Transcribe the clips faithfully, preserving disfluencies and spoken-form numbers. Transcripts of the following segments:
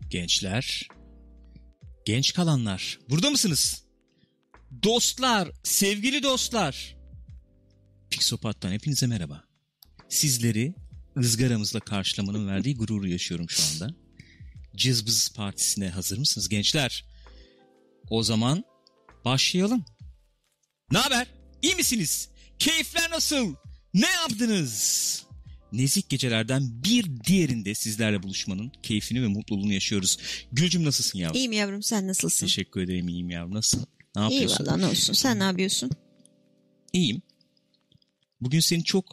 Gençler, genç kalanlar, burada mısınız? Dostlar, sevgili dostlar. Pixopat'tan hepinize merhaba. Sizleri ızgaramızla karşılamanın verdiği gururu yaşıyorum şu anda. Cızbız Partisi'ne hazır mısınız gençler? O zaman başlayalım. Ne haber? İyi misiniz? Keyifler nasıl? Ne yaptınız? Nezih gecelerden bir diğerinde sizlerle buluşmanın keyfini ve mutluluğunu yaşıyoruz. Gülcüm nasılsın yavrum? İyiyim yavrum, sen nasılsın? Teşekkür ederim, iyiyim yavrum. Nasılsın? Ne yapıyorsun? İyi valla, ne olsun. Sen ne yapıyorsun? İyiyim. Bugün seni çok...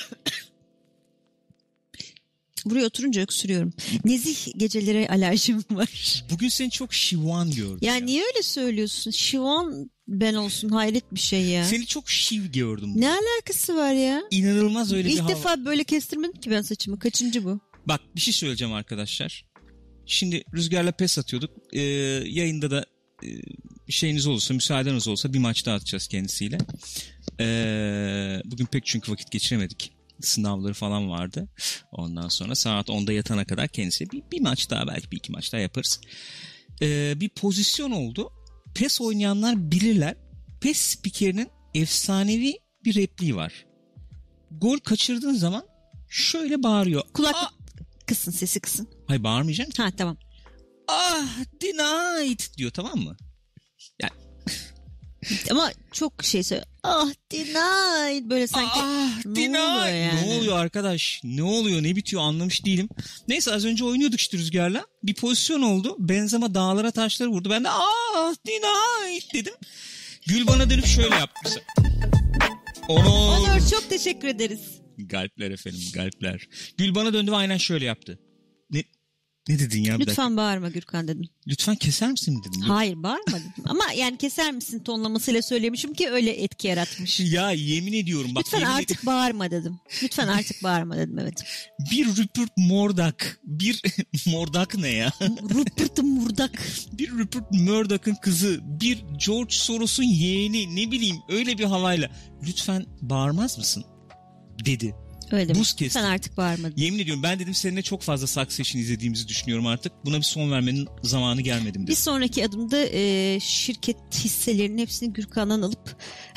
Buraya oturunca öksürüyorum. Nezih gecelere alerjim var. Bugün seni çok şivan gördüm. Ya, ya niye öyle söylüyorsun? Şivan ben olsun, hayret bir şey ya. Seni çok şiv gördüm. Ne alakası var ya? İnanılmaz öyle İlk bir hava. İlk defa böyle kestirmedim ki ben saçımı. Kaçıncı bu? Bak, bir şey söyleyeceğim arkadaşlar. Şimdi Rüzgar'la pes atıyorduk. Ee, yayında da e, şeyiniz olursa, müsaadeniz olsa bir maç daha atacağız kendisiyle. Ee, bugün pek çünkü vakit geçiremedik. Sınavları falan vardı. Ondan sonra saat onda yatana kadar kendisi bir, bir maç daha, belki bir iki maç daha yaparız. Ee, bir pozisyon oldu. PES oynayanlar bilirler. PES spikerinin efsanevi bir repliği var. Gol kaçırdığın zaman şöyle bağırıyor. Kulak Aa! kısın, sesi kısın. Hayır, bağırmayacağım. Ha, tamam. Ah, denied diyor, tamam mı? Yani... Ama çok şey söylüyor. Ah, denied. Böyle sanki. Ah, ne denied. oluyor yani? Ne oluyor arkadaş? Ne oluyor? Ne bitiyor? Anlamış değilim. Neyse, az önce oynuyorduk işte Rüzgar'la. Bir pozisyon oldu. Benzema dağlara taşları vurdu. Ben de ah, denied dedim. Gül bana dönüp şöyle yaptı. Onur. Onur, çok teşekkür ederiz. Galpler efendim, galpler. Gül bana döndü ve aynen şöyle yaptı. Ne ne dedin ya? Lütfen bağırma Gürkan dedim. Lütfen keser misin dedim. Hayır, bağırma dedim. Ama yani keser misin tonlamasıyla söylemişim ki öyle etki yaratmış. Ya yemin ediyorum. Bak, Lütfen yemin artık ed- bağırma dedim. Lütfen artık bağırma dedim, evet. Bir Rupert Murdoch. Bir Murdoch ne ya? Rupert Murdoch. Bir Rupert Murdoch'ın kızı. Bir George Soros'un yeğeni. Ne bileyim, öyle bir havayla. Lütfen bağırmaz mısın? Dedi. Öyle Buz mi? kesti. Sen artık bağırmadın. Yemin ediyorum, ben dedim seninle çok fazla Succession izlediğimizi düşünüyorum artık. Buna bir son vermenin zamanı gelmedi mi dedim. Bir sonraki adımda e, şirket hisselerinin hepsini Gürkan'dan alıp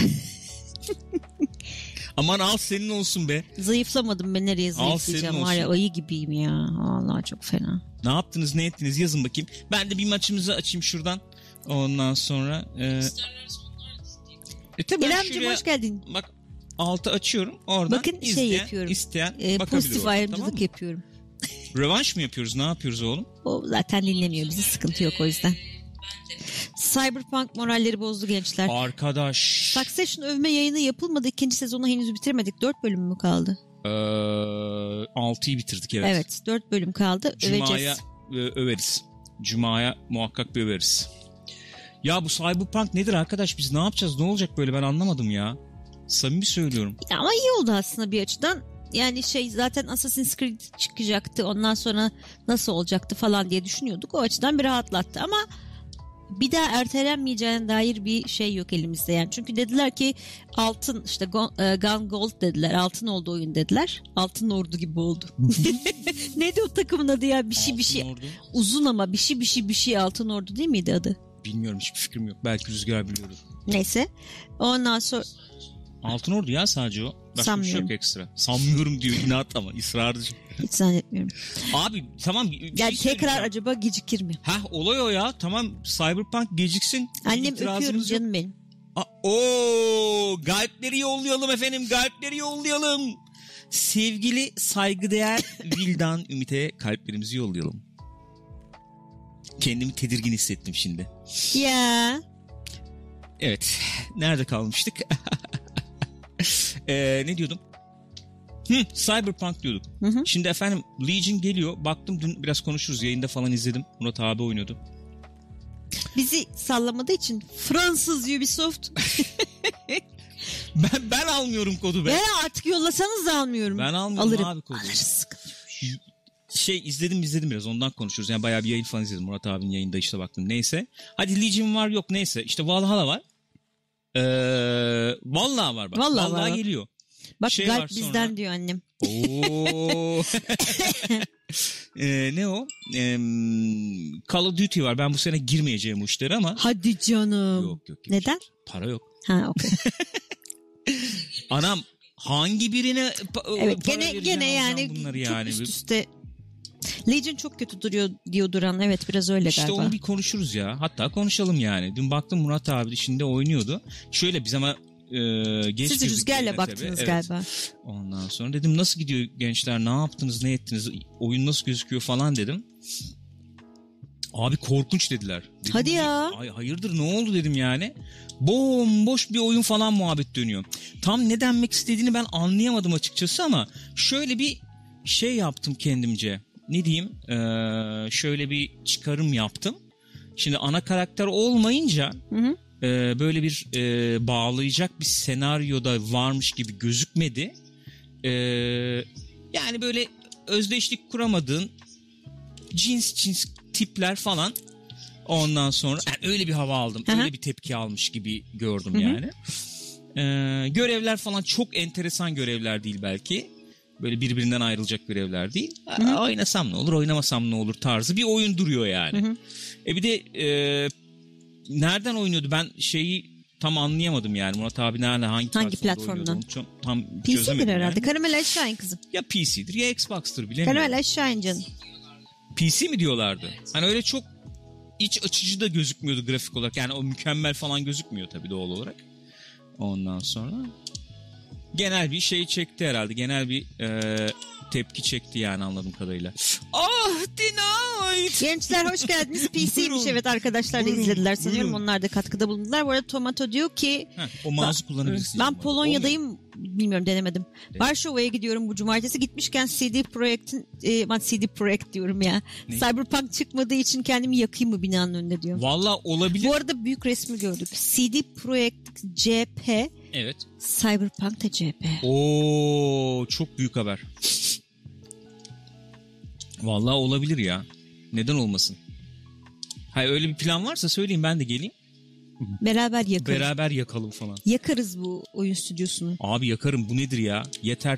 Aman al senin olsun be. zayıflamadım ben, nereye zayıflayacağım? Var ya, ayı gibiyim ya. Vallahi çok fena. Ne yaptınız, ne ettiniz, yazın bakayım. Ben de bir maçımızı açayım şuradan. Ondan sonra e, e tabii İremciğim, şuraya, hoş geldin. bak, altı açıyorum. Oradan Bakın, izleyen, şey yapıyorum. isteyen E, bakabilir. pozitif orada, ayrımcılık tamam mı? yapıyorum. Rövanş mı yapıyoruz? Ne yapıyoruz oğlum? O zaten dinlemiyor bizi, sıkıntı yok o yüzden. Cyberpunk moralleri bozdu gençler. Arkadaş. Succession övme yayını yapılmadı. İkinci sezonu henüz bitirmedik. Dört bölüm mü kaldı? Ee, altıyı bitirdik, evet. Evet, dört bölüm kaldı. Cuma'ya Öveceğiz. e, överiz. Cuma'ya muhakkak bir överiz. Ya bu Cyberpunk nedir arkadaş? Biz ne yapacağız? Ne olacak böyle? Ben anlamadım ya. Samimi söylüyorum. Ya ama iyi oldu aslında bir açıdan. Yani şey, zaten Assassin's Creed çıkacaktı. Ondan sonra nasıl olacaktı falan diye düşünüyorduk. O açıdan bir rahatlattı ama bir daha ertelenmeyeceğine dair bir şey yok elimizde yani. Çünkü dediler ki altın, işte Gun Gold dediler. Altın oldu oyun dediler. Altın Ordu gibi oldu. Neydi o takımın adı ya? Bir şey bir şey. Ordu. Uzun ama bir şey bir şey bir şey Altın Ordu değil miydi adı? Bilmiyorum, hiçbir fikrim yok. Belki Rüzgar biliyordur. Neyse. Ondan sonra Altın Ordu ya sadece o. Başka sanmıyorum. bir şey yok ekstra. Sanmıyorum diyor, inat ama ısrarcı. Hiç zannetmiyorum. Abi tamam. Bir Yani şey tekrar acaba gecikir mi? Hah, olay o ya. Tamam, Cyberpunk geciksin. Annem, İtirazımız öpüyorum yok. canım benim. Aa, ooo, galpleri yollayalım efendim, galpleri yollayalım. Sevgili saygıdeğer Vildan Ümit'e kalplerimizi yollayalım. Kendimi tedirgin hissettim şimdi. Ya. Evet, nerede kalmıştık? ee, ne diyordum? Hı, Cyberpunk diyorduk. Hı hı. Şimdi efendim Legion geliyor. Baktım, dün biraz konuşuruz, yayında falan izledim. Murat abi oynuyordu. Bizi sallamadığı için Fransız Ubisoft. ben ben almıyorum kodu be. Ya artık yollasanız da almıyorum. Ben almıyorum Alırım. abi kodu. Alırız. Şey izledim izledim biraz, ondan konuşuyoruz. Yani bayağı bir yayın falan izledim. Murat abinin yayında işte baktım. Neyse. Hadi Legion var, yok neyse. İşte Valhalla var. Ee, vallahi var bak. Vallahi, vallahi var. geliyor. Bak Şey galp var sonra. bizden diyor annem. Oo. ee, ne o? Ee, Call of Duty var. Ben bu sene girmeyeceğim bu işlere ama. Hadi canım. Yok yok. yok. Neden? Para yok. Ha okey. Anam hangi birine pa- Evet para gene vereceğim, gene yani, alacağım bunları çok yani. üst üste. Legion çok kötü duruyor diyor Duran. Evet biraz öyle İşte galiba. onu bir konuşuruz ya. Hatta konuşalım yani. Dün baktım Murat abi de şimdi oynuyordu. Şöyle biz ama e, geç Siz girdik rüzgarla yayına baktınız tabii. galiba. Evet. Ondan sonra dedim nasıl gidiyor gençler, ne yaptınız, ne ettiniz, oyun nasıl gözüküyor falan dedim. Abi korkunç dediler. Dedim, Hadi ya. Ay, hayırdır ne oldu dedim yani. Bomboş bir oyun falan muhabbet dönüyor. Tam ne denmek istediğini ben anlayamadım açıkçası ama şöyle bir şey yaptım kendimce. Ne diyeyim? Ee, şöyle bir çıkarım yaptım. Şimdi ana karakter olmayınca Hı hı. e, böyle bir e, bağlayacak bir senaryoda varmış gibi gözükmedi. E, yani böyle özdeşlik kuramadığın cins cins tipler falan. Ondan sonra yani öyle bir hava aldım. Hı hı. Öyle bir tepki almış gibi gördüm Hı hı. yani. Ee, görevler falan çok enteresan görevler değil belki. Böyle birbirinden ayrılacak görevler değil. Hı hı. Aa, oynasam ne olur, oynamasam ne olur tarzı bir oyun duruyor yani. Hı hı. E bir de e, nereden oynuyordu? Ben şeyi tam anlayamadım yani. Murat abi nerede, hangi, Hangi platformda platformdan? oynuyordu? Onu çok- tam P C'dir çözemedim herhalde. yani. Karamel aşağı in kızım. Ya P C'dir ya Xbox'tır bilemiyorum. Karamel aşağı in canım. P C mi diyorlardı? Hani öyle çok iç açıcı da gözükmüyordu grafik olarak. Yani o mükemmel falan gözükmüyor tabii doğal olarak. Ondan sonra genel bir şey çekti herhalde. Genel bir e, tepki çekti yani anladığım kadarıyla. Ah denied. Gençler hoş geldiniz. P C'ymiş Buyurun. evet, arkadaşlar da Buyurun, izlediler sanıyorum. buyurun. Onlar da katkıda bulundular. Bu arada Tomato diyor ki Heh, o mouse'u kullanabilirsin. ben Polonya'dayım. Bilmiyorum, denemedim. Evet. Varşova'ya gidiyorum bu cumartesi. Gitmişken C D Projekt'in e, ben C D Projekt diyorum ya. Ne? Cyberpunk çıkmadığı için kendimi yakayım mı binanın önünde diyor. Valla olabilir. Bu arada büyük resmi gördük. C D Projekt C P, Evet. Cyberpunk da C P. Oo çok büyük haber. Valla olabilir ya. Neden olmasın? Hayır öyle bir plan varsa söyleyin, ben de geleyim. Beraber yakarız. Beraber yakalım falan. Yakarız bu oyun stüdyosunu. Abi yakarım, bu nedir ya? Yeter.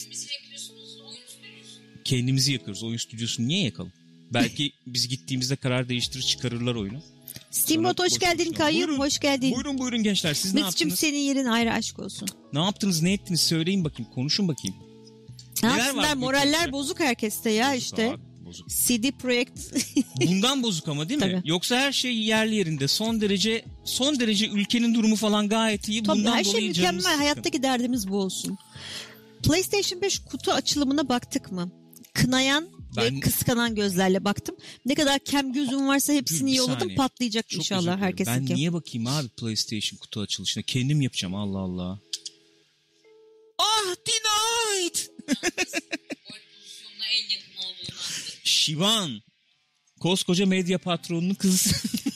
Kendimizi yakıyoruz. Oyun stüdyosunu niye yakalım? Belki biz gittiğimizde karar değiştirir, çıkarırlar oyunu. Steamboat Sonra hoş boş geldin boşuna. Kayyum, Buyurun. hoş geldin. Buyurun buyurun gençler, siz ne Mesut'cum yaptınız? senin yerin ayrı, aşk olsun. Ne yaptınız, ne ettiniz söyleyin bakayım, konuşun bakayım. Ne Neler yapsınlar, var bu moraller ülkede? bozuk herkeste ya Bozuk işte. abi, bozuk. C D Projekt. Bundan bozuk ama değil mi? Tabii. Yoksa her şey yerli yerinde. Son derece son derece ülkenin durumu falan gayet iyi. Tabii Bundan her şey dolayı mükemmel. canımız sıkkın. Hayattaki derdimiz bu olsun. PlayStation beş kutu açılımına baktık mı? Kınayan Ben- ve kıskanan gözlerle baktım. Ne kadar kem gözüm varsa Dur, hepsini bir yolladım. saniye. Patlayacak Çok özür inşallah dilerim. herkesin. Ben niye bakayım abi PlayStation kutu açılışına? Kendim yapacağım, Allah Allah. Ah denied. pozisyonuna en yakın olduğunu anladım. Şivan. Koskoca medya patronunun kızı.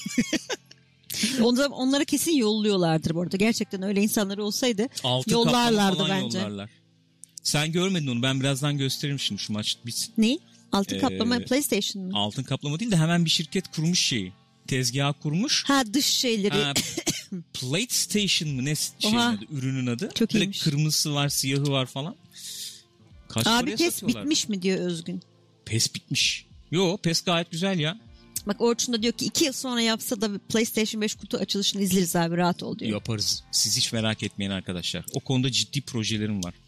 Onlara, onlara kesin yolluyorlardır bu arada. Gerçekten öyle insanlar olsaydı Altın yollarlardı kaplama falan bence. yollarlar. Sen görmedin onu, ben birazdan gösteririm şimdi şu maç bitsin. Ne? Altın Ee, kaplama PlayStation mı? Altın kaplama değil de hemen bir şirket kurmuş şeyi. Tezgah kurmuş. Ha, dış şeyleri. Ha, PlayStation mı ne şeyin Oha. adı, ürünün adı. Çok Böyle iyiymiş. kırmızısı var, siyahı var falan. Kaç Abi paraya pes satıyorlar? bitmiş mi diyor Özgün. Pes bitmiş. Yo, pes gayet güzel ya. Bak Orçun da diyor ki iki yıl sonra yapsa da PlayStation beş kutu açılışını izleriz abi, rahat ol diyor. Yaparız. Siz hiç merak etmeyin arkadaşlar. O konuda ciddi projelerim var.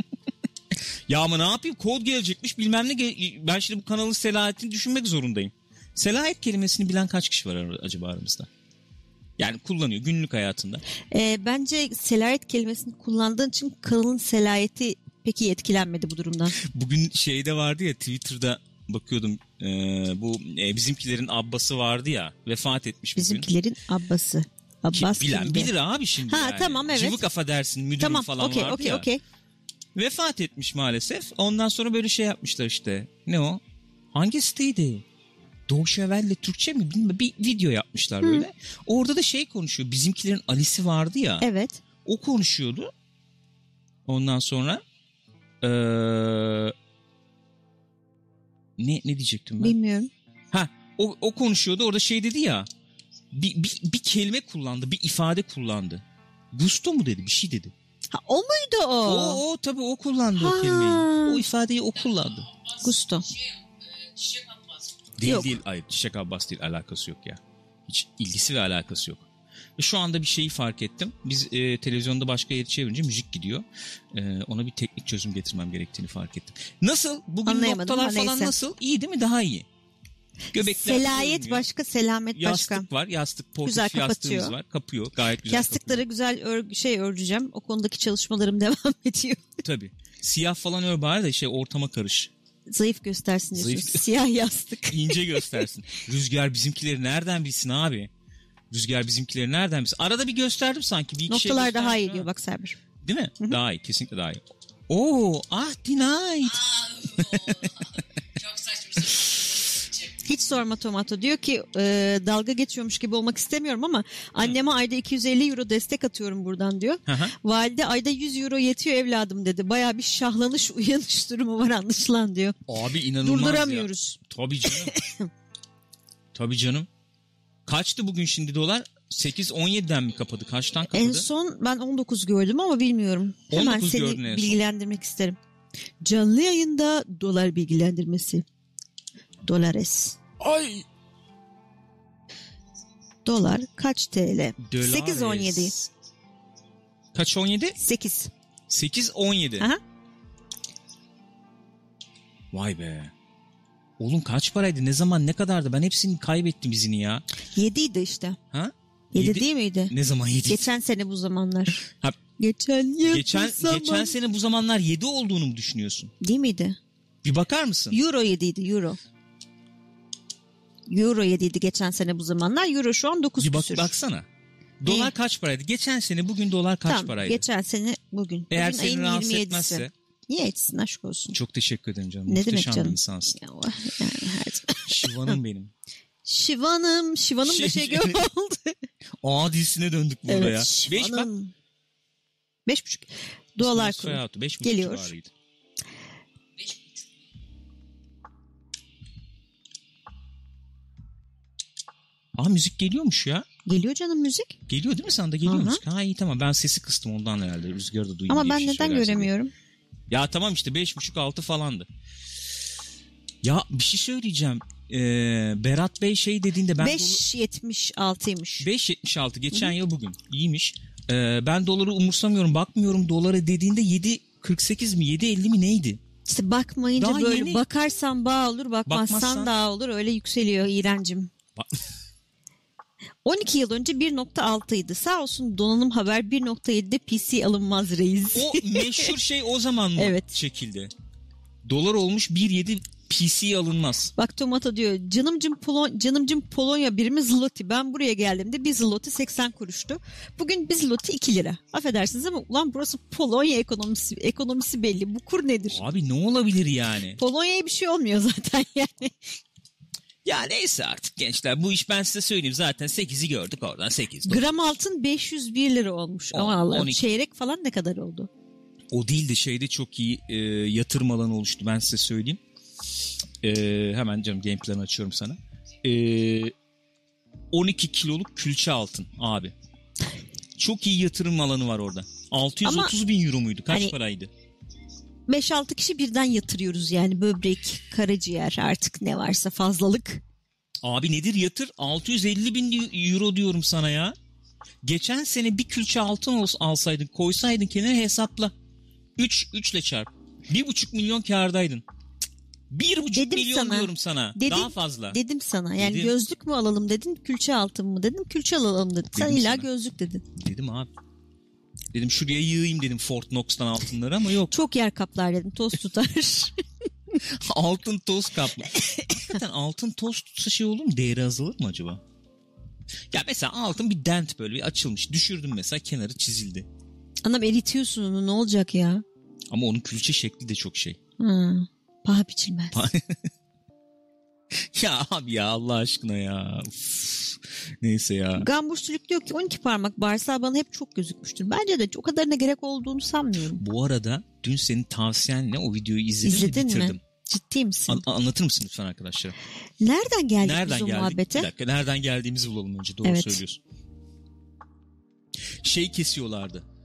Ya ama ne yapayım? Kod gelecekmiş bilmem ne. Ge- ben şimdi bu kanalın selahiyetini düşünmek zorundayım. Selahiyet kelimesini bilen kaç kişi var ar- acaba aramızda? Yani kullanıyor günlük hayatında. Ee, bence selahiyet kelimesini kullandığın için kanalın selahiyeti peki etkilenmedi bu durumdan. Bugün şeyde vardı ya, Twitter'da bakıyordum. E, bu e, bizimkilerin abbası vardı ya, vefat etmiş bugün. Bizimkilerin abbası. Ki Abbas bilen kimdi? bilir abi şimdi Ha, yani. tamam, evet. Cıvık affedersin müdürü Tamam, falan okey, vardı okey, ya. okey. Vefat etmiş maalesef. Ondan sonra böyle şey yapmışlar işte. Ne o? Hangi siteydi? Doğu Şevval'le Türkçe mi bilmiyorum. Bir video yapmışlar Hı. böyle. Orada da şey konuşuyor. Bizimkilerin Ali'si vardı ya. Evet. O konuşuyordu. Ondan sonra ee, ne ne diyecektim ben? Bilmiyorum. Ha, o, o konuşuyordu. Orada şey dedi ya. Bir, bir, bir kelime kullandı. Bir ifade kullandı. Gusto mu dedi? Bir şey dedi. Ha, o muydu o? O, o tabii o kullandı Ha. o kelimeyi. O ifadeyi o kullandı. Gusto. Şey, e, çiçek atmaz. Değil Yok. değil. Hayır, Çiçek Abbas değil, alakası yok ya. Hiç ilgisi ve alakası yok. Ve şu anda bir şeyi fark ettim. Biz e, televizyonda başka yeri çevirince müzik gidiyor. E, ona bir teknik çözüm getirmem gerektiğini fark ettim. Nasıl? Bugün noktalar falan neyse. nasıl? İyi değil mi? Daha iyi. Göbekler Selayet görünmüyor. başka, selamet başka. Yastık var. Yastık, portif Güzel yastığımız kapatıyor. var. Kapıyor. Gayet güzel Yastıkları kapıyor. güzel ör, şey öreceğim. O konudaki çalışmalarım devam ediyor. Tabii. Siyah falan ör bari de şey ortama karış. Zayıf göstersin diyorsun. Zayıf- Siyah yastık. İnce göstersin. Rüzgar bizimkileri nereden bilsin abi? Rüzgar bizimkileri nereden bilsin? Arada bir gösterdim sanki. Bir iki şey Noktalar daha iyi gösterdim diyor ama. bak Sabir. Değil mi? Daha iyi. Kesinlikle daha iyi. Oo, ah denied. Çok saçma sapan. Hiç sorma Tomato. Diyor ki e, dalga geçiyormuş gibi olmak istemiyorum ama anneme ayda iki yüz elli euro destek atıyorum buradan diyor. Hı hı. Valide ayda yüz euro yetiyor evladım dedi. Bayağı bir şahlanış uyanış durumu var anlaşılan diyor. Abi inanılmaz Durduramıyoruz. ya. Tabii canım. Tabii canım. Kaçtı bugün şimdi dolar? sekiz on yediden mi kapadı? Kaçtan kapadı? En son ben on dokuz gördüm ama bilmiyorum. Hemen on dokuz gördün en seni son. bilgilendirmek isterim. Canlı yayında dolar bilgilendirmesi. Dolares. Ay. Dolar kaç T L? Dolares. sekiz on yedi. Kaç on yedi? sekiz. sekiz on yedi. Aha. Vay be. Oğlum kaç paraydı? Ne zaman ne kadardı? Ben hepsini kaybettim izini ya. yediydi işte. Ha? yedi Yedi- değil miydi? Ne zaman yedi? Geçen sene bu zamanlar. Ha, Geçen yıl geçen, bu zaman. geçen sene bu zamanlar yedi olduğunu mu düşünüyorsun? Değil miydi? Bir bakar mısın? Euro yediydi euro. Euro yediydi geçen sene bu zamanlar. Euro şu an dokuz Bir bak, küsür. baksana. Dolar İyi. kaç paraydı? Geçen sene bugün dolar kaç Tamam, paraydı? geçen sene bugün. Eğer Bugün seni ayın rahatsız yirmi yedisi. etmezse. Niye etsin aşk olsun. Çok teşekkür ederim canım. Ne demek Muhteşem canım? bir insansın. Ya, yani her zaman. Şivan'ım benim. Şivan'ım. Şivan'ım da şey Şey- gibi oldu. Aa dizisine döndük burada Evet, ya. Beş bak. Şivan'ım. Beş buçuk. Dolar kuru. Soyatı, beş buçuk Geliyor. civarıydı. Aa müzik geliyormuş ya. Geliyor canım müzik. Geliyor değil mi sana da geliyor Hı hı. müzik? Ha iyi tamam ben sesi kıstım ondan herhalde. Rüzgarı da duyayım Ama diye ben bir şey neden söylersin diye. göremiyorum? Ya tamam işte beş buçuk altı falandı. Ya bir şey söyleyeceğim. Ee, Berat Bey şey dediğinde ben beş yetmiş altıymış. beş yetmiş altı geçen yıl bugün iyiymiş. Ee, ben doları umursamıyorum bakmıyorum dolara dediğinde yedi kırk sekiz mi yedi elli mi neydi? İşte bakmayınca Daha böyle yeni. bakarsan bağ olur, bakmazsan Bakmazsan- daha olur. Öyle yükseliyor İğrencim. Ba- on iki yıl önce bir nokta altıydı. Sağ olsun donanım haber bir nokta yedide P C alınmaz reis. O meşhur şey o zaman mı Evet. çekildi? Dolar olmuş bir yedi P C alınmaz. Bak Tomato diyor canımcım, Polon, canımcım Polonya birimi zloty. Ben buraya geldiğimde bir zloty seksen kuruştu. Bugün bir zloty iki lira. Affedersiniz ama ulan burası Polonya ekonomisi, ekonomisi belli. Bu kur nedir? Abi ne olabilir yani? Polonya'ya bir şey olmuyor zaten yani. Ya neyse artık gençler bu iş ben size söyleyeyim zaten sekizi gördük oradan sekiz. Gram altın beş yüz bir lira olmuş. On- Ama Allah'ım on iki. çeyrek falan ne kadar oldu? O değil de şeyde çok iyi e, yatırım alanı oluştu ben size söyleyeyim. E, hemen canım game planı açıyorum sana. E, on iki kiloluk külçe altın abi. Çok iyi yatırım alanı var orada. altı yüz otuz Ama bin euro muydu? Kaç hani- paraydı? beş altı kişi birden yatırıyoruz yani böbrek, karaciğer artık ne varsa fazlalık. Abi nedir yatır? altı yüz elli bin euro diyorum sana ya. Geçen sene bir külçe altın olsa, alsaydın koysaydın kenara hesapla. üç, üçle çarp. bir buçuk milyon kârdaydın. bir buçuk Dedim milyon sana. diyorum sana. Dedim- Daha fazla. Dedim sana yani Dedim. gözlük mü alalım dedin, külçe altın mı dedim, külçe alalım dedin. Sen Dedim illa sana. gözlük dedin. Dedim abi. Dedim şuraya yığayım dedim Fort Knox'tan altınları ama yok. Çok yer kaplar dedim, toz tutar. Altın toz kaplı. Hakikaten altın toz tutsa şey olur mu? Değeri azalır mı acaba? Ya mesela altın bir dent böyle bir açılmış. Düşürdüm mesela kenarı çizildi. Anam eritiyorsun onu, ne olacak ya? Ama onun külçe şekli de çok şey. Hı, paha biçilmez. Ya abi ya Allah aşkına ya. Uf. Neyse ya. Gamburçluk diyor ki on iki parmak bağırsağı bana hep çok gözükmüştür. Bence de o kadarına gerek olduğunu sanmıyorum. Bu arada dün senin tavsiyenle o videoyu izledim İzledin ve bitirdim. mi? Ciddi misin? An- anlatır mısın lütfen arkadaşlara? Nereden geldik Nereden biz o geldik? muhabbete? Bir dakika nereden geldiğimizi bulalım önce. Doğru Evet. söylüyorsun. Şey kesiyorlardı.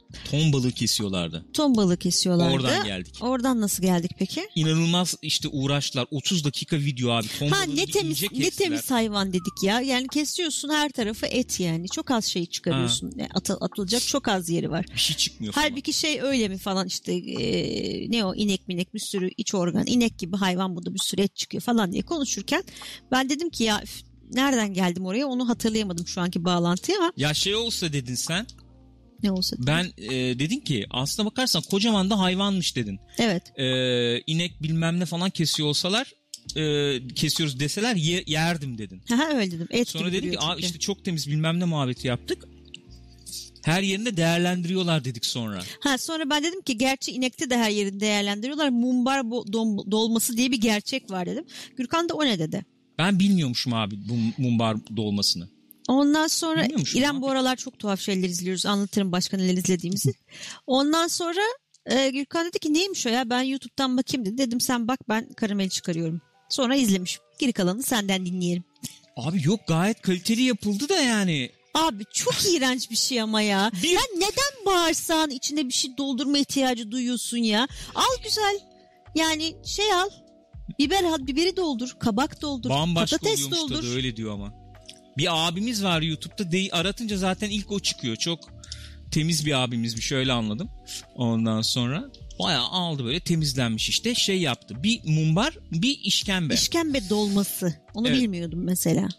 Ton balığı kesiyorlardı. Ton balığı kesiyorlardı. Oradan geldik. Oradan nasıl geldik peki? İnanılmaz işte uğraştılar. otuz dakika video abi. Ton Ha balığını ne temiz ince ne kestiler. temiz hayvan dedik ya. Yani kesiyorsun her tarafı et yani. Çok az şey çıkarıyorsun. Yani atı- atılacak çok az yeri var. Bir şey çıkmıyor falan. Halbuki şey öyle mi falan işte e, ne o inek minek bir sürü iç organ inek gibi hayvan bu da bir sürü et çıkıyor falan diye konuşurken ben dedim ki ya üf, nereden geldim oraya onu hatırlayamadım şu anki bağlantıyı ama Ya şey olsa dedin sen. ne olsa dedim. Ben e, dedin ki aslına bakarsan kocaman da hayvanmış dedin. Evet. E, inek bilmem ne falan kesiyor olsalar e, kesiyoruz deseler ye, yerdim dedin. Ha öyle dedim. Et Sonra gibi dedim ki duruyor Aa, çünkü. işte çok temiz bilmem ne muhabbeti yaptık. Her yerinde değerlendiriyorlar dedik sonra. Ha sonra ben dedim ki gerçi inekte de her yerini değerlendiriyorlar. Mumbar bo- dom- dolması diye bir gerçek var dedim. Gürkan da o ne dedi? Ben bilmiyormuşum abi bu mumbar dolmasını. Ondan sonra Bilmiyormuşum İrem abi. bu aralar çok tuhaf şeyler izliyoruz. Anlatırım başka neler izlediğimizi. Ondan sonra e, Gürkan dedi ki neymiş o ya ben YouTube'dan bakayım dedi. Dedim sen bak ben karameli çıkarıyorum. Sonra izlemiş. Geri kalanını senden dinleyelim. Abi yok gayet kaliteli yapıldı da yani. Abi çok iğrenç bir şey ama ya. Bir- Ya neden bağırsağın içine bir şey doldurma ihtiyacı duyuyorsun ya? Al güzel. Yani şey al. Biber al, biberi doldur, kabak doldur, Bambaşka patates oluyormuş doldur. tadı öyle diyor ama. Bir abimiz var YouTube'da de, aratınca zaten ilk o çıkıyor. Çok temiz bir abimizmiş şöyle anladım. Ondan sonra bayağı aldı böyle temizlenmiş işte şey yaptı. Bir mumbar bir işkembe. İşkembe dolması. Onu Evet. bilmiyordum mesela.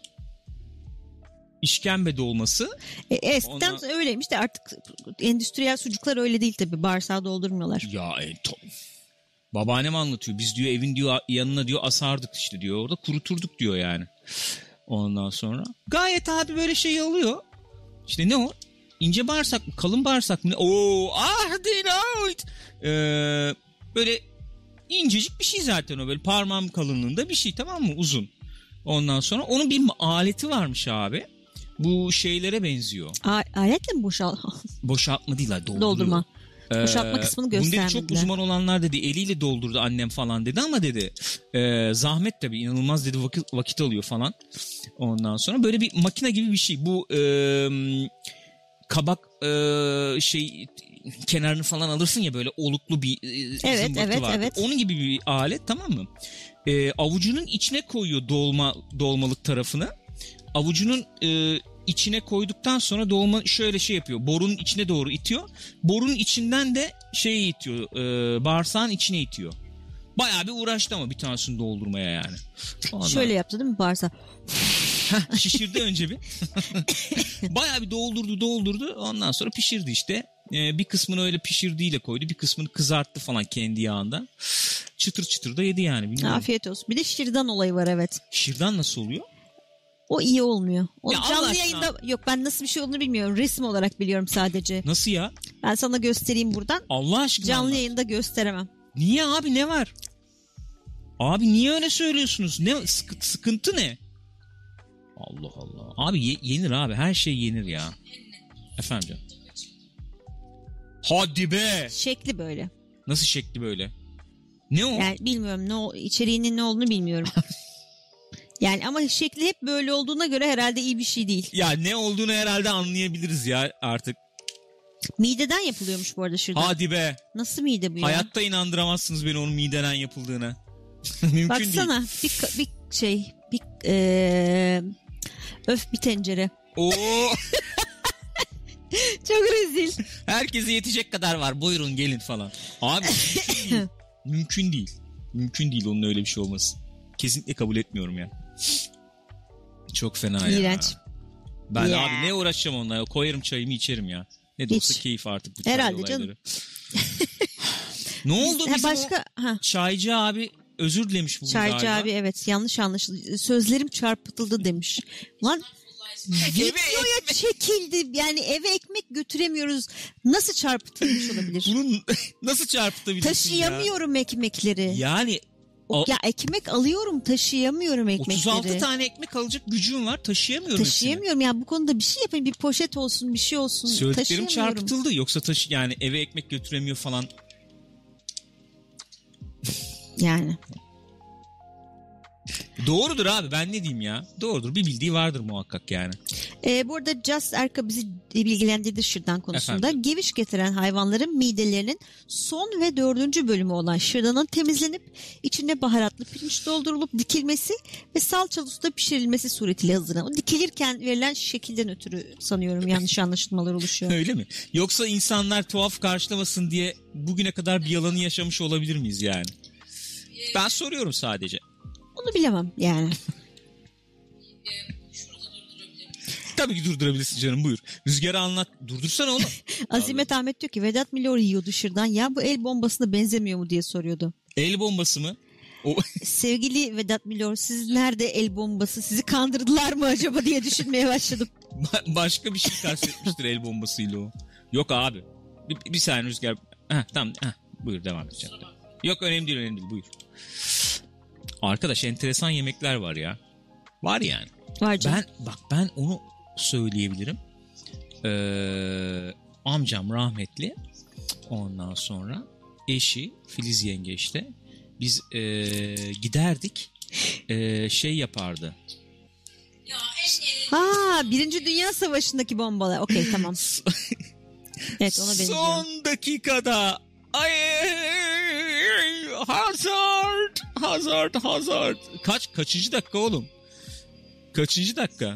İşkembe dolması. E, eskiden Ondan- öyleymiş de artık endüstriyel sucuklar öyle değil tabii. Bağırsağı doldurmuyorlar. Ya e, to- babaannem anlatıyor. Biz diyor evin diyor yanına diyor asardık işte diyor. Orada kuruturduk diyor yani. Ondan sonra gayet abi böyle şey oluyor. İşte ne o? İnce bağırsak mı? Kalın bağırsak mı? Oo, ah denied. Ee, böyle incecik bir şey zaten o. Böyle parmağım kalınlığında bir şey tamam mı? Uzun. Ondan sonra onun bir aleti varmış abi. Bu şeylere benziyor. A- aletle mi boşal? Boşaltma değil ha dolduruyor. Doldurma. Ee, Boşaltma kısmını bunu dedi göstermediler. çok uzman olanlar dedi eliyle doldurdu annem falan dedi ama dedi e, zahmet tabii inanılmaz dedi vakit, vakit alıyor falan. Ondan sonra böyle bir makine gibi bir şey. Bu e, kabak e, şey kenarını falan alırsın ya böyle oluklu bir e, Evet, zımbırtı evet, vardır. evet. Onun gibi bir alet tamam mı? E, avucunun içine koyuyor dolma dolmalık tarafını. Avucunun e, içine koyduktan sonra dolma şöyle şey yapıyor. Borunun içine doğru itiyor. Borunun içinden de şeyi itiyor. E, bağırsağın içine itiyor. Bayağı bir uğraştı ama bir tanesini doldurmaya yani. Ondan... Şöyle yaptı değil mi bağırsağı? Heh, şişirdi önce bir. Bayağı bir doldurdu doldurdu. Ondan sonra pişirdi işte. Ee, bir kısmını öyle pişirdiğiyle koydu. Bir kısmını kızarttı falan kendi yağında. Çıtır çıtır da yedi yani. Bilmiyorum. Afiyet olsun. Bir de şirdan olayı var evet. Şırdan nasıl oluyor? O iyi olmuyor. O Ya Allah canlı aşkına. yayında yok ben nasıl bir şey olduğunu bilmiyorum. Resim olarak biliyorum sadece. Nasıl ya? Ben sana göstereyim buradan. Allah aşkına. Canlı Allah. yayında gösteremem. Niye abi ne var? Abi niye öyle söylüyorsunuz? Ne sıkı- sıkıntı ne? Allah Allah. Abi ye- yenir abi. Her şey yenir ya. Efendim canım. Hadi be. Şekli böyle. Nasıl şekli böyle? Ne o? Yani bilmiyorum ne o, içeriğinin ne olduğunu bilmiyorum. Yani ama şekli hep böyle olduğuna göre herhalde iyi bir şey değil. Ya ne olduğunu herhalde anlayabiliriz ya artık. Mideden yapılıyormuş bu arada şırdan. Hadi be. Nasıl mide bu ya? Hayatta inandıramazsınız beni onun mideden yapıldığına. Mümkün Baksana değil. bir, ka- bir şey bir eee, öf bir tencere. Oo, Çok rezil. herkese yetecek kadar var. Buyurun gelin falan. Abi mümkün değil. Mümkün değil. Mümkün değil onun öyle bir şey olması. Kesinlikle kabul etmiyorum ya. Çok fena ya. İğrenç. Ben Ya. abi ne uğraşacağım onunla ya. Koyarım çayımı içerim ya. Ne de olsa Hiç. keyif artık bu çay Herhalde olayları. canım. Ne oldu Ha, bizim başka ha. o çaycı abi özür dilemiş bugün Çaycı galiba. abi evet yanlış anlaşıldı. Sözlerim çarpıtıldı demiş. Lan videoya çekildi. Yani eve ekmek götüremiyoruz. Nasıl çarpıtılmış olabilir? Bunun nasıl çarpıtabilirsin ya? Taşıyamıyorum ekmekleri. Yani O- o- ya ekmek alıyorum taşıyamıyorum ekmekleri. otuz altı tane ekmek alacak gücüm var. Taşıyamıyorum Taşıyamıyorum ya bu konuda bir şey yapayım bir poşet olsun bir şey olsun hepsini. Söylediklerim taşıyamıyorum. çarpıtıldı. Yoksa taşı yani eve ekmek götüremiyor falan. Yani Doğrudur abi, ben ne diyeyim ya. Doğrudur, bir bildiği vardır muhakkak yani. Ee, bu arada Just Erka bizi bilgilendirdi şırdan konusunda. Efendim? Geviş getiren hayvanların midelerinin son ve dördüncü bölümü olan şırdanın temizlenip içine baharatlı pirinç doldurulup dikilmesi ve salçalı suda pişirilmesi suretiyle hazırlanır. O dikilirken verilen şekilden ötürü sanıyorum yanlış anlaşılmalar oluşuyor. Öyle mi? Yoksa insanlar tuhaf karşılamasın diye bugüne kadar bir yalanı yaşamış olabilir miyiz yani? Ben soruyorum sadece. Onu bilemem yani. Tabii ki durdurabilirsin canım, buyur. Rüzgar'ı anlat. Durdursana oğlum. Azimet Ahmet diyor ki Vedat Milor yiyordu şırdan. Ya bu el bombasına benzemiyor mu diye soruyordu. El bombası mı? O... Sevgili Vedat Milor, siz nerede el bombası? Sizi kandırdılar mı acaba diye düşünmeye başladım. Başka bir şey kastetmiştir el bombasıyla o. Yok abi. Bir, bir saniye Rüzgar. Heh, tamam. Heh, buyur devam edeceğim. Yok önemli değil önemli değil buyur. Arkadaş enteresan yemekler var ya. Var yani. Var canım. Ben bak ben onu söyleyebilirim. Ee, amcam rahmetli. Ondan sonra eşi Filiz yenge işte. Biz ee, giderdik. Ee, şey yapardı. Ha, Birinci Dünya Savaşı'ndaki bombalar. Okey tamam. Evet ona benziyor. Son dakikada ay Hazard Hazard Hazard kaç kaçıncı dakika oğlum? Kaçıncı dakika?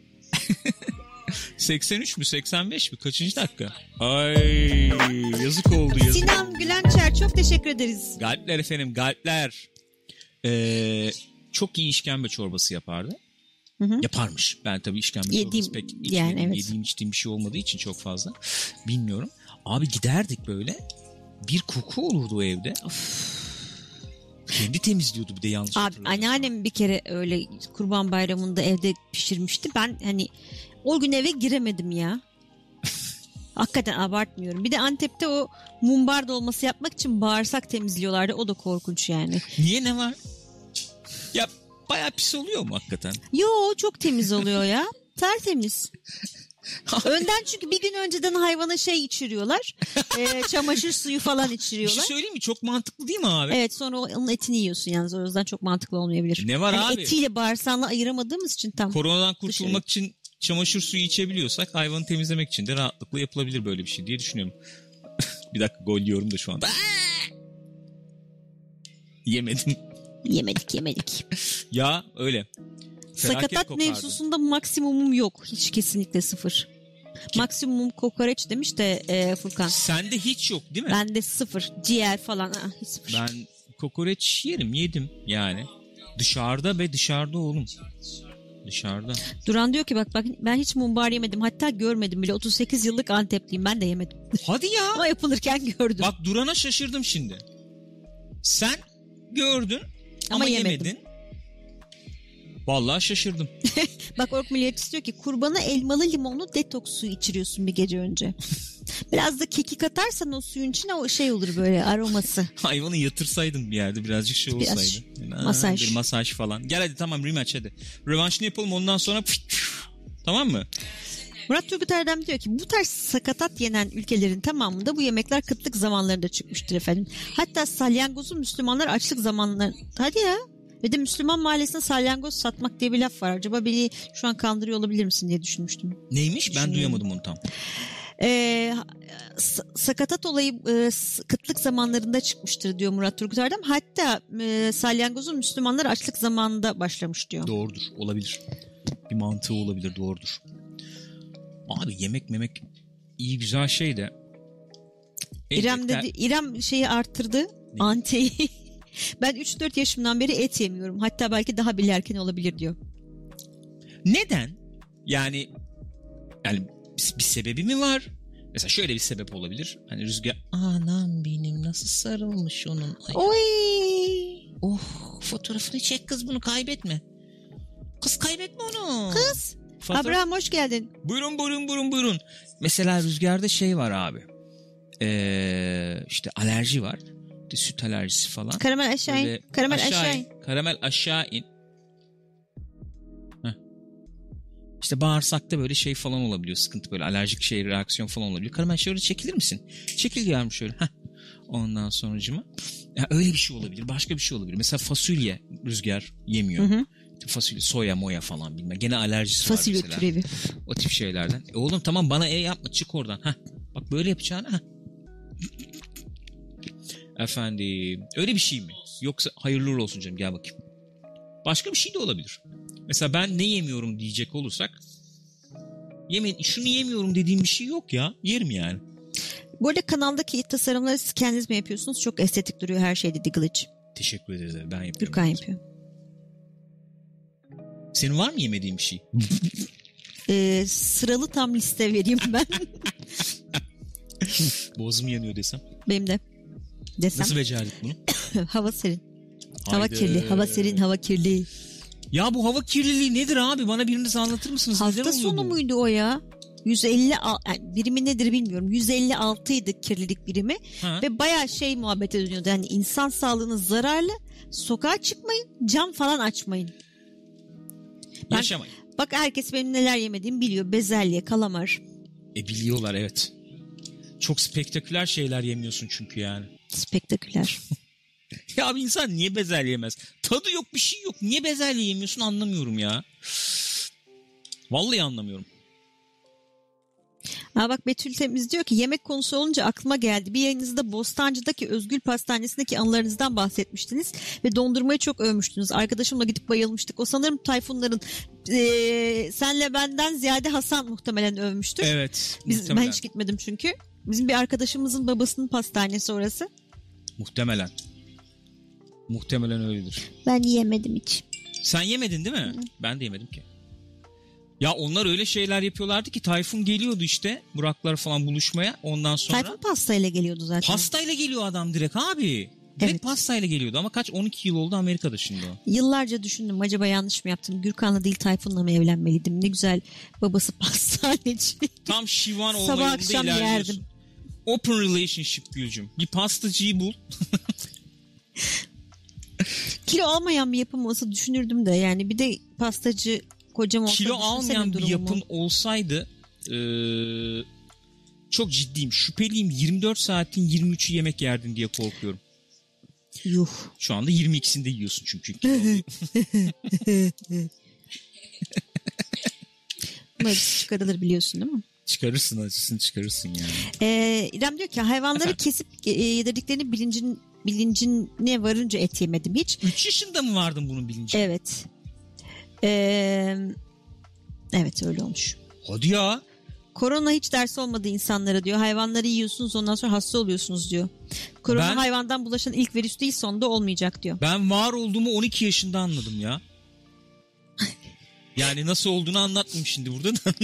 seksen üç mü seksen beş mi? Kaçıncı dakika? Ay yazık oldu yazık. Sinan Gülençer çok teşekkür ederiz. Galpler efendim galpler. Ee, çok iyi işkembe çorbası yapardı. Hı hı. Yaparmış. Ben tabii işkembe Yediğim, çorbası pek içmedim. yani evet. Yediğim içtiğim bir şey olmadığı için çok fazla. Bilmiyorum. Abi giderdik böyle. Bir koku olurdu o evde. Of. Kendi temizliyordu bir de yanlış Abi hatırlıyorum. anneannem bir kere öyle Kurban Bayramı'nda evde pişirmişti. Ben hani o gün eve giremedim ya. Hakikaten abartmıyorum. Bir de Antep'te o mumbar dolması yapmak için bağırsak temizliyorlardı. O da korkunç yani. Niye, ne var? Ya bayağı pis oluyor mu hakikaten? Yo çok temiz oluyor ya. Tertemiz. Önden çünkü bir gün önceden hayvana şey içiriyorlar. e, çamaşır suyu falan Bir içiriyorlar. şey söyleyeyim mi? Çok mantıklı değil mi abi? Evet sonra onun etini yiyorsun yalnız. O yüzden çok mantıklı olmayabilir. Ne var yani abi? Etiyle bağırsağını ayıramadığımız için tam. Koronadan kurtulmak için çamaşır suyu içebiliyorsak hayvanı temizlemek için de rahatlıkla yapılabilir böyle bir şey diye düşünüyorum. Bir dakika gol yiyorum da şu anda. Yemedim. Yemedik yemedik. Ya öyle. Felaket Sakatat kokardı. mevzusunda maksimumum yok. Hiç kesinlikle sıfır. Kim? Maksimum kokoreç demiş de e, Furkan. Sende hiç yok değil mi? Bende sıfır. Ciğer falan. Ha, hiç sıfır. Ben kokoreç yerim yedim yani. Dışarıda ve dışarıda oğlum. Dışarıda. Duran diyor ki bak bak ben hiç mumbar yemedim. Hatta görmedim bile. otuz sekiz yıllık Antepliyim. Ben de yemedim. Hadi ya. Ama yapılırken gördüm. Bak Duran'a şaşırdım şimdi. Sen gördün ama, Ama yemedin. yemedim. Vallahi şaşırdım. Bak Ork Milliyetçisi diyor ki kurbana elmalı limonlu detoks suyu içiriyorsun bir gece önce. Biraz da kekik atarsan o suyun içine o şey olur böyle aroması. Hayvanı yatırsaydın bir yerde birazcık şey Biraz olsaydı. Yani, masaj. Bir masaj falan. Gel hadi tamam rematch hadi. Rövanşını yapalım ondan sonra tamam mı? Murat Turgut Erdem diyor ki bu tarz sakatat yenen ülkelerin tamamında bu yemekler kıtlık zamanlarında çıkmıştır efendim. Hatta salyangozu Müslümanlar açlık zamanları... Hadi ya. Ve de Müslüman mahallesinde salyangoz satmak diye bir laf var. Acaba beni şu an kandırıyor olabilir misin diye düşünmüştüm. Neymiş? Ben duyamadım onu tam. Ee, sakatat olayı e, kıtlık zamanlarında çıkmıştır diyor Murat Turgut Erdem. Hatta e, salyangozun Müslümanlar açlık zamanında başlamış diyor. Doğrudur. Olabilir. Bir mantığı olabilir. Doğrudur. Abi yemek memek iyi güzel şey de. İrem dedi, İrem şeyi arttırdı. Anteyi. Ben üç dört yaşımdan beri et yemiyorum. Hatta belki daha bile erken olabilir diyor. Neden? Yani yani bir sebebi mi var? Mesela şöyle bir sebep olabilir. Hani Rüzgar anam benim nasıl sarılmış onun. Ay. Oy. Oh fotoğrafını çek kız bunu kaybetme. Kız kaybetme onu. Kız. Fotoğraf... Abraham hoş geldin. Buyurun buyurun buyurun buyurun. Mesela Rüzgar'da şey var abi. Ee, işte alerji var. İşte süt alerjisi falan. Karamel aşağı in. Karamel aşağı, aşağı in. Karamel aşağı in. Heh. İşte bağırsakta böyle şey falan olabiliyor. Sıkıntı böyle alerjik şey reaksiyon falan olabiliyor. Karamel şöyle çekilir misin? Çekil yavrum şöyle. Heh. Ondan sonracıma. Yani öyle bir şey olabilir. Başka bir şey olabilir. Mesela fasulye Rüzgar yemiyor. Hı hı. Fasulye, soya, moya falan bilmem. Gene alerjisi fasulye var mesela. Fasulye türevi. O tip şeylerden. E oğlum tamam bana e yapma çık oradan. Heh. Bak böyle yapacağına. Heh. Efendim öyle bir şey mi? Yoksa hayırlı olsun canım gel bakayım. Başka bir şey de olabilir. Mesela ben ne yemiyorum diyecek olursak yeme, şunu yemiyorum dediğim bir şey yok ya. Yerim yani. Bu arada kanaldaki tasarımları siz kendiniz mi yapıyorsunuz? Çok estetik duruyor her şey dedi Glitch. Teşekkür ederiz. Ben yapıyorum. Gürkan yapıyor. Senin var mı yemediğin bir şey? ee, sıralı tam liste vereyim ben. Boğazım yanıyor desem. Benim de. Desem. Nasıl becerdik bunu? Hava serin. Hava Haydi. kirli. Hava serin, hava kirli. Ya bu hava kirliliği nedir abi? Bana biriniz anlatır mısınız? Hafta sonu muydu o ya? yüz elli yani birimi nedir bilmiyorum. yüz elli altıydı kirlilik birimi. Ha. Ve bayağı şey muhabbete dönüyordu. Yani insan sağlığınız zararlı. Sokağa çıkmayın. Cam falan açmayın. Ben, yaşamayın. Bak herkes benim neler yemediğimi biliyor. Bezelye, kalamar. E biliyorlar evet. Çok spektaküler şeyler yemiyorsun çünkü yani. Spektaküler. Ya abi insan niye bezelye yemez? Tadı yok bir şey yok. Niye bezelye yemiyorsun anlamıyorum ya. Vallahi anlamıyorum. Ha bak Betül Temiz diyor ki yemek konusu olunca aklıma geldi. Bir yayınınızda Bostancı'daki Özgül Pastanesi'ndeki anılarınızdan bahsetmiştiniz ve dondurmayı çok övmüştünüz. Arkadaşımla gidip bayılmıştık. O sanırım Tayfunların e, senle benden ziyade Hasan muhtemelen övmüştür. Evet. Biz, muhtemelen. ben hiç gitmedim çünkü. Bizim bir arkadaşımızın babasının pastanesi orası. Muhtemelen. Muhtemelen öyledir. Ben yemedim hiç. Sen yemedin değil mi? Hı. Ben de yemedim ki. Ya onlar öyle şeyler yapıyorlardı ki Tayfun geliyordu işte Buraklar falan buluşmaya ondan sonra. Tayfun pastayla geliyordu zaten. Pastayla geliyor adam direkt abi. Direkt evet. Pastayla geliyordu ama kaç on iki yıl oldu Amerika'da şimdi o. Yıllarca düşündüm acaba yanlış mı yaptım? Gürkan'la değil Tayfun'la mı evlenmeliydim? Ne güzel babası pastaneci. Tam şivan olma sabah yolunda akşam ilerliyorsun. yerdim. Open relationship Gülcüm. Bir pastacıyı bul. Kilo almayan bir yapım olsa düşünürdüm de yani bir de pastacı kocam olsa kilo almayan bir durumu. yapın olsaydı ee, çok ciddiyim şüpheliyim yirmi dört saatin yirmi üçü yemek yerdin diye korkuyorum. Yuh. Şu anda yirmi ikisinde yiyorsun çünkü. Ama hepsi çıkarılır biliyorsun değil mi? Çıkarırsın acısını çıkarırsın yani. Ee, İrem diyor ki hayvanları kesip e, yedirdiklerini bilincin, bilincine varınca et yemedim hiç. üç yaşında mı vardın bunun bilincine? Evet. Ee, evet öyle olmuş. Hadi ya. Korona hiç ders olmadı insanlara diyor. Hayvanları yiyorsunuz ondan sonra hasta oluyorsunuz diyor. Korona ben, hayvandan bulaşan ilk virüs değil sonunda olmayacak diyor. Ben var olduğumu on iki yaşında anladım ya. Yani nasıl olduğunu anlatmayayım şimdi burada da.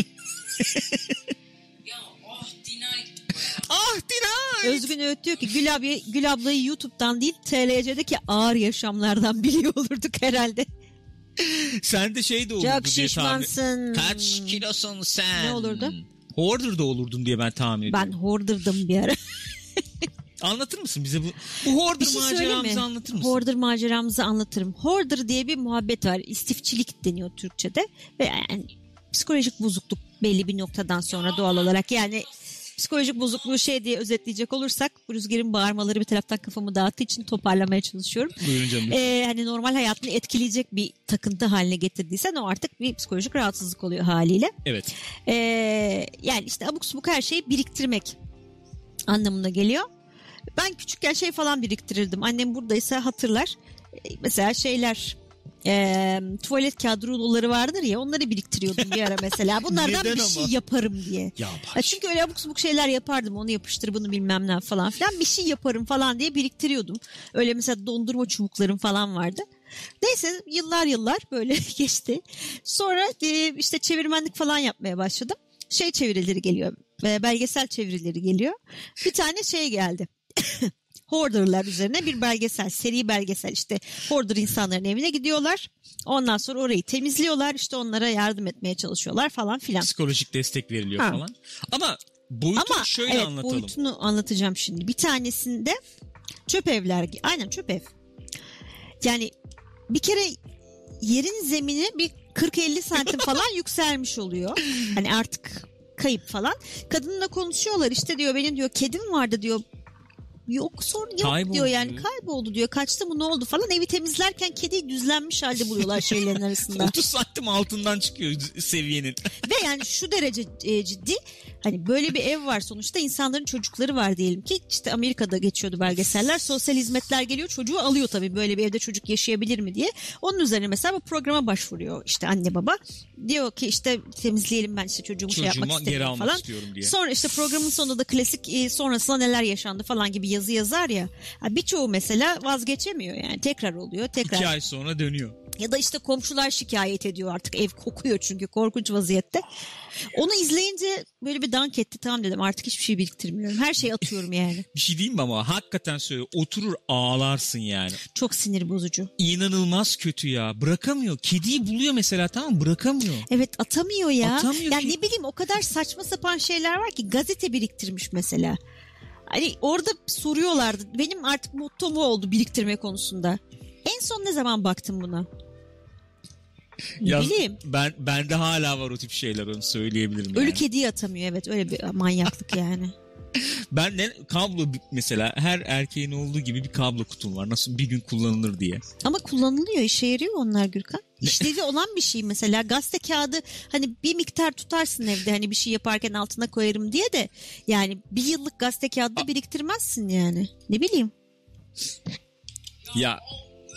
Ya ah Dinay. Ah Dinay. Özgün Öğüt diyor ki Gül, abi, Gül ablayı YouTube'dan değil T L C'deki ağır yaşamlardan biliyor olurduk herhalde. Sen de şey de olurdu çok diye tahmin. şişmansın. Kaç kilosun sen? Ne olurdu? Hoarder da olurdun diye ben tahmin ediyorum. Ben hoarder'dım bir ara. Anlatır mısın bize bu? Bu hoarder şey maceramızı anlatır mısın? Hoarder maceramızı anlatırım. Hoarder diye bir muhabbet var. İstifçilik deniyor Türkçe'de. Ve yani psikolojik bozukluk belli bir noktadan sonra doğal olarak. Yani psikolojik bozukluğu şey diye özetleyecek olursak bu Rüzgar'ın bağırmaları bir taraftan kafamı dağıttığı için toparlamaya çalışıyorum. Buyurun canım. Ee, hani normal hayatını etkileyecek bir takıntı haline getirdiysen o artık bir psikolojik rahatsızlık oluyor haliyle. Evet. Ee, yani işte abuk subuk her şeyi biriktirmek anlamına geliyor. Ben küçükken şey falan biriktirirdim. Annem buradaysa hatırlar. Ee, mesela şeyler... E, tuvalet kağıdı ruloları vardır ya onları biriktiriyordum bir ara mesela. Bunlardan bir şey yaparım diye. Ya çünkü öyle abuk subuk şeyler yapardım. Onu yapıştır bunu bilmem ne falan filan. Bir şey yaparım falan diye biriktiriyordum. Öyle mesela dondurma çubuklarım falan vardı. Neyse yıllar yıllar böyle geçti. Sonra e, işte çevirmenlik falan yapmaya başladım. Şey çevirileri geliyor. E, belgesel çevirileri geliyor. Bir tane şey geldi. Hoarder'lar üzerine bir belgesel, seri belgesel işte hoarder insanların evine gidiyorlar. Ondan sonra orayı temizliyorlar. İşte onlara yardım etmeye çalışıyorlar falan filan. Psikolojik destek veriliyor ha. falan. Ama boyutunu Ama, şöyle evet, anlatalım. Boyutunu anlatacağım şimdi. Bir tanesinde çöp evler, aynen çöp ev. Yani bir kere yerin zemini bir kırk elli santim falan yükselmiş oluyor. Hani artık kayıp falan. Kadınla konuşuyorlar işte diyor benim diyor kedim vardı diyor. Yok sonra yok Kayboldu diyor yani diyor. kayboldu diyor. Kaçtı mı ne oldu falan. Evi temizlerken kediyi düzlenmiş halde buluyorlar şeylerin arasında. otuz santim altından çıkıyor seviyenin. Ve yani şu derece e, ciddi. Hani böyle bir ev var sonuçta, insanların çocukları var diyelim ki, işte Amerika'da geçiyordu belgeseller, sosyal hizmetler geliyor çocuğu alıyor tabii, böyle bir evde çocuk yaşayabilir mi diye. Onun üzerine mesela bu programa başvuruyor işte anne baba, diyor ki işte temizleyelim, ben işte çocuğumu şey yapmak Çocuğuma geri istemiyorum almak falan. istiyorum diye. Sonra işte programın sonunda da klasik e, sonrasında neler yaşandı falan gibi yazı yazar ya. Ha, birçoğu mesela vazgeçemiyor yani, tekrar oluyor tekrar. İki ay sonra dönüyor. Ya da işte komşular şikayet ediyor, artık ev kokuyor çünkü korkunç vaziyette. Onu izleyince böyle bir dank etti, tamam dedim artık hiçbir şey biriktirmiyorum. Her şeyi atıyorum yani. Bir şey diyeyim mi ama hakikaten söylüyorum, oturur ağlarsın yani. Çok sinir bozucu. İnanılmaz kötü ya, bırakamıyor. Kediyi buluyor mesela, tamam mı? Bırakamıyor. Evet, atamıyor ya. Atamıyor yani ki. ne bileyim, o kadar saçma sapan şeyler var ki, gazete biriktirmiş mesela. Hani orada soruyorlardı. Benim artık mottom o oldu biriktirme konusunda. En son ne zaman baktım buna? Ne Ya, bileyim. ben bende hala var o tip şeyler, onu söyleyebilirim. Ölü yani. kediyi atamıyor, evet, öyle bir manyaklık yani. Ben ne kablo mesela, her erkeğin olduğu gibi bir kablo kutum var. Nasıl bir gün kullanılır diye. Ama kullanılıyor, işe yarıyor onlar Gürkan. İşlevi olan bir şey mesela. Gazete kağıdı hani bir miktar tutarsın evde, hani bir şey yaparken altına koyarım diye de, yani bir yıllık gazete kağıdı da biriktirmezsin yani. Ne bileyim. Ya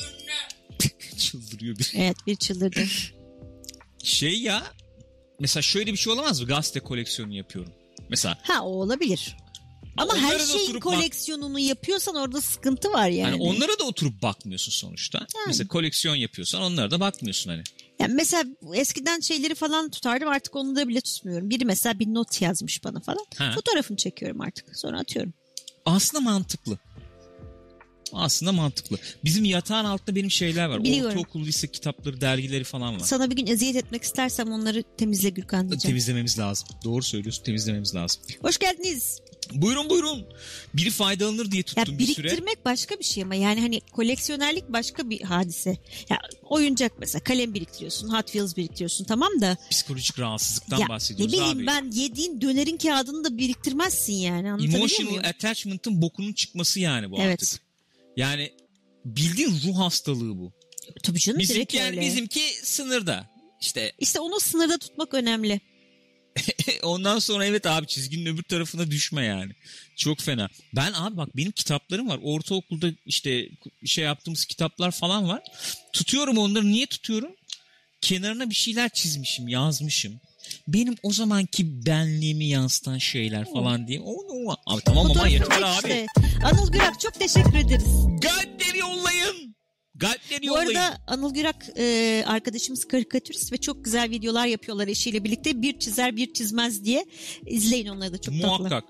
çıldırıyor bir. Evet, bir çıldırdı. Şey ya, mesela şöyle bir şey olamaz mı? Gazete koleksiyonu yapıyorum. Mesela. Ha, o olabilir. Ama Onlara her da şeyin oturup koleksiyonunu yapıyorsan orada sıkıntı var yani. Hani onlara da oturup bakmıyorsun sonuçta. Yani. Mesela koleksiyon yapıyorsan onlara da bakmıyorsun hani. Yani mesela eskiden şeyleri falan tutardım, artık onu da bile tutmuyorum. Biri mesela bir not yazmış bana falan. Ha. Fotoğrafını çekiyorum artık, sonra atıyorum. Aslında mantıklı. Aslında mantıklı. Bizim yatağın altında benim şeyler var. Biliyorum. Ortaokul, lise kitapları, dergileri falan var. Sana bir gün eziyet etmek istersem onları temizle Gürkan diyeceğim. Temizlememiz lazım. Doğru söylüyorsun, temizlememiz lazım. Hoş geldiniz. Buyurun buyurun. Biri faydalanır diye tuttum Ya bir süre. biriktirmek başka bir şey ama yani hani koleksiyonerlik başka bir hadise. Ya oyuncak mesela, kalem biriktiriyorsun, Hot Wheels biriktiriyorsun, tamam da. Psikolojik rahatsızlıktan Ya bahsediyoruz ne bileyim abi. ben, yediğin dönerin kağıdını da biriktirmezsin yani, anlatabiliyor Emotional muyum? attachment'ın bokunun çıkması yani bu Evet. artık. Yani bildiğin ruh hastalığı bu. Tabii canım, direkt Bizimki, yani öyle. bizimki sınırda. İşte İşte onu sınırda tutmak önemli. ondan sonra evet abi, çizginin öbür tarafına düşme yani. Çok fena. Ben abi bak, benim kitaplarım var. Ortaokulda işte şey yaptığımız kitaplar falan var. Tutuyorum onları. Niye tutuyorum? Kenarına bir şeyler çizmişim, yazmışım. Benim o zamanki benliğimi yansıtan şeyler falan diye. O, o, abi tamam ama Fotoğrafını yeter çek abi. işte. Anıl Gürak, çok teşekkür ederiz. Galpleri yollayın. Galpleri Bu yollayın. arada Anıl Gürak e, arkadaşımız karikatürist ve çok güzel videolar yapıyorlar eşiyle birlikte. Bir çizer bir çizmez diye. İzleyin onları da, çok tatlı. Muhakkak.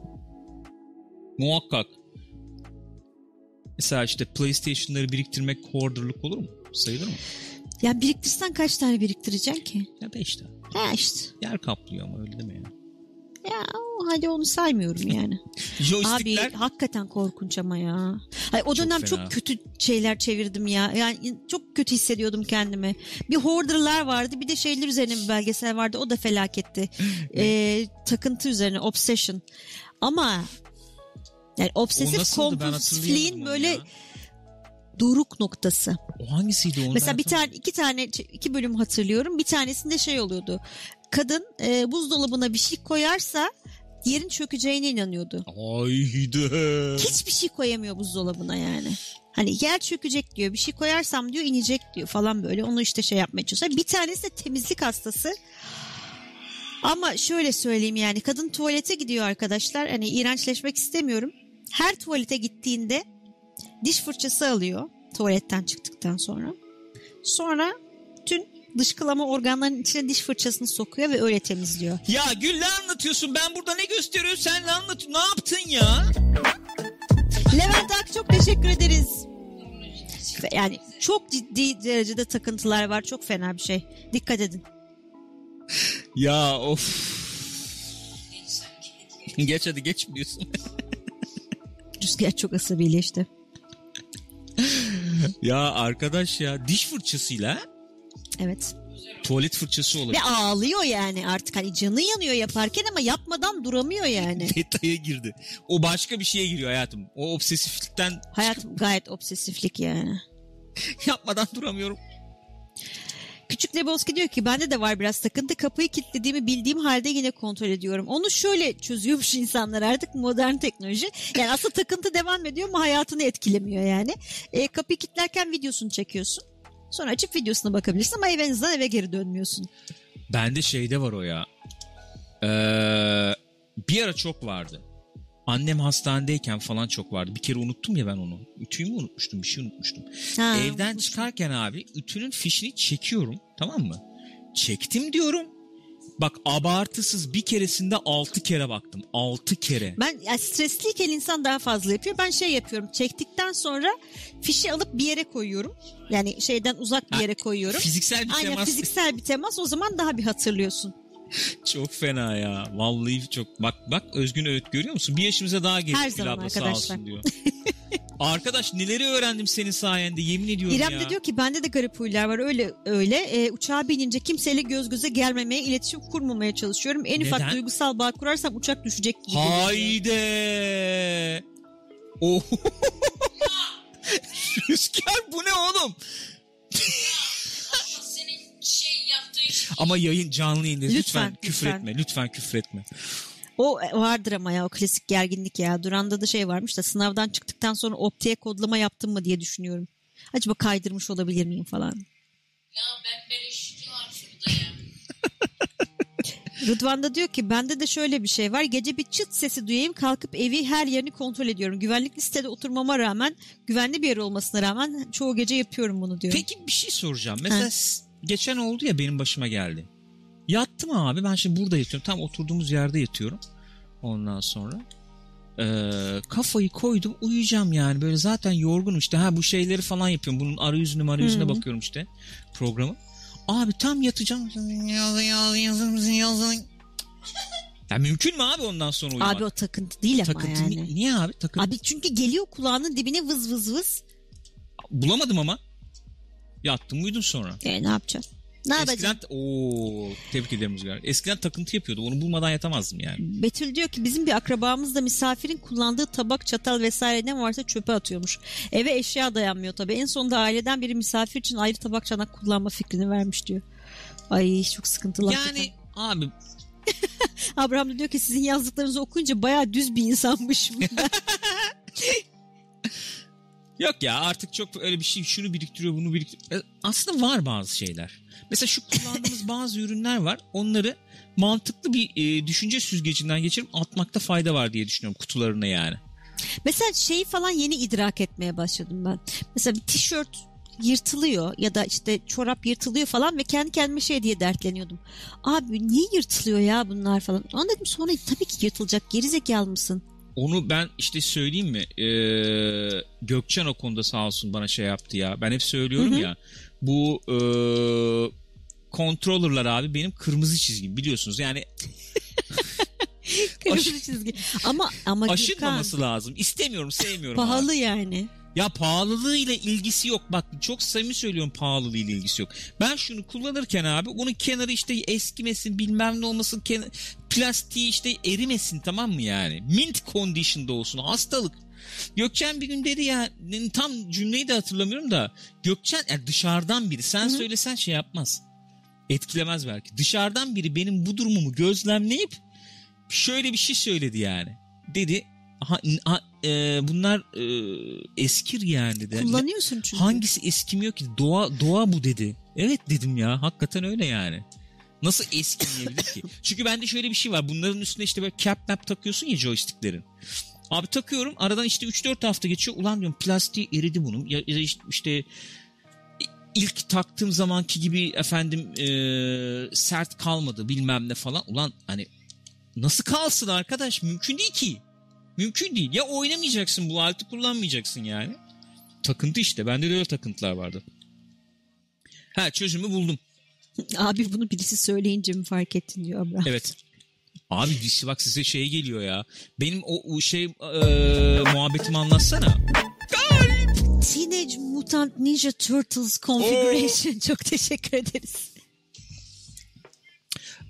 Muhakkak. Mesela işte PlayStation'ları biriktirmek hoarder'lık olur mu? Sayılır mı? Ya biriktirsen kaç tane biriktireceksin ki? Ya beş tane. Ha işte. Yer kaplıyor ama, öyle deme ya. Ya hadi onu saymıyorum yani. Abi Joystickler. hakikaten korkunç ama ya. Hayır, o Çok dönem fena. çok kötü şeyler çevirdim ya. Yani çok kötü hissediyordum kendimi. Bir hoarder'lar vardı, bir de şeyler üzerine bir belgesel vardı. O da felaketti. ee, takıntı üzerine, obsession. Ama yani O obsesif nasıldı? Ben hatırlayamadım kompulsifliğin onu böyle ya. doruk noktası. O hangisiydi onu? Mesela ben bir tam- tane iki tane iki bölüm hatırlıyorum. Bir tanesinde şey oluyordu. Kadın e, buzdolabına bir şey koyarsa yerin çökeceğine inanıyordu. Haydi. Hiçbir şey koyamıyor buzdolabına yani. Hani yer çökecek diyor. Bir şey koyarsam diyor inecek diyor falan böyle. Onu işte şey yapmaya çalışıyor. Bir tanesi de temizlik hastası. Ama şöyle söyleyeyim yani, kadın tuvalete gidiyor arkadaşlar. Hani iğrençleşmek istemiyorum. Her tuvalete gittiğinde diş fırçası alıyor tuvaletten çıktıktan sonra. Sonra tüm dışkılama organlarının içine diş fırçasını sokuyor ve öyle temizliyor. Ya Gül, ne anlatıyorsun? Ben burada ne gösteriyorum? Sen ne anlatıyorsun? Ne yaptın ya? Levent Ak, çok teşekkür ederiz. Yani çok ciddi derecede takıntılar var. Çok fena bir şey. Dikkat edin. Ya of. Geç hadi, geç biliyorsun. Rüzgar çok asabileşti. Ya arkadaş ya, diş fırçasıyla Evet. Tuvalet fırçası olabilir. Ve ağlıyor yani artık. Hani canı yanıyor yaparken ama yapmadan duramıyor yani. Detaya girdi. O başka bir şeye giriyor hayatım. O obsesiflikten... Hayatım gayet obsesiflik yani. Yapmadan duramıyorum. Küçük Lebowski diyor ki bende de var biraz takıntı. Kapıyı kilitlediğimi bildiğim halde yine kontrol ediyorum. Onu şöyle çözüyormuş insanlar artık, modern teknoloji. Yani aslında takıntı devam ediyor ama hayatını etkilemiyor yani. E, kapıyı kilitlerken videosunu çekiyorsun. Sonra açıp videosuna bakabilirsin ama evinizden eve geri dönmüyorsun. Bende şeyde var o ya. Ee, bir ara çok vardı. Annem hastanedeyken falan çok vardı. Bir kere unuttum ya ben onu. Ütüyü mü unutmuştum? Bir şey unutmuştum. Ha, Evden unutmuştum. çıkarken abi ütünün fişini çekiyorum. Tamam mı? Çektim diyorum. Bak abartısız bir keresinde altı kere baktım. Altı kere. Ben yani stresliyken insan daha fazla yapıyor. Ben şey yapıyorum. Çektikten sonra fişi alıp bir yere koyuyorum. Yani şeyden uzak bir yere koyuyorum. Fiziksel bir Aynen, temas. fiziksel bir temas, o zaman daha bir hatırlıyorsun. Çok fena ya. Vallahi çok. Bak bak Özgün Öğüt görüyor musun? Bir yaşımıza daha genç Her bir zaman abla sağ arkadaşlar. olsun diyor. Arkadaş neleri öğrendim senin sayende, yemin ediyorum İrem ya. de diyor ki bende de garip huylar var öyle öyle. E, uçağa binince kimseyle göz göze gelmemeye, iletişim kurmamaya çalışıyorum. En Neden? ufak duygusal bağ kurarsam uçak düşecek gibi geliyor. Hayde. Oh. Rüzgar bu ne oğlum? Allah senin şey yaptığı iş. Ama yayın canlı yayında lütfen, Lütfen, küfür lütfen. etme. Lütfen küfür etme. O vardır ama ya, o klasik gerginlik ya. Duran'da da şey varmış da, sınavdan çıktıktan sonra optiğe kodlama yaptım mı diye düşünüyorum. Acaba kaydırmış olabilir miyim falan. Ya ben beleşti var şurada ya. Rıdvan da diyor ki bende de şöyle bir şey var. Gece bir çıt sesi duyayım, kalkıp evi her yerini kontrol ediyorum. Güvenlik listede oturmama rağmen, güvenli bir yer olmasına rağmen çoğu gece yapıyorum bunu diyor. Peki bir şey soracağım. Mesela s- geçen oldu ya, benim başıma geldi. Yattım abi, ben şimdi burada yatıyorum. Tam oturduğumuz yerde yatıyorum. Ondan sonra ee, kafayı koydum, uyuyacağım yani. Böyle zaten yorgunum işte. Ha bu şeyleri falan yapıyorum. Bunun arayüzüne arayüzüne Hı. bakıyorum işte programı. Abi tam yatacağım. Yazın yazın yazın yazın. Ya mümkün mü abi ondan sonra uyumak? Abi o takıntı değil ama Takıntı yani. ni- niye abi? Takıntı. Abi çünkü geliyor kulağının dibine vız vız vız. Bulamadım ama. Yattım uyudum sonra. E ne yapacaksın? Ne yapacaksın? Eskiden ooo tebrik ederim Rüzgar. Eskiden takıntı yapıyordu. Onu bulmadan yatamazdım yani. Betül diyor ki bizim bir akrabamız da misafirin kullandığı tabak, çatal vesaire ne varsa çöpe atıyormuş. Eve eşya dayanmıyor tabii. En sonunda aileden biri misafir için ayrı tabak, çanak kullanma fikrini vermiş diyor. Ay çok sıkıntılı. Yani hakikaten. abi Abraham da diyor ki sizin yazdıklarınızı okuyunca bayağı düz bir insanmış. yok ya, artık çok öyle bir şey, şunu biriktiriyor bunu biriktiriyor. E, Aslında var bazı şeyler. Mesela şu kullandığımız bazı ürünler var. Onları mantıklı bir e, düşünce süzgecinden geçirip atmakta fayda var diye düşünüyorum kutularına yani. Mesela şeyi falan yeni idrak etmeye başladım ben. Mesela bir tişört yırtılıyor ya da işte çorap yırtılıyor falan ve kendi kendime şey diye dertleniyordum. Abi niye yırtılıyor ya bunlar falan. Onu dedim sonra, tabii ki yırtılacak, gerizekalı mısın? Onu ben işte söyleyeyim mi? Ee, Gökçen o konuda sağ olsun bana şey yaptı ya. Ben hep söylüyorum Hı hı. ya. Bu e, controller'lar abi benim kırmızı çizgim, biliyorsunuz. Yani Kırmızı çizgi. Ama ama aşınmaması Gürkan, lazım. İstemiyorum, sevmiyorum abi. pahalı yani. Ya pahalılığıyla ilgisi yok. Bak çok samimi söylüyorum, pahalılığıyla ilgisi yok. Ben şunu kullanırken abi bunun kenarı işte eskimesin, bilmem ne olmasın, ken- plastiği işte erimesin, tamam mı yani? Mint condition'da olsun, hastalık. Gökçen bir gün dedi ya, tam cümleyi de hatırlamıyorum da, Gökçen yani dışarıdan biri, sen Hı hı. söylesen şey yapmaz. Etkilemez belki. Dışarıdan biri benim bu durumumu gözlemleyip şöyle bir şey söyledi yani. Dedi ha, ha, e, bunlar e, eskir yani dedi. Kullanıyorsun çünkü. Hangisi eskimiyor ki? Doğa doğa bu dedi. Evet dedim ya, hakikaten öyle yani. Nasıl eskimeyebilir ki? Çünkü bende şöyle bir şey var. Bunların üstüne işte böyle cap map takıyorsun ya, joysticklerin. Abi takıyorum, aradan işte üç dört hafta geçiyor. Ulan diyorum plastiği eridi bunun. Ya, ya işte, işte ilk taktığım zamanki gibi efendim e, sert kalmadı bilmem ne falan. Ulan hani nasıl kalsın arkadaş? Mümkün değil ki. Mümkün değil. Ya oynamayacaksın, bu aleti kullanmayacaksın yani. Takıntı işte. Bende de öyle takıntılar vardı. Ha, çözümü buldum. Abi bunu birisi söyleyince mi fark ettin diyor Abraham. Evet. Abi bak size şey geliyor ya. Benim o, o şey e, muhabbetimi anlatsana. Teenage Mutant Ninja Turtles Configuration. Çok teşekkür ederiz.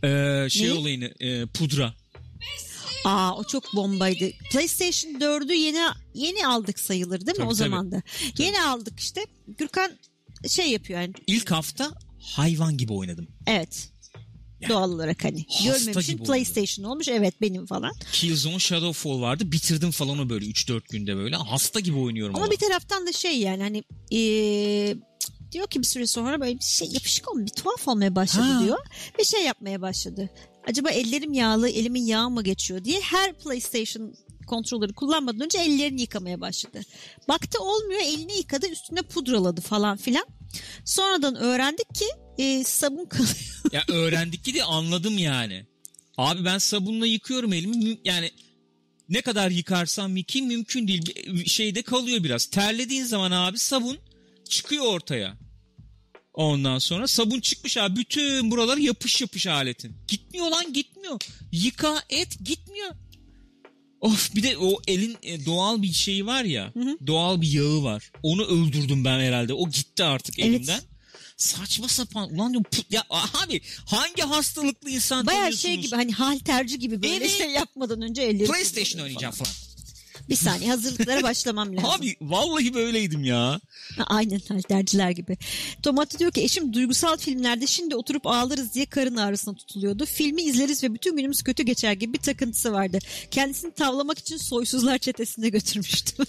Ee, şey Ne? olayını e, pudra. Aa o çok bombaydı. PlayStation dördü yeni yeni aldık sayılır değil mi Tabii, o tabii. zaman da? Yeni aldık işte. Gürkan şey yapıyor yani. İlk hafta hayvan gibi oynadım. Evet. Doğal olarak hani. Hasta Görmemişin gibi PlayStation olmuş. Evet benim falan. Killzone Shadowfall vardı. Bitirdim falan o böyle üç dört günde böyle. Hasta gibi oynuyorum Ama ama. bir taraftan da şey yani hani ee, diyor ki bir süre sonra böyle bir şey yapışık olmuş, bir tuhaf olmaya başladı Ha. diyor. Ve şey yapmaya başladı. Acaba ellerim yağlı, elimin yağı mı geçiyor diye her PlayStation kontrolleri kullanmadan önce ellerini yıkamaya başladı. Baktı olmuyor, elini yıkadı, üstüne pudraladı falan filan. Sonradan öğrendik ki e, sabun kalıyor. Ya öğrendik ki de anladım yani. Abi ben sabunla yıkıyorum elimi. Mü- Yani ne kadar yıkarsam yıkayayım mümkün değil. Bir şeyde kalıyor biraz. Terlediğin zaman abi sabun çıkıyor ortaya. Ondan sonra sabun çıkmış abi. Bütün buralar yapış yapış aletin. Gitmiyor lan gitmiyor. Yıka et gitmiyor. Of bir de o elin e, doğal bir şeyi var ya. Hı hı. Doğal bir yağı var. Onu öldürdüm ben herhalde. O gitti artık Evet. elimden. Saçma sapan. Ulan diyorum, put- ya abi hangi hastalıklı insan Bayağı tanıyorsunuz? şey gibi hani halterci gibi böyle Evet. şey yapmadan önce elleri PlayStation kullanıyor oynayacağım falan. Bir saniye hazırlıklara başlamam lazım. Abi vallahi böyleydim ya. Ha, aynen halterciler gibi. Tomati diyor ki eşim duygusal filmlerde şimdi oturup ağlarız diye karın ağrısına tutuluyordu. Filmi izleriz ve bütün günümüz kötü geçer gibi bir takıntısı vardı. Kendisini tavlamak için soysuzlar çetesine götürmüştüm.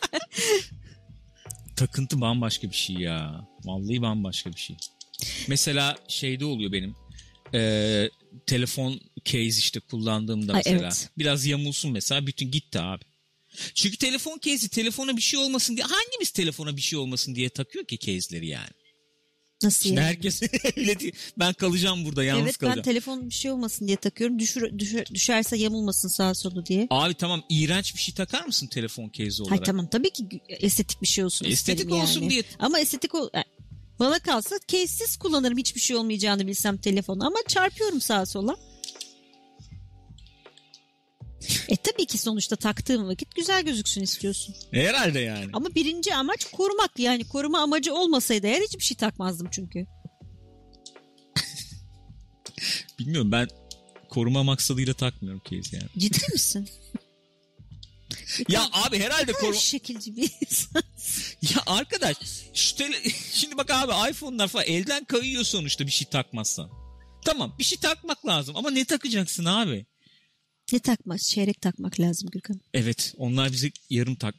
Takıntı bambaşka bir şey ya. Vallahi bambaşka bir şey. Mesela şeyde oluyor benim. Ee, telefon case işte kullandığımda Ay, mesela. evet. Biraz yamulsun mesela bütün gitti abi. Çünkü telefon case'i telefona bir şey olmasın diye hangimiz telefona bir şey olmasın diye takıyor ki case'leri yani. Nasıl Şimdi yani? herkes öyle değil. Ben kalacağım burada yalnız Evet ben kalacağım. telefon bir şey olmasın diye takıyorum. Düşür, düşür, düşerse yamulmasın sağa solu diye. Abi tamam iğrenç bir şey takar mısın telefon case'i olarak? Hay tamam tabii ki estetik bir şey olsun Estetik isterim olsun yani. diye. Ama estetik ol... Bana kalsa case'siz kullanırım hiçbir şey olmayacağını bilsem telefonu ama çarpıyorum sağa sola. E tabii ki sonuçta taktığım vakit güzel gözüksün istiyorsun. Herhalde yani. Ama birinci amaç korumak yani koruma amacı olmasaydı eğer hiçbir şey takmazdım çünkü. Bilmiyorum ben koruma maksadıyla takmıyorum case yani. Ciddi misin? Ya abi herhalde Her koruma... şekilci bir insan. Ya arkadaş şu tele... şimdi bak abi iPhone'lar falan elden kayıyor sonuçta bir şey takmazsan. Tamam bir şey takmak lazım ama ne takacaksın abi? Ne takmaz? Çeyrek takmak lazım Gürkan. Evet onlar bize yarım tak.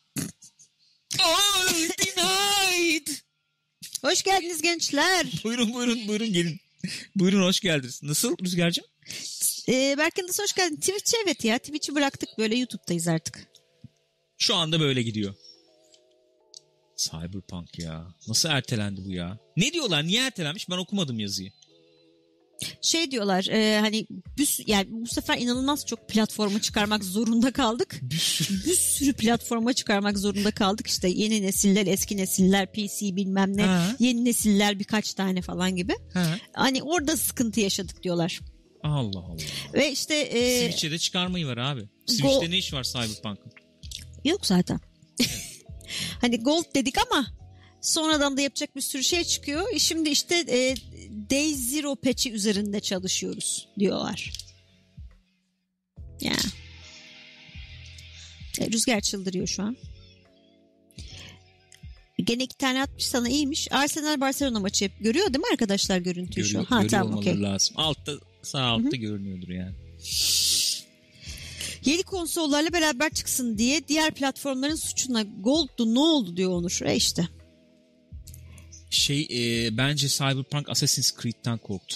Oh, denied. Hoş geldiniz gençler. Buyurun buyurun buyurun gelin. Buyurun hoş geldiniz. Nasıl Rüzgar'cığım? Ee, Berkin nasıl hoş geldin? Twitch evet ya. Twitch'i bıraktık böyle YouTube'dayız artık. Şu anda böyle gidiyor. Cyberpunk ya. Nasıl ertelendi bu ya? Ne diyorlar? Niye ertelenmiş? Ben okumadım yazıyı. Şey diyorlar e, hani bir, yani bu sefer inanılmaz çok platforma çıkarmak zorunda kaldık. Bir sürü. Bir sürü platforma çıkarmak zorunda kaldık. İşte yeni nesiller, eski nesiller, P C bilmem ne. Ha. Yeni nesiller birkaç tane falan gibi. Ha. Hani orada sıkıntı yaşadık diyorlar. Allah Allah. Ve işte e, Switch'e de çıkarmayı var abi. Switch'te ne iş var Cyberpunk'ın? yok zaten. Hani gold dedik ama sonradan da yapacak bir sürü şey çıkıyor. Şimdi işte e, Day Zero patch'i üzerinde çalışıyoruz diyorlar. Ya. E, Rüzgar çıldırıyor şu an. Gene iki tane atmış sana iyiymiş. Arsenal Barcelona maçı hep görüyor değil mi arkadaşlar görüntüyü şu an? Görüyor, Ha görüyor tamam olmaları okey. lazım. Altta sağ altta görünüyordur yani. Yeni konsollarla beraber çıksın diye diğer platformların suçuna gold'du ne oldu diyor Onur. E işte. Şey e, bence Cyberpunk Assassin's Creed'den korktu.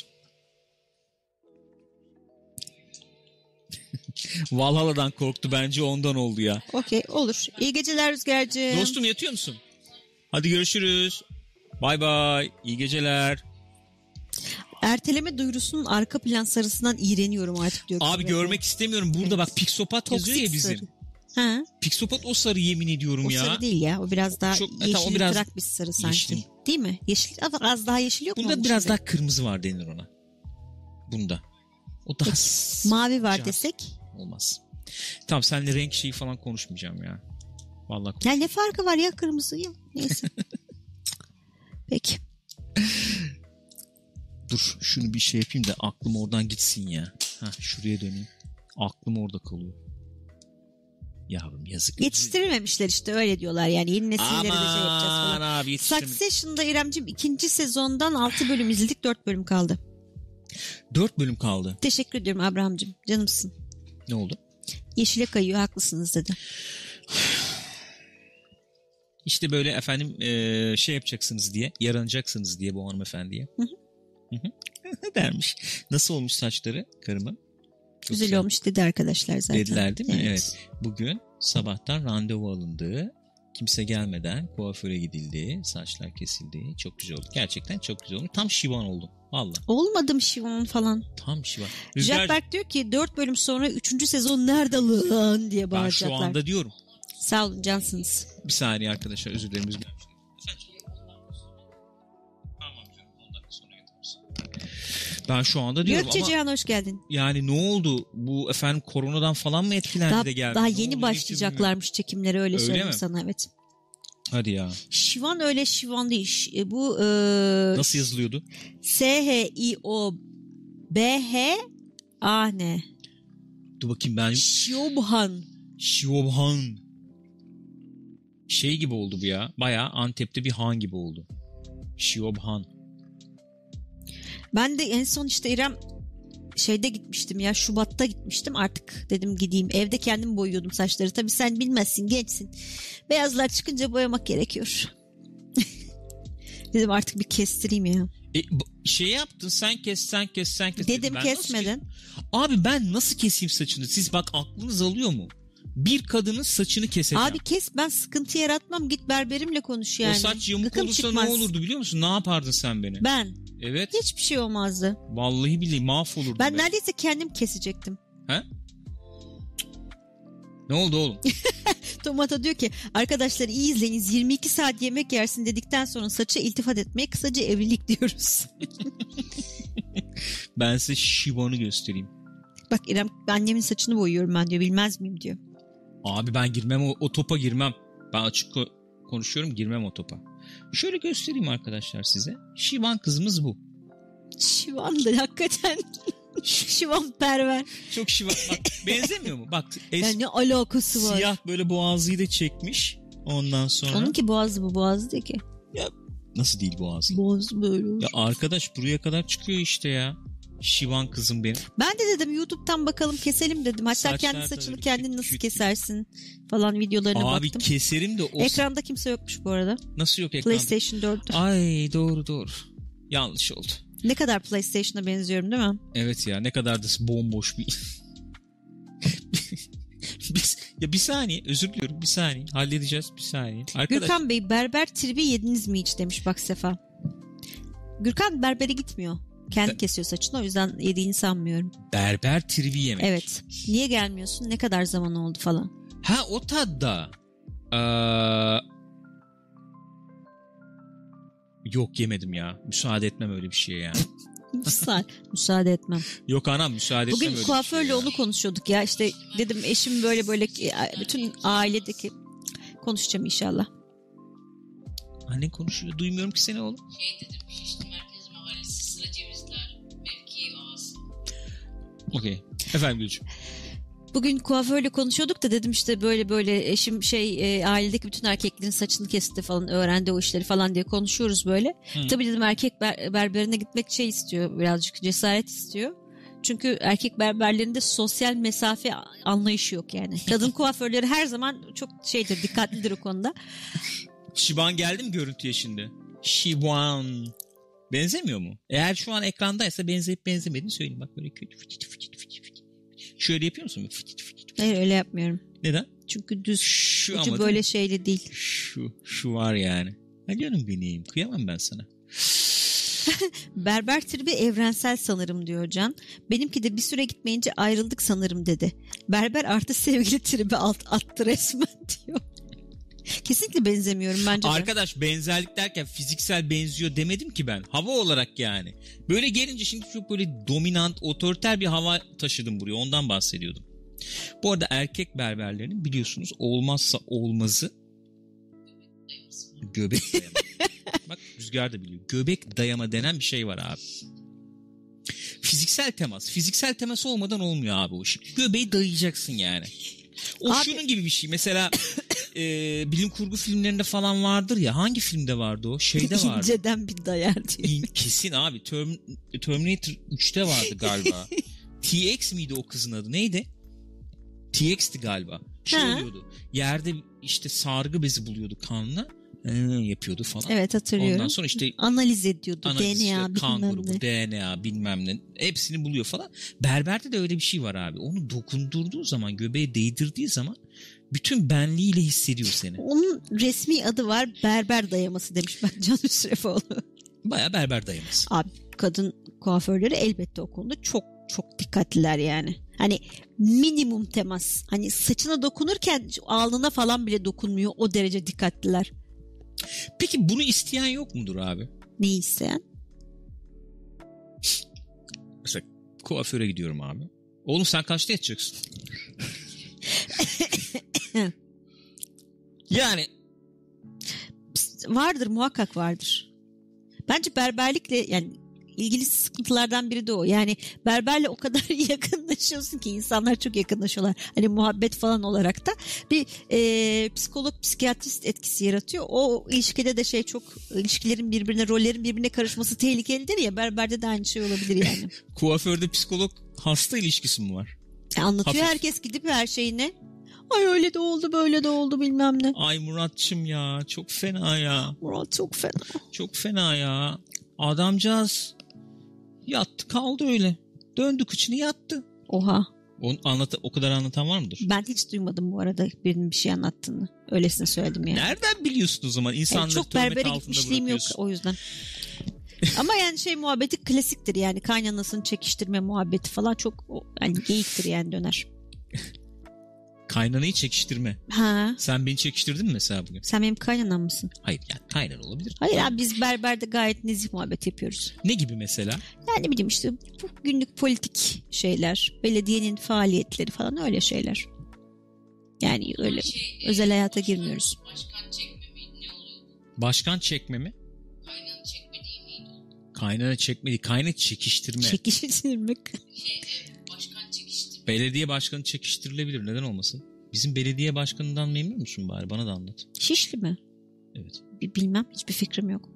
Valhalla'dan korktu bence ondan oldu ya. Okey olur. İyi geceler Rüzgar'cığım. Dostum yatıyor musun? Hadi görüşürüz. Bay bay. İyi geceler. Erteleme duyurusunun arka plan sarısından iğreniyorum artık diyor. Abi Kıvret. görmek istemiyorum. Burada Evet. bak Pixopat yazıyor ya Toksik bizim. sarı. Ha, Pixopat o sarı yemin ediyorum o ya. sarı değil ya. O biraz daha Çok- e, yeşil tamam, o biraz trak bir sarı sanki. yeşil. Değil mi? Yeşil ama az daha yeşil yok mu? Bunda onun biraz içinde? daha kırmızı var denir ona. Bunda. O daha s- Mavi var Can- desek. olmaz. Tamam seninle renk şeyi falan konuşmayacağım ya. Vallahi Ya ne farkı var ya kırmızı ya. Neyse. Peki. Dur şunu bir şey yapayım da aklım oradan gitsin ya. Hah, şuraya döneyim. Aklım orada kalıyor. Yavrum yazık. Yetiştirememişler işte, öyle diyorlar yani, yeni nesillere de şey yapacağız Aman falan. abi yetiştirme. Succession'da İremciğim ikinci sezondan altı bölüm izledik, dört bölüm kaldı. dört bölüm kaldı. Teşekkür ediyorum Abraham'cığım, canımsın. Ne oldu? Yeşile kayıyor, haklısınız dedi. İşte böyle efendim e, şey yapacaksınız diye, yaranacaksınız diye bu hanımefendiye. Hı hı. Hı hı. Ne dermiş? Nasıl olmuş saçları karımın? Çok güzel, güzel olmuş dedi arkadaşlar zaten. Dediler değil mi? Evet. Evet. Bugün sabahtan randevu alındı. Kimse gelmeden kuaföre gidildi. Saçlar kesildi. Çok güzel oldu. Gerçekten çok güzel oldu. Tam şivan oldum. Valla. Olmadım şivan falan. Tam şivan. Rüzgar... Jack Berk diyor ki dört bölüm sonra üçüncü sezon nerede lan diye bağıracaklar. Ben şu anda diyorum. Sağ olun, cansınız. Bir saniye arkadaşlar, özür dilerim. Ben şu anda diyorum Gökçe ama Cihan hoş geldin. yani ne oldu? Bu efendim koronadan falan mı etkilendi Daha, de geldi? daha Ne yeni oldu, başlayacaklarmış çekimleri, öyle, Öyle söyleyeyim mi? sana, evet. Hadi ya. Şivan öyle şivan değil. Ş- Bu e, Nasıl yazılıyordu? S H I O B H A N. Dur bakayım ben. Şiobhan. Şiobhan. Şey gibi oldu bu ya. Bayağı Antep'te bir han gibi oldu. Şiobhan. Ben de en son işte İrem şeyde gitmiştim ya, Şubat'ta gitmiştim, artık dedim gideyim. Evde kendim boyuyordum saçları. Tabii sen bilmezsin, gençsin. Beyazlar çıkınca boyamak gerekiyor. Dedim artık bir kestireyim ya. E, şey yaptın, sen kes sen kes sen kes. Dedim ben kesmeden. Kes... Abi ben nasıl keseyim saçını? Siz bak, aklınız alıyor mu? Bir kadının saçını keseceğim. Abi kes, ben sıkıntı yaratmam, git berberimle konuş yani. O saç yamuk Gıkım olursa çıkmaz. ne olurdu biliyor musun? Ne yapardın sen beni? Ben. Evet. Hiçbir şey olmazdı. Vallahi billahi mahvolurdum ben. Ben neredeyse kendim kesecektim. He? Ne oldu oğlum? Tomato diyor ki arkadaşlar iyi izleyiniz, yirmi iki saat yemek yersin dedikten sonra saça iltifat etmeye kısaca evlilik diyoruz. Ben size şivanı göstereyim. Bak İrem, annemin saçını boyuyorum ben diyor, bilmez miyim diyor. Abi ben girmem o, o topa girmem. Ben açık ko- konuşuyorum, girmem o topa. Şöyle göstereyim arkadaşlar size. Şivan kızımız bu. Şivan da hakikaten şivan perver. Çok şivan. Bak benzemiyor mu? Bak. Es- yani ne alakası var? Siyah böyle boğazıyı da çekmiş. Ondan sonra. Onunki boğazı, bu boğazı değil ki. Ya nasıl değil boğazı? Boğazı böyle olur. Ya arkadaş buraya kadar çıkıyor işte ya. Şivan kızım benim. Ben de dedim YouTube'dan bakalım keselim dedim. Hatta Saçlar kendi saçını tabii, kendin küt nasıl küt kesersin falan videolarına Abi baktım. keserim de o... Ekranda kimse yokmuş bu arada. Nasıl yok ekranda? PlayStation dört. Ay doğru doğru. Yanlış oldu. Ne kadar PlayStation'a benziyorum değil mi? Evet ya, ne kadar da bomboş bir... Biz, ya bir saniye, özür diliyorum, bir saniye halledeceğiz, bir saniye. Arkadaş... Gürkan Bey, berber tribi yediniz mi hiç demiş bak Sefa. Gürkan berbere gitmiyor. Kendi Be- kesiyor saçını, o yüzden yediğini sanmıyorum. Berber trivi yemek. Evet. Niye gelmiyorsun? Ne kadar zaman oldu falan. Ha o tadda. Ee... Yok yemedim ya. Müsaade etmem öyle bir şeye yani. Müsaade, müsaade etmem. Yok anam, müsaade etmem Bugün öyle kuaförle bir şeye onu konuşuyorduk ya. İşte dedim eşim böyle böyle, bütün ailedeki konuşacağım inşallah. Annen konuşuyor. Duymuyorum ki seni oğlum. Şey dedim, Şişli Merkez Mahallesi, Sıra Cevizler, mevki ağası. Okey. Efendim Gülcüm. Bugün kuaförle konuşuyorduk da dedim işte böyle böyle eşim şey e, ailedeki bütün erkeklerin saçını kesti falan, öğrendi o işleri falan diye konuşuyoruz böyle. Hı. Tabii dedim erkek ber- berberine gitmek şey istiyor, birazcık cesaret istiyor. Çünkü erkek berberlerinde sosyal mesafe anlayışı yok yani. Kadın kuaförleri her zaman çok şeydir, dikkatlidir o konuda. Şivan geldi mi görüntüye şimdi? Şivan. Benzemiyor mu? Eğer şu an ekrandaysa benzeyip benzemediğini söyleyeyim. Bak böyle kötü fıçı fıçı fıçı fıçı. Şöyle yapıyor musun? Fıçı fıçı fıçı. Hayır, öyle yapmıyorum. Neden? Çünkü düz, Şu ucu ama böyle değil mi? şeyli değil. Şu, şu var yani. Ha canım benim. Kıyamam ben sana. Berber tribi evrensel sanırım diyor Can. Benimki de bir süre gitmeyince ayrıldık sanırım dedi. Berber artı sevgili tribi alt attı resmen diyor. Kesinlikle benzemiyorum bence de. Arkadaş benzerlik derken fiziksel benziyor demedim ki ben. Hava olarak yani. Böyle gelince şimdi çok böyle dominant, otoriter bir hava taşıdım buraya. Ondan bahsediyordum. Bu arada erkek berberlerin biliyorsunuz olmazsa olmazı göbek dayama. Bak Rüzgar da biliyor. Göbek dayama denen bir şey var abi. Fiziksel temas. Fiziksel temas olmadan olmuyor abi o iş. Göbeği dayayacaksın yani. O Abi... şunun gibi bir şey. Mesela e, bilim kurgu filmlerinde falan vardır ya. Hangi filmde vardı o? Şeyde vardı. İnceden bir dayar diyor. Kesin abi. Term, Terminator üçte vardı galiba. T X miydi o kızın adı? Neydi? T X'ti galiba. Şey ha. oluyordu. Yerde işte sargı bezi buluyordu kanla. Ee, yapıyordu falan. Evet, hatırlıyorum. Ondan sonra işte analiz ediyordu. analiz, D N A işte, kan bilmem grubu, ne. D N A bilmem ne. Hepsini buluyor falan. Berberde de öyle bir şey var abi. Onu dokundurduğu zaman, göbeğe değdirdiği zaman bütün benliğiyle hissediyor seni. Onun resmi adı var. Berber dayaması demiş bak Can Üsrefoğlu. Baya berber dayaması. Abi kadın kuaförleri elbette o konuda çok çok dikkatliler yani. Hani minimum temas. Hani saçına dokunurken alnına falan bile dokunmuyor. O derece dikkatliler. Peki bunu isteyen yok mudur abi? Neyi isteyen? Mesela kuaföre gidiyorum abi. Oğlum sen kaçta yatacaksın? Yani vardır, muhakkak vardır. Bence berberlikle yani ilgili sıkıntılardan biri de o. Yani berberle o kadar yakınlaşıyorsun ki, insanlar çok yakınlaşıyorlar. Hani muhabbet falan olarak da bir e, psikolog, psikiyatrist etkisi yaratıyor. O ilişkide de şey çok, ilişkilerin birbirine, rollerin birbirine karışması tehlikelidir ya. Berberde de aynı şey olabilir yani. Kuaförde psikolog hasta ilişkisi mi var? E, anlatıyor Hafif. herkes gidip her şeyini. Ay öyle de oldu, böyle de oldu bilmem ne. Ay Muratçım ya, çok fena ya. Murat çok fena. Çok fena ya. Adamcağız yattı kaldı öyle. Döndü kıçını yattı. Oha. Onu anlat, o kadar anlatan var mıdır? Ben hiç duymadım bu arada birinin bir şey anlattığını. Öylesine söyledim yani. Nereden biliyorsun o zaman? İnsanları yani çok töhmet berbere altında gitmişliğim yok bırakıyorsun. o yüzden. Ama yani şey muhabbeti klasiktir yani, kaynanasını çekiştirme muhabbeti falan çok yani geyiktir yani, döner. Kaynanayı çekiştirme. Ha. Sen beni çekiştirdin mi mesela bugün? Sen benim kaynanam mısın? Hayır yani kaynan olabilir. Hayır abi, biz berberde gayet nezih muhabbet yapıyoruz. Ne gibi mesela? Yani ne bileyim işte bu günlük politik şeyler, belediyenin faaliyetleri falan, öyle şeyler. Yani öyle Şey, özel hayata başkan, girmiyoruz. Başkan çekme mi? Ne oluyor? Başkan çekme mi? Kaynan çekme değil miydi? Kaynana çekme değil. Kayna çekiştirme. Çekiştirmek. Şey, evet, başkan çekiştirme. Belediye başkanı çekiştirilebilir. Neden olmasın? Bizim belediye başkanından memnun musun bari? Bana da anlat. Şişli mi? Evet. Bilmem, hiçbir fikrim yok.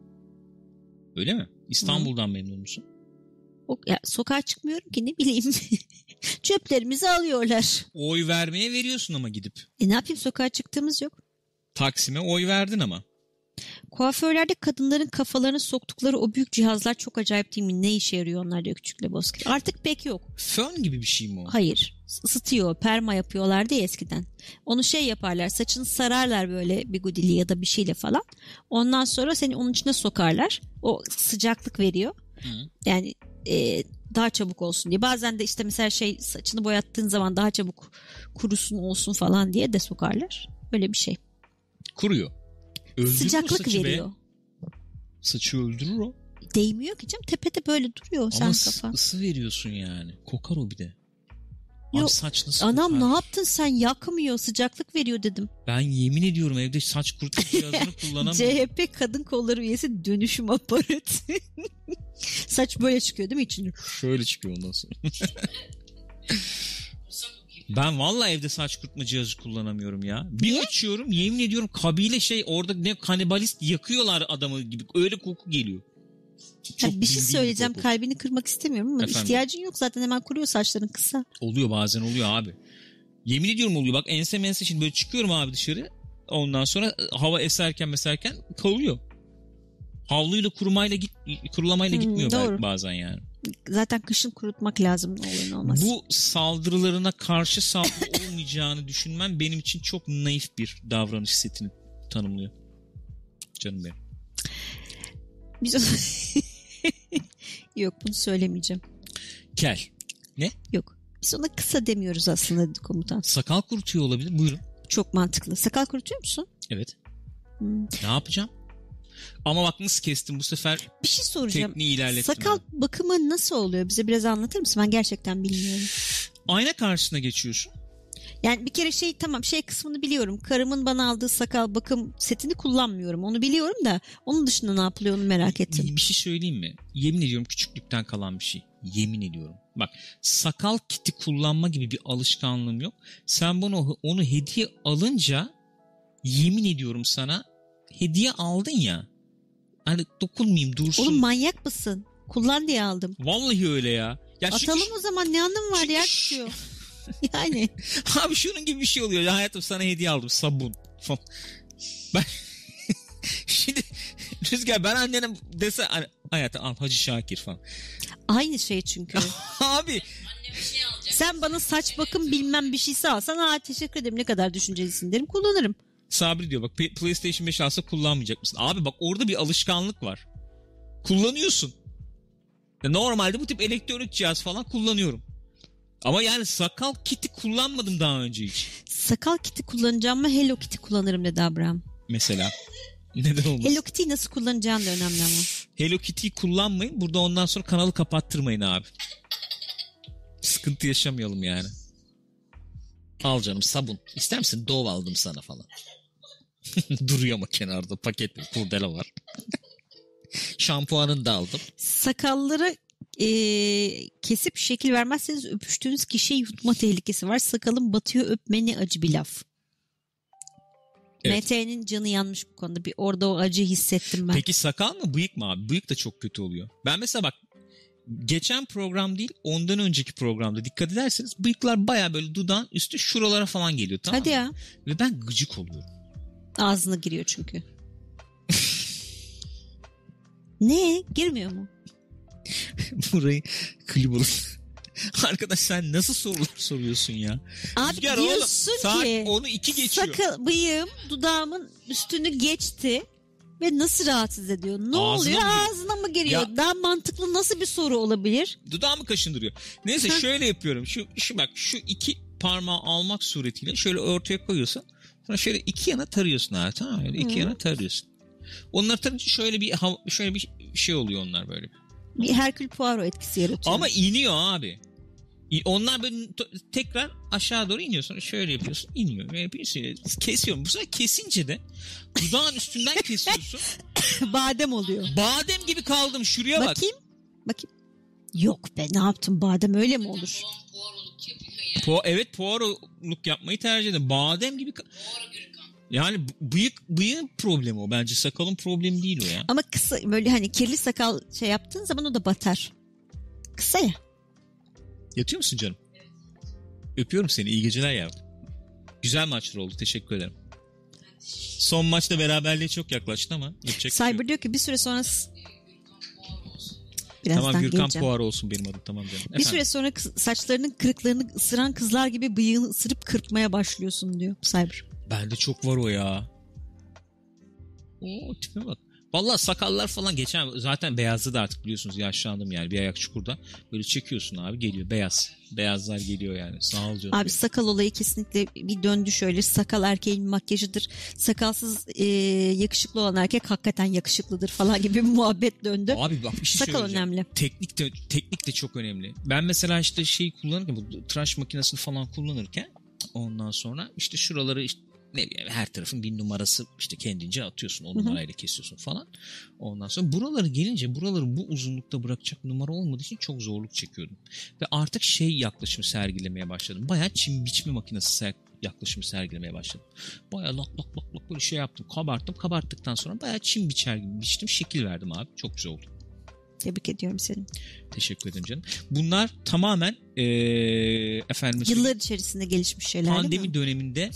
Öyle mi? İstanbul'dan Hı. memnun musun? O, ya, sokağa çıkmıyorum ki, ne bileyim. Çöplerimizi alıyorlar. Oy vermeye veriyorsun ama gidip. E ne yapayım, sokağa çıktığımız yok. Taksim'e oy verdin ama. Kuaförlerde kadınların kafalarını soktukları o büyük cihazlar çok acayip değil mi? Ne işe yarıyor onlar diyor Küçük'le Bozkır. Artık pek yok. Fön gibi bir şey mi o? Hayır. Isıtıyor. Perma yapıyorlardı ya eskiden. Onu şey yaparlar. Saçını sararlar böyle bir gudili ya da bir şeyle falan. Ondan sonra seni onun içine sokarlar. O sıcaklık veriyor. Hı. Yani e, daha çabuk olsun diye. Bazen de işte mesela şey, saçını boyattığın zaman daha çabuk kurusun olsun falan diye de sokarlar. Böyle bir şey. Kuruyor. Öldürür Sıcaklık veriyor. Be. Saçı öldürür o. Değmiyor ki canım. Tepede böyle duruyor. Ama sen kafa. ısı veriyorsun yani. Kokar o bir de. Abi Yok, saç nasıl anam kokar? ne yaptın sen, yakmıyor, sıcaklık veriyor dedim. Ben yemin ediyorum evde saç kurutma cihazını kullanamıyorum. C H P Kadın Kolları üyesi dönüşüm aparatı. Saç böyle çıkıyor değil mi içinde? Şöyle çıkıyor ondan sonra. Ben vallahi evde saç kurutma cihazı kullanamıyorum ya. Bir Niye? açıyorum, yemin ediyorum kabile şey, orada ne kanibalist yakıyorlar adamı gibi, öyle koku geliyor. Çok Ya bir şey bildiğin söyleyeceğim, koku. kalbini kırmak istemiyorum ama Efendim? ihtiyacın yok zaten, hemen kuruyor saçların kısa. Oluyor, bazen oluyor abi. Yemin ediyorum oluyor. Bak ense mense şimdi böyle çıkıyorum abi dışarı. Ondan sonra hava eserken meserken kalıyor. Havluyla kurumayla git, kurulamayla Hmm, gitmiyor doğru. bazen yani. Zaten kışın kurutmak lazım, ne olur ne olmaz. Bu saldırılarına karşı saldırı olmayacağını düşünmem benim için çok naif bir davranış setini tanımlıyor. Canım benim. Biz yok, bunu söylemeyeceğim. Kel. Ne? Yok. Biz ona kısa demiyoruz aslında komutan. Sakal kurutuyor olabilir. Buyurun. Çok mantıklı. Sakal kurutuyor musun? Evet. Hmm. Ne yapacağım? Ama bak nasıl kestim bu sefer. Bir şey soracağım. Tekniği ilerlettim. Sakal yani. bakımı nasıl oluyor? Bize biraz anlatır mısın? Ben gerçekten bilmiyorum. Ayna karşısına geçiyorsun. Yani bir kere şey, tamam, şey kısmını biliyorum. Karımın bana aldığı sakal bakım setini kullanmıyorum. Onu biliyorum da onun dışında ne yapılıyor onu merak ettim. Bir şey söyleyeyim mi? Yemin ediyorum küçüklükten kalan bir şey. Yemin ediyorum. Bak, sakal kiti kullanma gibi bir alışkanlığım yok. Sen bunu onu hediye alınca yemin ediyorum sana, hediye aldın ya. Hani dokunmayayım dursun. Oğlum manyak mısın? Kullan diye aldım. Vallahi öyle ya. Ya atalım çünkü, o zaman, ne anlamı var çünkü, ya tutuyor. Yani. Abi şunun gibi bir şey oluyor. Ya hayatım sana hediye aldım, sabun. Ben şimdi Rüzgar, ben annenim dese hani, hayatım al Hacı Şakir falan. Aynı şey çünkü. Abi. Şey sen bana saç bakım bilmem bir şeyse alsan, aa teşekkür ederim ne kadar düşüncelisin derim, kullanırım. Sabri diyor bak, PlayStation beş alsa kullanmayacak mısın? Abi bak, orada bir alışkanlık var. Kullanıyorsun. Normalde bu tip elektronik cihaz falan kullanıyorum. Ama yani sakal kiti kullanmadım daha önce hiç. Sakal kiti kullanacağım mı Hello Kitty kullanırım dedi Abraham. Mesela. Neden olmasın? Hello Kitty'yi nasıl kullanacağın da önemli ama. Hello Kitty'yi kullanmayın. Burada ondan sonra kanalı kapattırmayın abi. Sıkıntı yaşamayalım yani. Al canım sabun. İster misin? Dove aldım sana falan. Duruyor ama kenarda paket bir kurdele var. Şampuanını da aldım. Sakalları e, kesip şekil vermezseniz öpüştüğünüz kişiyi yutma tehlikesi var. Sakalın batıyor, öpme ne acı bir laf. Evet. M T'nin canı yanmış bu konuda. Bir orada o acıyı hissettim ben. Peki sakal mı bıyık mı abi? Bıyık da çok kötü oluyor. Ben mesela bak, geçen program değil ondan önceki programda dikkat ederseniz bıyıklar baya böyle dudağın üstü şuralara falan geliyor, tamam Hadi mı? ya. Ve ben gıcık oluyorum. Ağzına giriyor çünkü. Ne? Girmiyor mu? Burayı klip olur. Arkadaş sen nasıl sorular soruyorsun ya? Abi Rüzgar diyorsun oğlum, saat ki onu iki geçiyor. sakal, bıyığım dudağımın üstünü geçti ve nasıl rahatsız ediyor? Ne Ağzına oluyor? mı giriyor? Ağzına mı giriyor? Ya, daha mantıklı nasıl bir soru olabilir? dudağımı kaşındırıyor. Neyse Heh. şöyle yapıyorum. Şu, şu bak, şu iki parmağı almak suretiyle şöyle ortaya koyuyorsun. Sonra şöyle iki yana tarıyorsun abi, tamam mı? İki Hı. yana tarıyorsun. Onlar tarınca şöyle bir şöyle bir şey oluyor onlar böyle. Bir Herkül Poirot etkisi yaratıyor. Ama iniyor abi. Onlar böyle tekrar aşağı doğru iniyor. Sonra şöyle yapıyorsun, iniyor. Ve yapıyorsun. Kesiyorum. Bu sefer kesince de dudağın üstünden kesiyorsun. Badem oluyor. Badem gibi kaldım. Şuraya bak. Bakayım. Bakayım. Yok be, ne yaptın? Badem öyle mi olur? Poirot'luk yapıyor yani. Po evet, Poirot'luk yapmayı tercih ederim. Badem gibi. Poirot Gürkan. Yani bıyık bıyığın problemi o. Bence sakalın problemi değil o ya. Ama kısa, böyle hani kirli sakal şey yaptığın zaman o da batar. Kısa ya. Yatıyor musun canım? Öpüyorum seni. İyi geceler yavrum. Güzel maçlar oldu. Teşekkür ederim. Son maçta beraberliğe çok yaklaştı ama yapacak Cyber bir şey diyor ki bir süre sonra s- yok. Tamam, Gürkan geleceğim. Poirot olsun benim adım. Tamam canım. Bir Efendim? süre sonra kı- saçlarının kırıklarını ısıran kızlar gibi bıyığını ısırıp kırpmaya başlıyorsun diyor Cyber. Bende çok var o ya. Oo, tipe bak. Vallahi sakallar falan geçen zaten beyazladı artık, biliyorsunuz, yaşlandım yani, bir ayak çukurda. Böyle çekiyorsun abi, geliyor beyaz. Beyazlar geliyor yani. Sağ ol canım. Abi sakal olayı kesinlikle bir döndü şöyle. Sakal erkeğin makyajıdır. Sakalsız e, yakışıklı olan erkek hakikaten yakışıklıdır falan gibi bir muhabbet döndü. Abi bak bir şey Sakal söyleyeceğim. önemli. Teknik de, teknik de çok önemli. Ben mesela işte şeyi kullanırken, bu tıraş makinesini falan kullanırken, ondan sonra işte şuraları işte ne bileyim, her tarafın bir numarası işte kendince atıyorsun, o numarayla kesiyorsun falan. Ondan sonra buraları gelince, buraları bu uzunlukta bırakacak numara olmadığı için çok zorluk çekiyordum. Ve artık şey yaklaşımı sergilemeye başladım. Bayağı çim biçme makinesi ser yaklaşımı sergilemeye başladım. Bayağı lak lak lak lak böyle şey yaptım, kabarttım. Kabarttıktan sonra bayağı çim biçer gibi biçtim, şekil verdim abi. Çok güzel oldu. Tebrik ediyorum seni. Teşekkür ederim canım. Bunlar tamamen ee, efendim Yıllar içerisinde gelişmiş şeyler değil mi? pandemi döneminde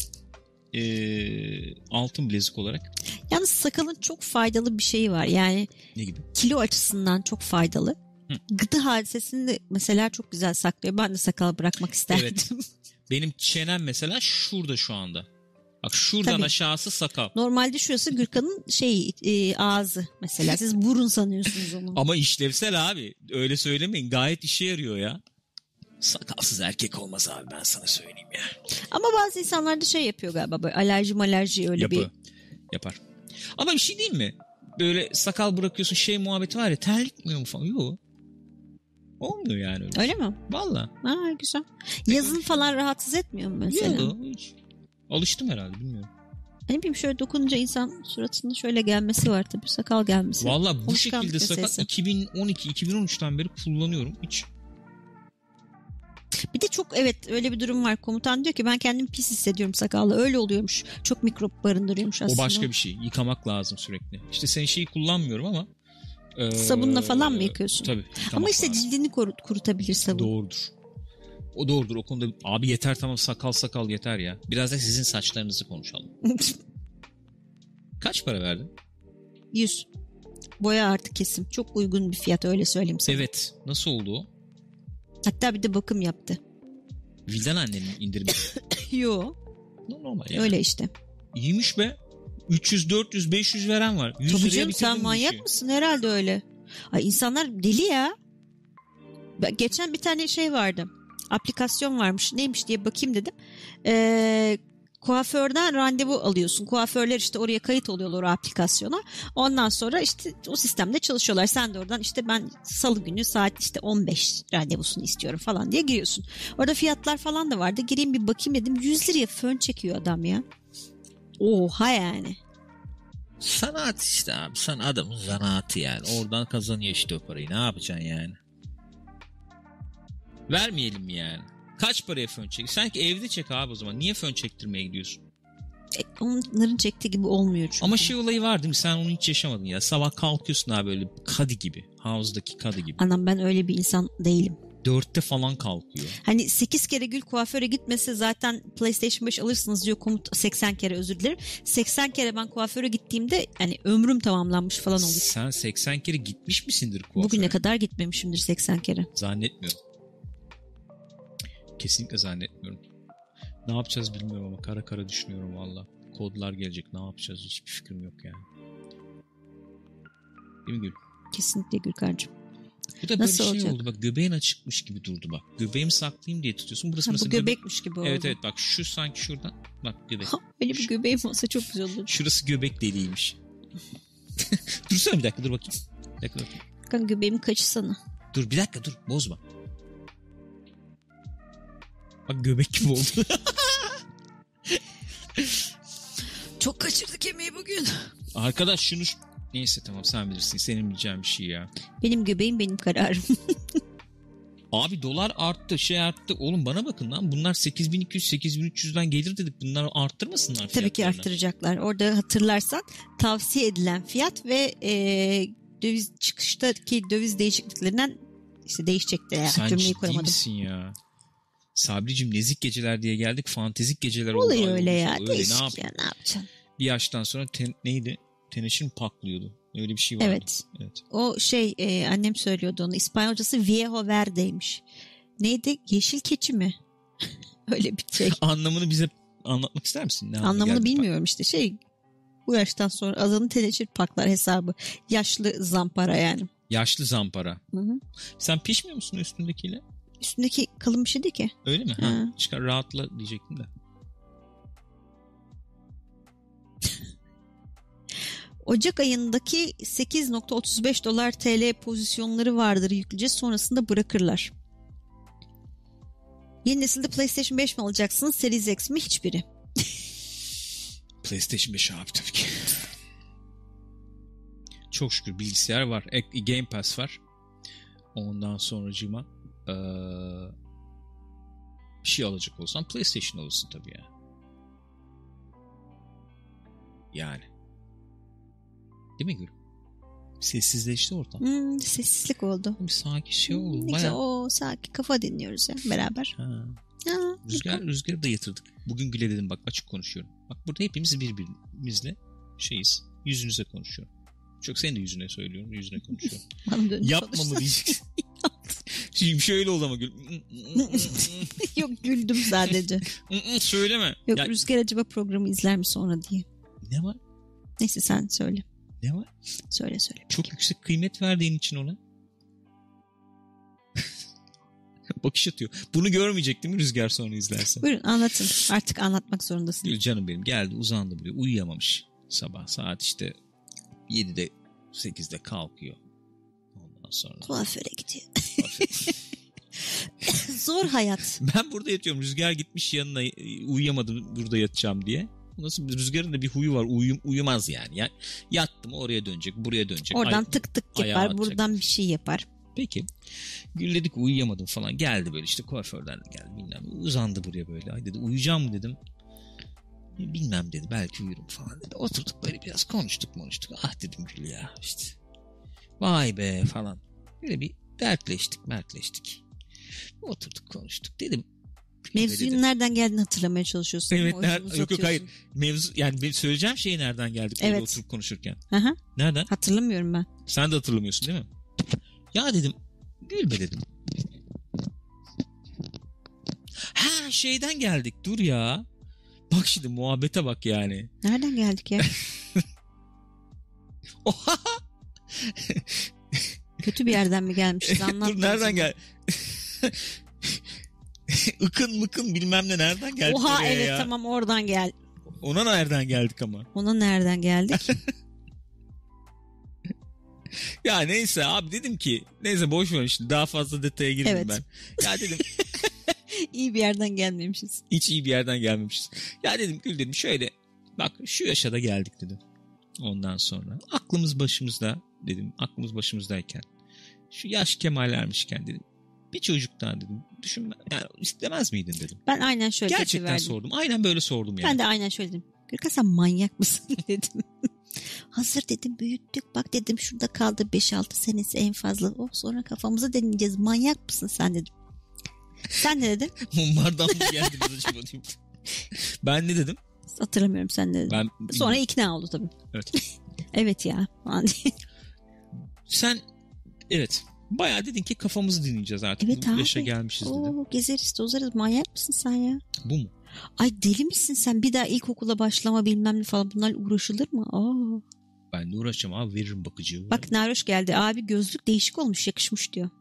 Ee, altın bilezik olarak. Yalnız sakalın çok faydalı bir şeyi var. Yani Ne gibi? kilo açısından çok faydalı. Hı. Gıda hadisesini de mesela çok güzel saklıyor. Ben de sakal bırakmak isterdim. Evet. Benim çenem mesela şurada şu anda. Bak şuradan Tabii. aşağısı sakal. Normalde şurası Gürkan'ın şey e, ağzı mesela. Siz burun sanıyorsunuz onu. Ama işlevsel abi. Öyle söylemeyin. Gayet işe yarıyor ya. Sakalsız erkek olmaz abi, ben sana söyleyeyim ya. Ama bazı insanlar da şey yapıyor galiba, böyle alerji malerji öyle Yapı. bir. Yapar. Ama bir şey değil mi? Böyle sakal bırakıyorsun, şey muhabbeti var ya, terlikmiyor mu falan? Yok. Olmuyor yani öyle. Öyle mi? Valla. Ha, güzel. Yazın falan rahatsız etmiyor mu mesela? Yok hiç. Alıştım herhalde, bilmiyorum. Hani bileyim, şöyle dokununca insan suratının şöyle gelmesi var tabii, sakal gelmesi. Valla bu Alışkanlık şekilde sakal meselesi. iki bin on iki iki bin on üçten beri kullanıyorum. Hiç Bir de çok evet öyle bir durum var. Komutan diyor ki ben kendimi pis hissediyorum sakallı. Öyle oluyormuş. Çok mikrop barındırıyormuş aslında. O başka bir şey. Yıkamak lazım sürekli. İşte senin şeyi kullanmıyorum ama. E, Sabunla falan mı yıkıyorsun? Tabii. Ama işte lazım. cildini kur, kurutabilir sabun. Doğrudur. O doğrudur. O konuda abi yeter tamam sakal sakal yeter ya. Biraz da sizin saçlarınızı konuşalım. Kaç para verdin? yüz. Boya artı kesim. Çok uygun bir fiyat öyle söyleyeyim sana. Evet. Nasıl oldu o? Hatta bir de bakım yaptı. Vildan annenin indirimi. Yo. Normal yani. Öyle işte. İyiymiş be. üç yüz, dört yüz, beş yüz veren var. yüz Tabii liraya canım bitirdin sen bu manyak işi. mısın? Herhalde öyle. Ay insanlar deli ya. Ben, geçen bir tane şey vardı. Aplikasyon varmış. Neymiş diye bakayım dedim. Eee kuaförden randevu alıyorsun. Kuaförler işte oraya kayıt oluyorlar o aplikasyona. Ondan sonra işte o sistemde çalışıyorlar. Sen de oradan işte ben salı günü saat işte on beş randevusunu istiyorum falan diye giriyorsun. Orada fiyatlar falan da vardı. Gireyim bir bakayım dedim. yüz liraya fön çekiyor adam ya. Oha yani. Sanat işte abi. Sen adamın zanaatı yani. Oradan kazanıyor işte o parayı. Ne yapacaksın yani? Vermeyelim mi yani? Kaç paraya fön çek? Sanki evde çek abi o zaman. Niye fön çektirmeye gidiyorsun? E, onların çektiği gibi olmuyor çünkü. Ama şey olayı var değil mi? Sen onu hiç yaşamadın ya. Sabah kalkıyorsun abi böyle kadı gibi. Havuz'daki kadı gibi. Anam ben öyle bir insan değilim. Dörtte falan kalkıyor. Hani sekiz kere Gül kuaföre gitmese zaten PlayStation beş alırsınız diyor komut, seksen kere özür dilerim. seksen kere ben kuaföre gittiğimde hani ömrüm tamamlanmış falan olur. Sen seksen kere gitmiş misindir kuaföre? Bugüne kadar gitmemişimdir seksen kere. Zannetmiyorum. Kesinlikle zannetmiyorum. Ne yapacağız bilmiyorum ama kara kara düşünüyorum valla. Kodlar gelecek, ne yapacağız hiçbir fikrim yok yani. Değil mi Gül? Kesinlikle Gülkar'cığım. Bu da Nasıl böyle şey olacak? oldu bak, göbeğin açıkmış gibi durdu bak. Göbeğimi saklayayım diye tutuyorsun. Burası Ha, bu mesela göbek... göbekmiş gibi oldu. Evet evet bak şu sanki şuradan. Bak göbek. Ha, öyle bir göbeğim olsa çok güzel olur. Şurası göbek deliğiymiş. Dursana bir dakika dur bakayım. Bir dakika, dur bakayım. Kan göbeğimi kaçırsana. Dur bir dakika dur bozma. Bak göbek gibi oldu. Çok kaçırdı kemiği bugün. Arkadaş şunu... Neyse tamam sen bilirsin. Senin bileceğin bir şey ya. Benim göbeğim benim kararım. Abi dolar arttı şey arttı. Oğlum bana bakın lan bunlar sekiz bin iki yüz sekiz bin üç yüzden gelir dedik. Bunlar arttırmasınlar fiyatlarını. Tabii ki arttıracaklar. Orada hatırlarsan tavsiye edilen fiyat ve e, döviz çıkıştaki döviz değişikliklerinden işte değişecekti. Yani. Sen Cümleyi ciddi kuramadım. misin ya? Sabricim nezik geceler diye geldik. Fantezik geceler oldu. Oluyor öyle ya. Öyle, Değişik ne yap- ya ne yapacaksın? Bir yaştan sonra ten, neydi? Teneşir mi paklıyordu? Öyle bir şey vardı. Evet. Evet. O şey e, annem söylüyordu onu. İspanyolcası viejo verde'ymiş. Neydi? Yeşil keçi mi? Öyle bir şey. Anlamını bize anlatmak ister misin? Ne anlamı Anlamını geldi? bilmiyorum işte şey. Bu yaştan sonra adını teneşir paklar hesabı. Yaşlı zampara yani. Yaşlı zampara. Hı hı. Sen pişmiyor musun üstündekiyle? Üstündeki kalın bir şey değil ki. Öyle mi? Ha. Ha. Çıkar rahatla diyecektim de. Ocak ayındaki sekiz nokta otuz beş dolar T L pozisyonları vardır yükleyece sonrasında bırakırlar. Yeni nesilde PlayStation beş mi alacaksınız? Series X mi? Hiçbiri. PlayStation beş abi tabii ki. Çok şükür bilgisayar var. Game Pass var. Ondan sonracığıma ee, bir şey alacak olsan PlayStation alırsın tabii ya. Yani. Değil mi Gül? Sessizleşti ortam. Hmm, sessizlik oldu. Bir sakin şey oldu. Hmm, ne güzel, o sakin kafa dinliyoruz ya beraber. Ha. Ha, Rüzgar, rüzgarı da yatırdık. Bugün Gül'e dedim bak açık konuşuyorum. Bak burada hepimiz birbirimizle şeyiz. Yüzünüze konuşuyorum. Çok senin de yüzüne söylüyorum. Yüzüne konuşuyorum. Yapma mı diyeceksin? Şimdi şöyle oldu ama Gül. Yok güldüm sadece. Söyleme. Yok Ya, Rüzgar acaba programı izler mi sonra diye. ne var? Neyse sen söyle. Ne var? Söyle söyle. Çok yüksek kıymet verdiğin için ona. Bakış atıyor. Bunu görmeyecek değil mi Rüzgar sonra izlersen? Buyurun anlatın. Artık anlatmak zorundasın. Gül canım benim geldi uzandı buraya. Uyuyamamış sabah. Saat işte yedide sekizde kalkıyor. Ondan sonra. Kuaföre gidiyor. Zor hayat. Ben burada yatıyorum. Rüzgar gitmiş yanına uyuyamadım burada yatacağım diye. Nasıl Rüzgar'ın da bir huyu var. Uyum, uyumaz yani. Ya, yattım oraya dönecek, buraya dönecek. Oradan Ay, tık tık yapar. Buradan bir şey yapar. Peki. Gül dedik uyuyamadım falan. Geldi böyle işte kuaförden geldi bilmem. Uzandı buraya böyle. Ay dedi uyuyacağım mı dedim. Bilmem dedi. Belki uyurum falan dedi. Oturduk böyle biraz konuştuk konuştuk. Ah dedim Gül ya işte. Vay be falan. Böyle bir dertleştik mertleştik. Oturduk konuştuk. Dedim. Mevzunun dedim. nereden geldiğini hatırlamaya çalışıyorsun. Evet. Ner- yok yok hayır. Mevzu yani benim söyleyeceğim şeyi nereden geldik evet. Orada oturup konuşurken. Aha. Nereden? Hatırlamıyorum ben. Sen de hatırlamıyorsun değil mi? Ya dedim. Gül be dedim. Ha şeyden geldik dur ya. Bak şimdi muhabbete bak yani. Nereden geldik ya? Oha. Kötü bir yerden mi gelmişiz? Anlat. Dur nereden gel? Ikın mıkın bilmem ne nereden geldik Oha oraya evet ya? tamam oradan gel. Ona nereden geldik ama? Ona nereden geldik? Ya neyse abi dedim ki neyse boş ver şimdi daha fazla detaya girmeyeyim Evet. ben. Ya dedim İyi bir yerden gelmemişiz. hiç iyi bir yerden gelmemişiz. Ya dedim Gül dedim şöyle bak şu yaşa da geldik dedim. Ondan sonra aklımız başımızda dedim aklımız başımızdayken şu yaş kemal ermişken dedim bir çocuktan dedim düşünme yani istemez miydin dedim. Ben aynen şöyle Gerçekten sordum. Aynen böyle sordum yani. Ben de aynen şöyle dedim. Gürkan sen manyak mısın dedim. Hazır dedim büyüttük bak dedim şurada kaldı beş altı senesi en fazla. Oh sonra kafamıza deneyeceğiz manyak mısın sen dedim. Sen ne dedin? Mumbardan mı geldiniz acaba diyeyim. Ben ne dedim? Hatırlamıyorum sen ne dedin. Ben, sonra ikna oldu tabii. Evet. Evet ya. Sen evet bayağı dedin ki kafamızı dinleyeceğiz artık. Evet Bu abi. yaşa gelmişiz dedim. Oo, gezeriz tozarız manyak mısın sen ya? Bu mu? Ay deli misin sen bir daha ilkokula başlama bilmem ne falan bunlarla uğraşılır mı? Aa. Ben de uğraşacağım abi veririm bakıcı. Bak Naroş geldi abi gözlük değişik olmuş yakışmış diyor.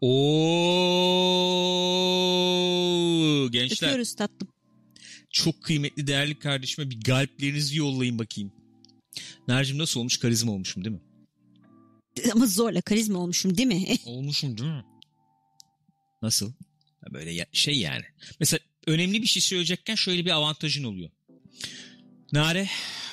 Oo gençler. Öpüyoruz tatlım. Çok kıymetli değerli kardeşime bir galplerinizi yollayın bakayım. Nercim nasıl olmuş karizma olmuşum değil mi? Ama zorla karizma olmuşum değil mi? Olmuşum değil mi? Nasıl? Böyle ya, şey yani. Mesela önemli bir şey söyleyecekken şöyle bir avantajın oluyor. Nare.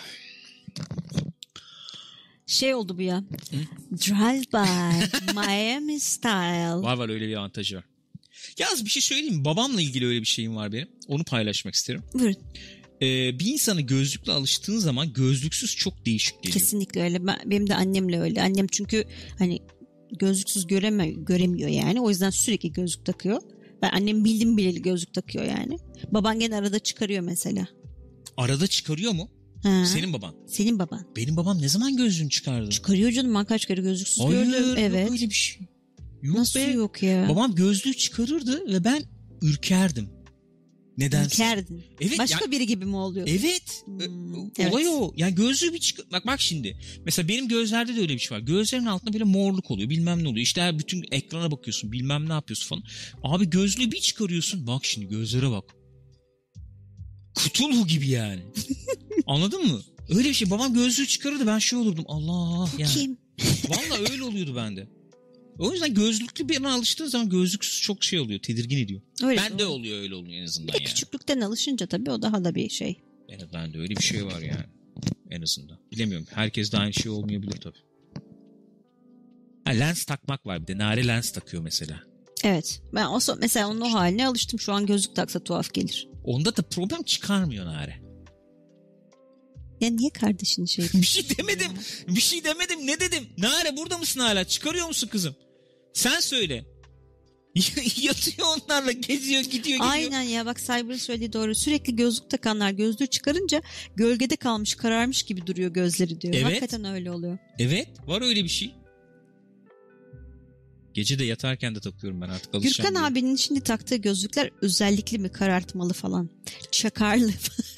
Şey oldu bu ya. Hı? Drive by Miami style. Var var öyle bir avantajı var. Yalnız bir şey söyleyeyim mi? Babamla ilgili öyle bir şeyim var benim. Onu paylaşmak isterim. Buyurun. Ee, bir insana gözlükle alıştığın zaman gözlüksüz çok değişik geliyor. Kesinlikle öyle. Ben, benim de annemle öyle. Annem çünkü hani gözlüksüz göreme, göremiyor yani. O yüzden sürekli gözlük takıyor. Ben annem bildim bileli gözlük takıyor yani. Baban gene arada çıkarıyor mesela. Arada çıkarıyor mu? Ha. Senin baban. Senin baban. Benim babam ne zaman gözlüğünü çıkardı? Çıkarıyor canım. Ben kaç kere gözlüksüz Hayır, gördüm. Evet. yok öyle bir şey. Yok Nasıl be. yok ya? Babam gözlüğü çıkarırdı ve ben ürkerdim. Nedense. Ürkerdin. Evet, Başka yani, biri gibi mi oluyor? Evet. Hmm, Olay evet. o. Yani gözlüğü bir çıkar. Bak bak şimdi. Mesela benim gözlerde de öyle bir şey var. Gözlerin altında böyle morluk oluyor. Bilmem ne oluyor. İşte her bütün ekrana bakıyorsun. Bilmem ne yapıyorsun falan. Abi gözlüğü bir çıkarıyorsun. Bak şimdi gözlere bak. Kutulhu gibi yani. Anladın mı? Öyle bir şey. Babam gözlüğü çıkarırdı. Ben şey olurdum. Allah yani. Kim? Vallahi öyle oluyordu bende. O yüzden gözlüklü birine alıştığın zaman gözlüksüz çok şey oluyor. Tedirgin ediyor. Öyle ben de oluyor. oluyor öyle oluyor en azından Bir de yani. küçüklükten alışınca tabii o daha da bir şey. En azından de öyle bir şey var yani. En azından. Bilemiyorum. Herkes de aynı şey olmayabilir tabii. Ha, lens takmak var bir de. Nare lens takıyor mesela. Evet. Ben o mesela onun o haline alıştım. Şu an gözlük taksa tuhaf gelir. Onda da problem çıkarmıyor Nare. Ya niye kardeşin şey? Bir şey demedim. Bir şey demedim. Ne dedim? Nare burada mısın hala? Çıkarıyor musun kızım? Sen söyle. Yatıyor onlarla. Geziyor gidiyor gidiyor. Aynen ya bak Cyber'ın söylediği doğru. Sürekli gözlük takanlar gözlüğü çıkarınca gölgede kalmış kararmış gibi duruyor gözleri diyor. Evet. Hakikaten öyle oluyor. Evet. Var öyle bir şey. Gece de yatarken de takıyorum ben artık. Alışacağım Gürkan diye. abinin şimdi taktığı gözlükler özellikli mi karartmalı falan. Çakarlı.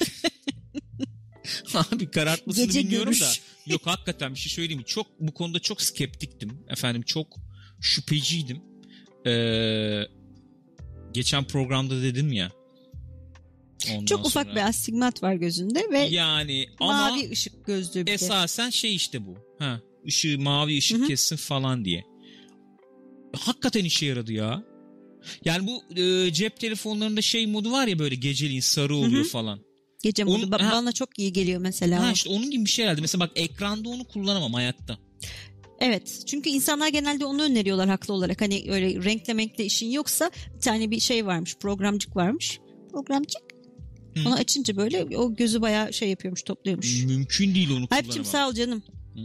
Abi karartmasını Gece bilmiyorum görüş. da. Yok hakikaten bir şey söyleyeyim mi? Çok, bu konuda çok skeptiktim. Efendim çok şüpheciydim. Ee, geçen programda dedim ya. Ondan Çok ufak sonra, bir astigmat var gözünde ve yani ama mavi ışık gözlüğü bir de. esasen şey işte bu. Ha, ışığı mavi ışık Hı hı. kessin falan diye. Hakikaten işe yaradı ya. Yani bu e, cep telefonlarında şey modu var ya böyle geceliğin sarı oluyor Hı hı. falan. Gece modu. Onun- Ba- ha. Bana çok iyi geliyor mesela. Ha o. işte onun gibi bir şey herhalde. Mesela bak ekranda onu kullanamam hayatta. Evet. Çünkü insanlar genelde onu öneriyorlar haklı olarak. Hani öyle renkle menkle işin yoksa bir tane bir şey varmış. Programcık varmış. Programcık. Hı. Onu açınca böyle o gözü bayağı şey yapıyormuş, topluyormuş. Mümkün değil onu kullanamam. Alp'cim sağ ol canım. Hı?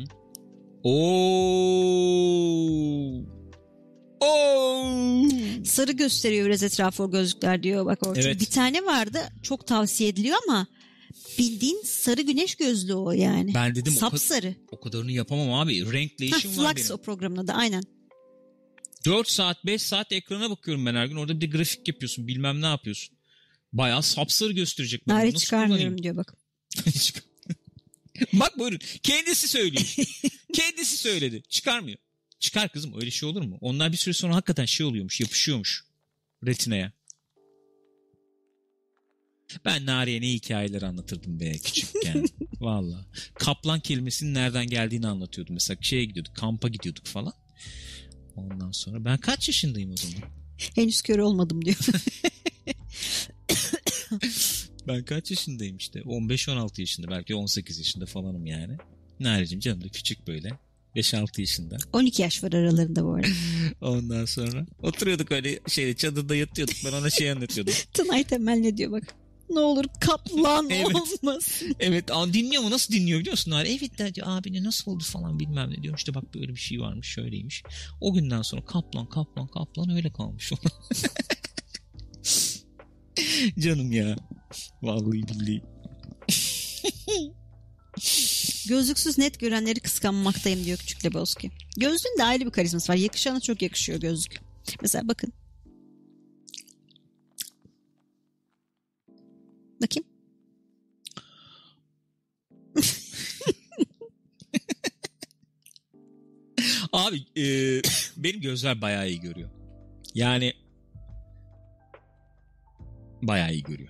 Oo. Oo. Sarı gösteriyor biraz etrafı o gözlükler diyor bak Orçun. Evet. Bir tane vardı çok tavsiye ediliyor ama bildiğin sarı güneş gözlüğü o yani. Ben dedim sapsarı. O, o kadarını yapamam abi. Renkle işim ha, var benim. Flux o programda da aynen. dört saat beş saat ekrana bakıyorum ben her gün. Orada bir de grafik yapıyorsun bilmem ne yapıyorsun. Bayağı sapsarı gösterecek. Nare çıkarmıyorum diyor bak. Bak buyurun. Kendisi söylüyor. Kendisi söyledi. Çıkarmıyor. Çıkar kızım öyle şey olur mu? Onlar bir süre sonra hakikaten şey oluyormuş. Yapışıyormuş. Retinaya. Ben Nare'ye ne hikayeler anlatırdım be küçükken. Valla. Kaplan kelimesinin nereden geldiğini anlatıyordum. Mesela şeye gidiyorduk. Kampa gidiyorduk falan. Ondan sonra ben kaç yaşındayım o zaman? Henüz kör olmadım diyor. Ben kaç yaşındayım işte? on beş on altı yaşında. Belki on sekiz yaşında falanım yani. Narecim canım da küçük böyle. beş altı yaşında. on iki yaş var aralarında bu arada. Ondan sonra oturuyorduk öyle şeyde çadırda yatıyorduk. Ben ona şey anlatıyordum. Tınay Temel ne diyor bak. Ne olur kaplan evet. olmasın. Evet dinliyor mu? Nasıl dinliyor biliyor musun? Evet der diyor abi ne nasıl oldu falan bilmem ne diyor. İşte bak böyle bir şey varmış şöyleymiş. O günden sonra kaplan kaplan kaplan öyle kalmış. Canım ya. Vallahi billahi. Gözlüksüz net görenleri kıskanmaktayım diyor Küçük Lebowski. Gözlüğün de ayrı bir karizması var. Yakışana çok yakışıyor gözlük. Mesela bakın. Bakayım. Abi e, benim gözler bayağı iyi görüyor. Yani bayağı iyi görüyor.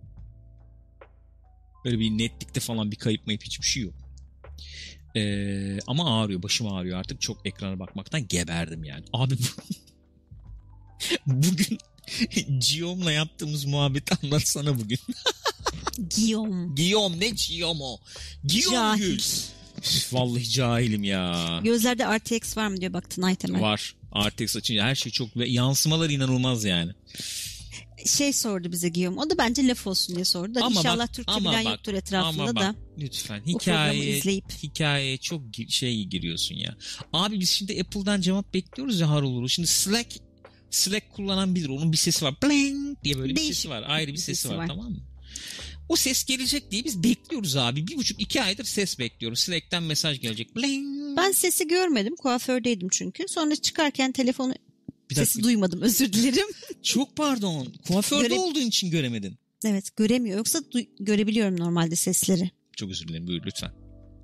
Böyle bir netlikte falan bir kayıp mayıp hiçbir şey yok. Ee, ama ağrıyor. Başım ağrıyor artık. Çok ekrana bakmaktan geberdim yani. Abi bu... bugün Guillaume'la yaptığımız muhabbeti anlatsana bugün. Guillaume. Guillaume ne Guillaume o? Guillaume Gül. Vallahi cahilim ya. Gözlerde R T X var mı diyor bak Tınay Temel. Var. R T X açınca her şey çok ve yansımalar inanılmaz yani. Şey sordu bize Guillaume. O da bence laf olsun diye sordu. Ama İnşallah bak, Türkçe bilen bak, yoktur etrafında ama da. Bak, lütfen hikaye izleyip hikayeye çok şey giriyorsun ya. Abi biz şimdi Apple'dan cevap bekliyoruz ya har olur. Şimdi Slack Slack kullanan bilir. Onun bir sesi var. Bling diye böyle bir Değişik sesi var. Ayrı bir sesi, sesi var, var tamam mı? O ses gelecek diye biz bekliyoruz abi. Bir buçuk iki aydır ses bekliyoruz. Slack'ten mesaj gelecek. Bling. Ben sesi görmedim. Kuafördeydim çünkü. Sonra çıkarken telefonu bir sesi dakika. Duymadım. Özür dilerim. Çok pardon. Kuaförde Göre... olduğun için göremedin. Evet göremiyor. Yoksa du- görebiliyorum normalde sesleri. Çok özür dilerim. Buyur lütfen.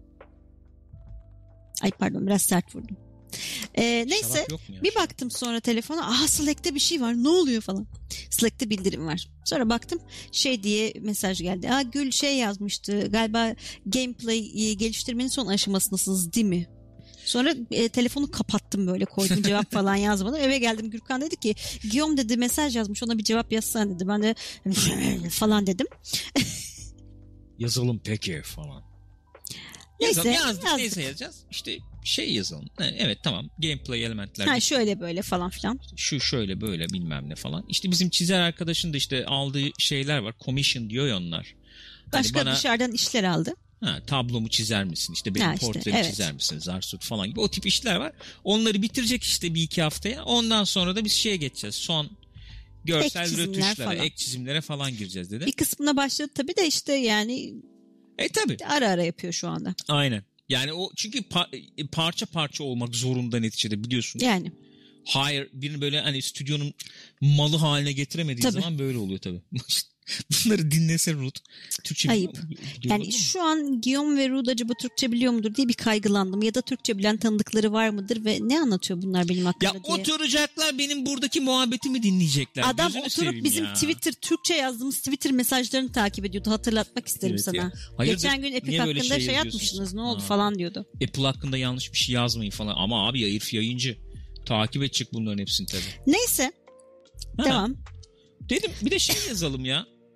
Ay pardon biraz sert vurdum. Ee, neyse bir baktım sonra telefona. Aha Slack'te bir şey var. Ne oluyor falan. Slack'te bildirim var. Sonra baktım şey diye mesaj geldi. Aa Gül şey yazmıştı. Galiba gameplay geliştirmenin son aşamasındasınız değil mi? Sonra e, telefonu kapattım böyle koydum cevap falan yazmadım. Eve geldim Gürkan dedi ki Guillaume dedi mesaj yazmış ona bir cevap yazsan dedi. Ben de falan dedim. Yazalım peki falan. Neyse yazalım, yazdık, yazdık. Neyse yazacağız. İşte şey yazalım. Evet tamam gameplay elementler. Ha şöyle böyle falan filan. İşte şu şöyle böyle bilmem ne falan. İşte bizim çizer arkadaşın da işte aldığı şeyler var. Commission diyor ya onlar. Başka hani bana... dışarıdan işler aldı. Ha, tablomu çizer misin? İşte benim işte, portremi evet. çizer misin? Zarsut falan gibi. O tip işler var. Onları bitirecek işte bir iki haftaya. Ondan sonra da biz şeye geçeceğiz. Son görsel rötuşlara, ek çizimlere falan gireceğiz dedi. Bir kısmına başladı tabii de işte yani e tabii. Ara ara yapıyor şu anda. Aynen. Yani o çünkü pa- parça parça olmak zorunda neticede biliyorsun. Yani. Hayır birini böyle hani stüdyonun malı haline getiremediği tabii. zaman böyle oluyor tabii. Bunları dinlese Ruth. Türkçe Ayıp. Yani mu? Şu an Guillaume ve Ruth acaba Türkçe biliyor mudur diye bir kaygılandım. Ya da Türkçe bilen tanıdıkları var mıdır ve ne anlatıyor bunlar benim hakkımda ya diye. Ya oturacaklar benim buradaki muhabbetimi dinleyecekler. Adam Gözünü oturup bizim ya. Twitter, Türkçe yazdığımız Twitter mesajlarını takip ediyordu. Hatırlatmak isterim evet sana. Hayırdır, geçen gün Epic hakkında şey, şey atmışsınız ne oldu ha. falan diyordu. Apple hakkında yanlış bir şey yazmayın falan. Ama abi herif yayıncı. Takip edecek bunların hepsini tabii. Neyse. Ha. Devam. Dedim bir de şey yazalım ya.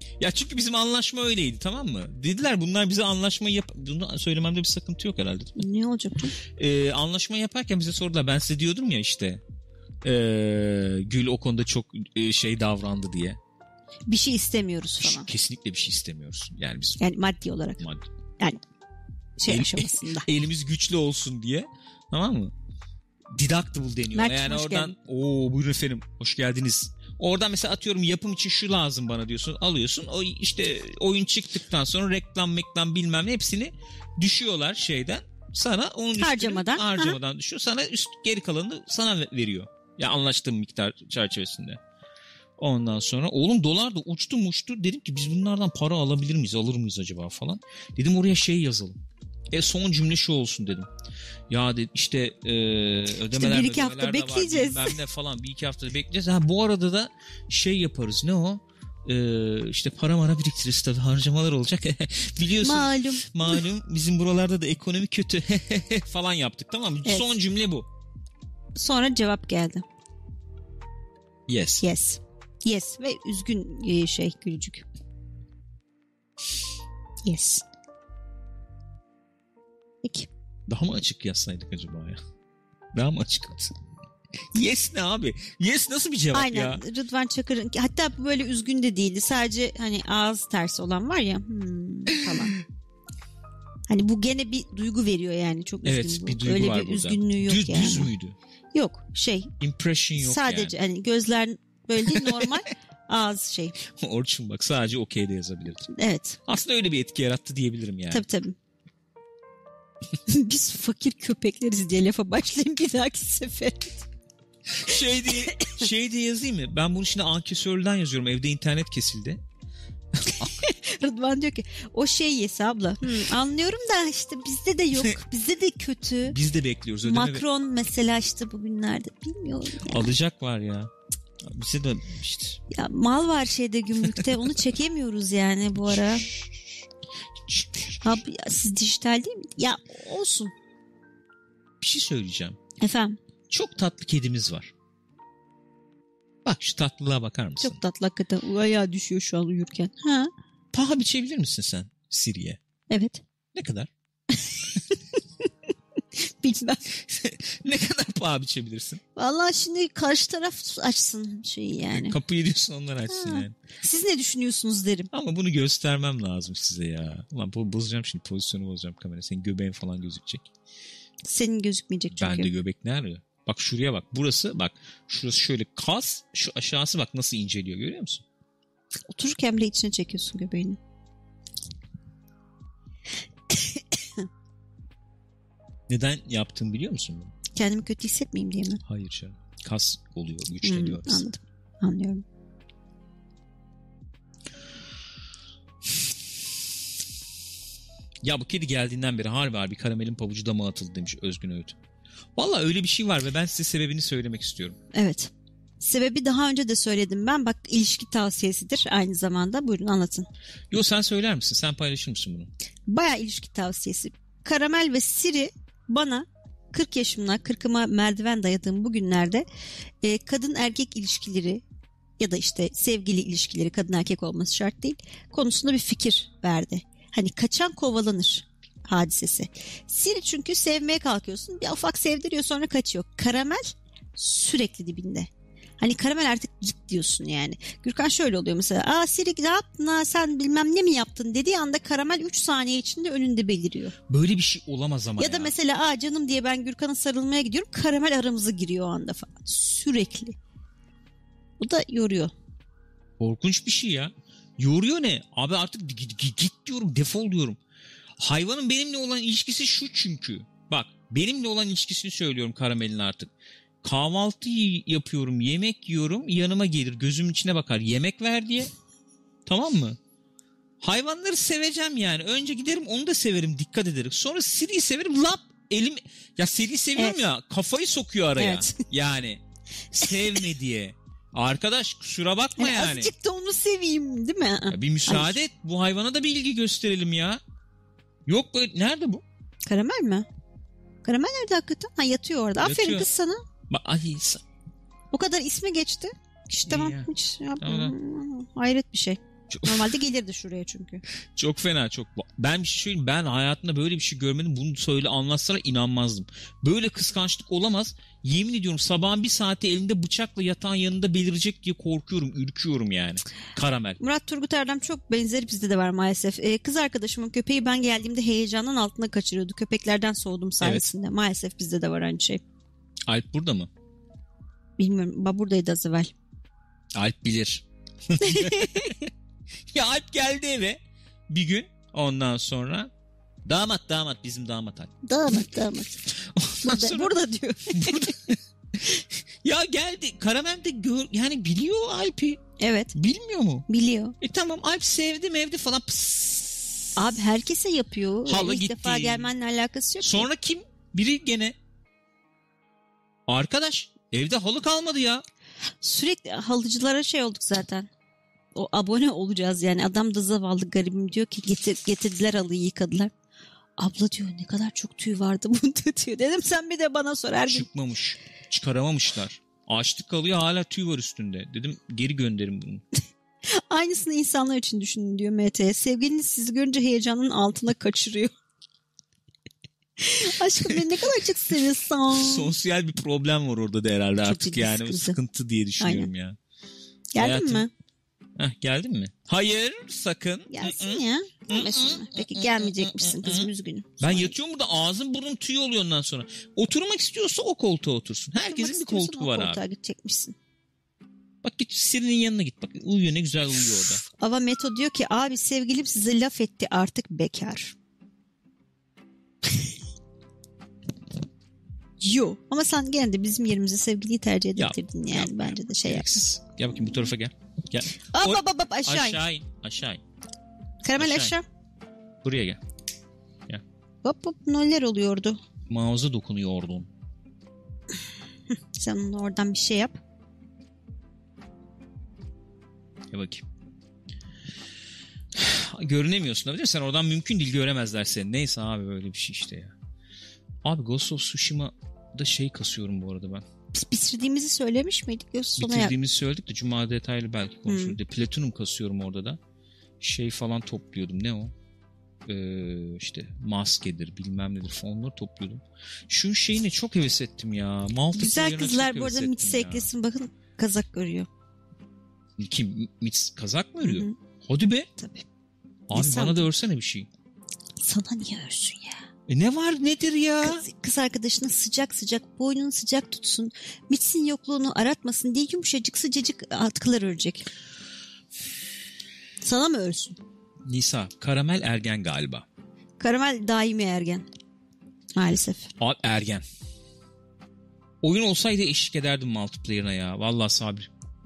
Ya çünkü bizim anlaşma öyleydi, tamam mı? Dediler bunlar bize anlaşma yap... Bunu söylememde bir sıkıntı yok herhalde. Ne olacak? Ee, anlaşma yaparken bize sordular. Ben size diyordum ya işte ee, Gül o konuda çok e, şey davrandı diye. Bir şey istemiyoruz falan. Kesinlikle bir şey istemiyoruz. Yani biz yani maddi olarak. Maddi. Yani şey El, aşamasında. Elimiz güçlü olsun diye. Tamam mı? Deductible deniyor. Mert, yani hoş oradan geldin. ooo buyurun efendim hoş geldiniz. Oradan mesela atıyorum yapım için şu lazım bana diyorsun. Alıyorsun. O işte oyun çıktıktan sonra reklam meklam bilmem ne hepsini düşüyorlar şeyden. Sana onun üstünü Harcamadan. harcamadan Aha. düşüyor. Sana üst geri kalanını sana veriyor. Ya anlaştığım miktar çerçevesinde. Ondan sonra oğlum dolar da uçtu muçtu. Dedim ki biz bunlardan para alabilir miyiz? Alır mıyız acaba falan. Dedim oraya şey yazalım. E son cümle şu olsun dedim. Ya dedi işte e, ödemeler işte bir iki hafta bekleyeceğiz. Var, ne falan bir iki hafta bekleyeceğiz. Ha bu arada da şey yaparız ne o? Ee, işte para mara biriktiririz tabii harcamalar olacak. Biliyorsun. Malum. Malum bizim buralarda da ekonomi kötü falan yaptık tamam mı? Evet. Son cümle bu. Sonra cevap geldi. Yes. Yes. Yes ve üzgün şey gülücük. Yes. Peki. Daha mı açık yazsaydık acaba ya? Daha mı açık? Yes ne abi? Yes nasıl bir cevap Aynen. ya? Aynen. Rıdvan Çakır'ın hatta bu böyle üzgün de değildi. Sadece hani ağız tersi olan var ya hmm, falan. Hani bu gene bir duygu veriyor yani çok üzgün. Evet bu. bir duygu öyle var bir burada. Üzgünlüğü yok düz, yani. Düz müydü? Yok şey. Impression yok sadece yani. hani gözler böyle değil normal ağız şey. Orçun bak sadece okey de yazabilirdim. Evet. Aslında öyle bir etki yarattı diyebilirim yani. Tabii tabii. Biz fakir köpekleriz diye lafa başlayayım bir dahaki sefer. Şey diye, şey diye yazayım mı? Ben bunu şimdi ankesörden yazıyorum. Evde internet kesildi. Rıdvan diyor ki o şey Yesi abla. Hmm, anlıyorum da işte bizde de yok. Bizde de kötü. Biz de bekliyoruz. Ödeme Macron be- mesela işte bugünlerde. Bilmiyorum yani. Alacak var ya. Bize de işte. Ya mal var şeyde gümrükte. Onu çekemiyoruz yani bu ara. Abi ya, siz dijital değil mi? Ya olsun. Bir şey söyleyeceğim. Efendim? Çok tatlı kedimiz var. Bak şu tatlılığa bakar mısın? Çok tatlı hakikaten. Ayağı düşüyor şu an uyurken. Ha? Paha biçebilir misin sen Siri'ye? Evet. Ne kadar? Bilmem. Ne kadar paha biçebilirsin? Vallahi şimdi karşı taraf açsın şeyi yani. Kapıyı diyorsun onlar açsın ha. Yani. Siz ne düşünüyorsunuz derim. Ama bunu göstermem lazım size ya. Ulan bozacağım şimdi pozisyonu bozacağım kamera. Senin göbeğin falan gözükecek. Senin gözükmeyecek çünkü. Bende göbek nerede? Bak şuraya bak. Burası bak. Şurası şöyle kas. Şu aşağısı bak nasıl inceliyor görüyor musun? Otururken bile içine çekiyorsun göbeğini. Neden yaptığımı biliyor musun bunu? Kendimi kötü hissetmeyeyim diye mi? Hayır canım. Kas oluyor, güçleniyor. Hmm, anladım. Anlıyorum. Ya bu kedi geldiğinden beri harbi harbi karamelin pabucu dama atıldı demiş Özgün Öğüt. Valla öyle bir şey var ve ben size sebebini söylemek istiyorum. Evet. Sebebi daha önce de söyledim ben. Bak ilişki tavsiyesidir aynı zamanda. Buyurun anlatın. Yo sen söyler misin? Sen paylaşır mısın bunu? Bayağı ilişki tavsiyesi. Karamel ve Siri bana kırk yaşımla kırkıma merdiven dayadığım bu günlerde e, kadın erkek ilişkileri ya da işte sevgili ilişkileri kadın erkek olması şart değil konusunda bir fikir verdi. Hani kaçan kovalanır hadisesi. Siri çünkü sevmeye kalkıyorsun bir ufak sevdiriyor sonra kaçıyor. Karamel sürekli dibinde. Hani karamel artık git diyorsun yani. Gürkan şöyle oluyor mesela. Aa Siri ne yaptın ha sen bilmem ne mi yaptın dediği anda karamel üç saniye içinde önünde beliriyor. Böyle bir şey olamaz ama ya. Ya da mesela aa canım diye ben Gürkan'a sarılmaya gidiyorum. Karamel aramıza giriyor o anda falan. Sürekli. Bu da yoruyor. Korkunç bir şey ya. Yoruyor ne? Abi artık git, git, git diyorum defol diyorum. Hayvanın benimle olan ilişkisi şu çünkü. Bak benimle olan ilişkisini söylüyorum karamelin artık. Kahvaltı yapıyorum, yemek yiyorum, yanıma gelir, gözümün içine bakar, yemek ver diye. Tamam mı? Hayvanları seveceğim yani. Önce giderim onu da severim, dikkat ederim. Sonra Siri'yi severim, lap elim... Ya Siri'yi seviyorum evet. Ya, kafayı sokuyor araya. Evet. Yani sevme diye. Arkadaş kusura bakma yani. yani. Azıcık da onu seveyim değil mi? Ya bir müsaade Ay. et, bu hayvana da bir ilgi gösterelim ya. Yok böyle, nerede bu? Karamel mi? Karamel nerede hakikaten? Ha yatıyor orada. Yatıyor. Aferin kız sana. Ay, o kadar ismi geçti. İşte tamam. Ya. Hiç, ya, tamam. Hayret bir şey. Normalde gelirdi şuraya çünkü. Çok fena çok. Ben bir şey söyleyeyim. Ben hayatımda böyle bir şey görmedim. Bunu söyle anlatsalar inanmazdım. Böyle kıskançlık olamaz. Yemin ediyorum sabahın bir saati elinde bıçakla yatağın yanında belirecek diye korkuyorum. Ürküyorum yani. Karamel. Murat Turgut Erdem çok benzeri bizde de var maalesef. Ee, kız arkadaşımın köpeği ben geldiğimde heyecandan altına kaçırıyordu. Köpeklerden soğudum sayesinde. Evet. Maalesef bizde de var aynı şey. Alp burada mı? Bilmiyorum. Buradaydı az evvel. Alp bilir. Ya Alp geldi eve bir gün, ondan sonra damat damat bizim damat Alp. Damat damat. Burada, sonra, burada diyor. Burada. Ya geldi Karamel de gör, yani biliyor Alp'i. Evet. Bilmiyor mu? Biliyor. E tamam Alp sevdi mevdi falan. Pıs. Abi herkese yapıyor. Hala İlk gitti. defa gelmenle alakası yok. Sonra ki. kim? Biri gene. Arkadaş evde halı kalmadı ya. Sürekli halıcılara şey olduk zaten. O abone olacağız yani. Adam da zavallı garibim diyor ki getir, getirdiler halıyı yıkadılar. Abla diyor ne kadar çok tüy vardı bunda diyor. Dedim sen bir de bana sor her gün. Çıkmamış. Çıkaramamışlar. Açtık halıyı hala tüy var üstünde. Dedim geri gönderin bunu. Aynısını insanlar için düşünün diyor M T. Sevgiliniz sizi görünce heyecanın altına kaçırıyor. Aşkım beni ne kadar çok seviyorsun. Sosyal bir problem var orada da herhalde çok artık yani sıkıntı. sıkıntı diye düşünüyorum. Aynen. Ya. Geldin Hayatım... mi? Heh, geldin mi? Hayır sakın. Gelsin ya. Gelmesin. Peki gelmeyecek misin kızım, üzgünüm. Ben yatıyorum burada ağzım burnum tüy oluyor ondan sonra. Oturmak istiyorsa o koltuğa otursun. Herkesin bir koltuğu var abi. O koltuğa gidecekmişsin. Bak git Siri'nin yanına git. Bak uyuyor ne güzel uyuyor orada. Ava Meto diyor ki abi sevgilim size laf etti artık bekar. Yo. Ama sen gene de bizim yerimize sevgiliyi tercih ettirdin ya, yani. Ya, bence de şey gereksiz. Yap. Gel bakayım bu tarafa gel. Gel. Hop hop hop aşağı in. Aşağı in. Aşağı in. Karamel aşağı. aşağı. Buraya gel. Gel. Hop hop neler oluyordu? Mouse'a dokunuyordun. Sen onu oradan bir şey yap. Gel bakayım. Görünemiyorsun değil mi? Sen oradan mümkün değil göremezler seni. Neyse abi böyle bir şey işte ya. Abi Ghost of Tsushima'da şey kasıyorum bu arada ben. Biz bitirdiğimizi söylemiş miydik? Bitirdiğimizi söyledik de Cuma detaylı belki konuşuruz. Hmm. Platinum kasıyorum orada da. Şey falan topluyordum. Ne o? Ee, işte maskedir bilmem nedir falan onları topluyordum. Şu şeyine çok heves ettim ya. Malta güzel kızlar bu arada Mits'e eklesin. Bakın kazak örüyor. Kim? Mits kazak mı örüyor? Hı-hı. Hadi be. Tabii. Abi e bana da örsene bir şey. Sana niye örsün ya? E ne var nedir ya? Kız, kız arkadaşına sıcak sıcak boynunu sıcak tutsun. Mits'in yokluğunu aratmasın diye yumuşacık sıcacık atkılar örecek. Sana mı örsün? Nisa, Karamel ergen galiba. Karamel daimi ergen. Maalesef. Abi ergen. Oyun olsaydı eşlik ederdim multiplayer'ına ya. Vallahi Sabri.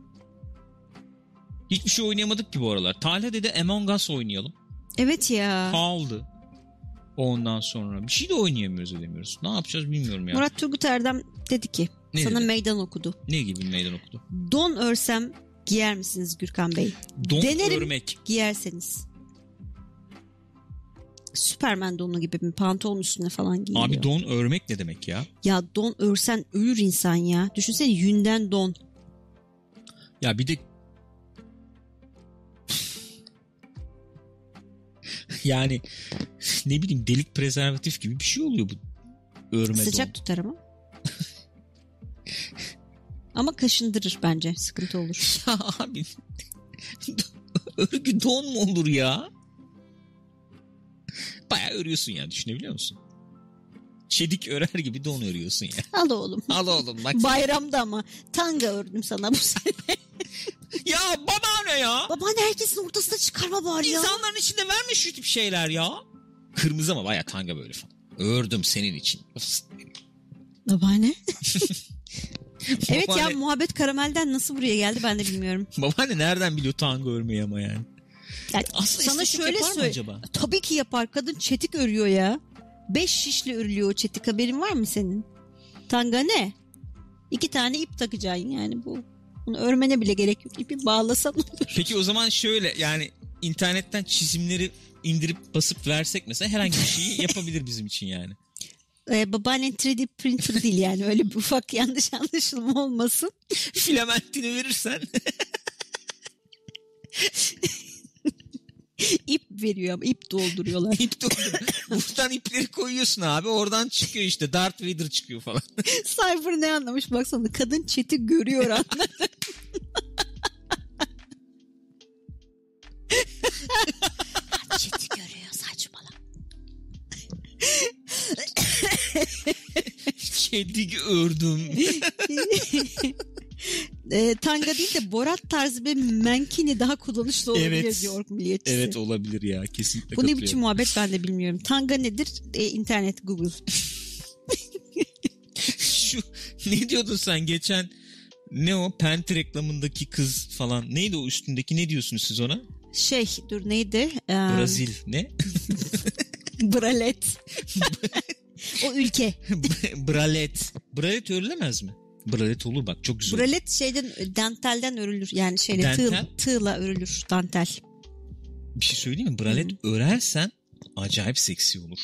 Hiçbir şey oynayamadık ki bu aralar. Talha dedi Among Us oynayalım. Evet ya. Kaldı. Ondan sonra bir şey de oynayamıyoruz edemiyoruz. Ne yapacağız bilmiyorum ya. Murat Turgut Erdem dedi ki ne sana dedi? Meydan okudu. Ne gibi meydan okudu? Don örsem giyer misiniz Gürkan Bey? Don Denerim, örmek. Giyerseniz. Süperman donu gibi mi? Pantolon üstüne falan giyiliyor. Abi don örmek ne demek ya? Ya don örsen ölür insan ya. Düşünsene yünden don. Ya bir de yani ne bileyim delik prezervatif gibi bir şey oluyor bu örme sıcak don. Tutar ama. Ama kaşındırır bence. Sıkıntı olur. Ya abi örgü don mu olur ya? Bayağı örüyorsun ya, düşünebiliyor musun? Çedik örer gibi don örüyorsun ya. Al oğlum. Al oğlum. Bak bayramda ama tanga ördüm sana bu sene. Ya babaanne ya. Babaanne herkesin ortasına çıkarma bari ya. İnsanların içinde verme şu tip şeyler ya. Kırmızı ama bayağı tanga böyle falan. Ördüm senin için. Babaanne. Evet ya, muhabbet Karamel'den nasıl buraya geldi ben de bilmiyorum. Babaanne nereden biliyor tanga örmeyi ama yani? Yani aslında sana şöyle söyle. Tabii ki yapar. Kadın çetik örüyor ya. Beş şişle örülüyor o çetik. Haberin var mı senin? Tanga ne? İki tane ip takacaksın yani bu. Bunu örmene bile gerek yok. İpi bağlasan olur. Peki o zaman şöyle yani internetten çizimleri indirip basıp versek mesela herhangi bir şeyi yapabilir bizim için yani. Ee, babaannen üç D printer değil yani. Öyle bir ufak yanlış anlaşılma olmasın. Filamentini verirsen. veriyor ama ip dolduruyorlar. İp dolduruyor. Buradan ipleri koyuyorsun abi. Oradan çıkıyor işte. Darth Vader çıkıyor falan. Cypher ne anlamış baksana. Kadın chat'i görüyor anladın. Chat'i görüyor saçmalama. Kedi ördüm. e, tanga değil de Borat tarzı bir menkini daha kullanışlı olabilir Evet. diyor Ork Milliyetçisi. Evet olabilir ya. Kesinlikle Bu ne katılıyorum. biçim muhabbet ben de bilmiyorum. Tanga nedir? E, internet Google. Şu ne diyordun sen geçen, ne o Penti reklamındaki kız falan, neydi o üstündeki, ne diyorsunuz siz ona? Şey dur neydi? Ee, Brazil ne? Bralet. O ülke. Bralet. Bralet örülemez mi? Bralet olur bak, çok güzel. Bralet şeyden, dantelden örülür. Yani şeyle Dantel? tığ, tığla örülür dantel. Bir şey söyleyeyim mi? Bralet Hı. örersen acayip seksi olur.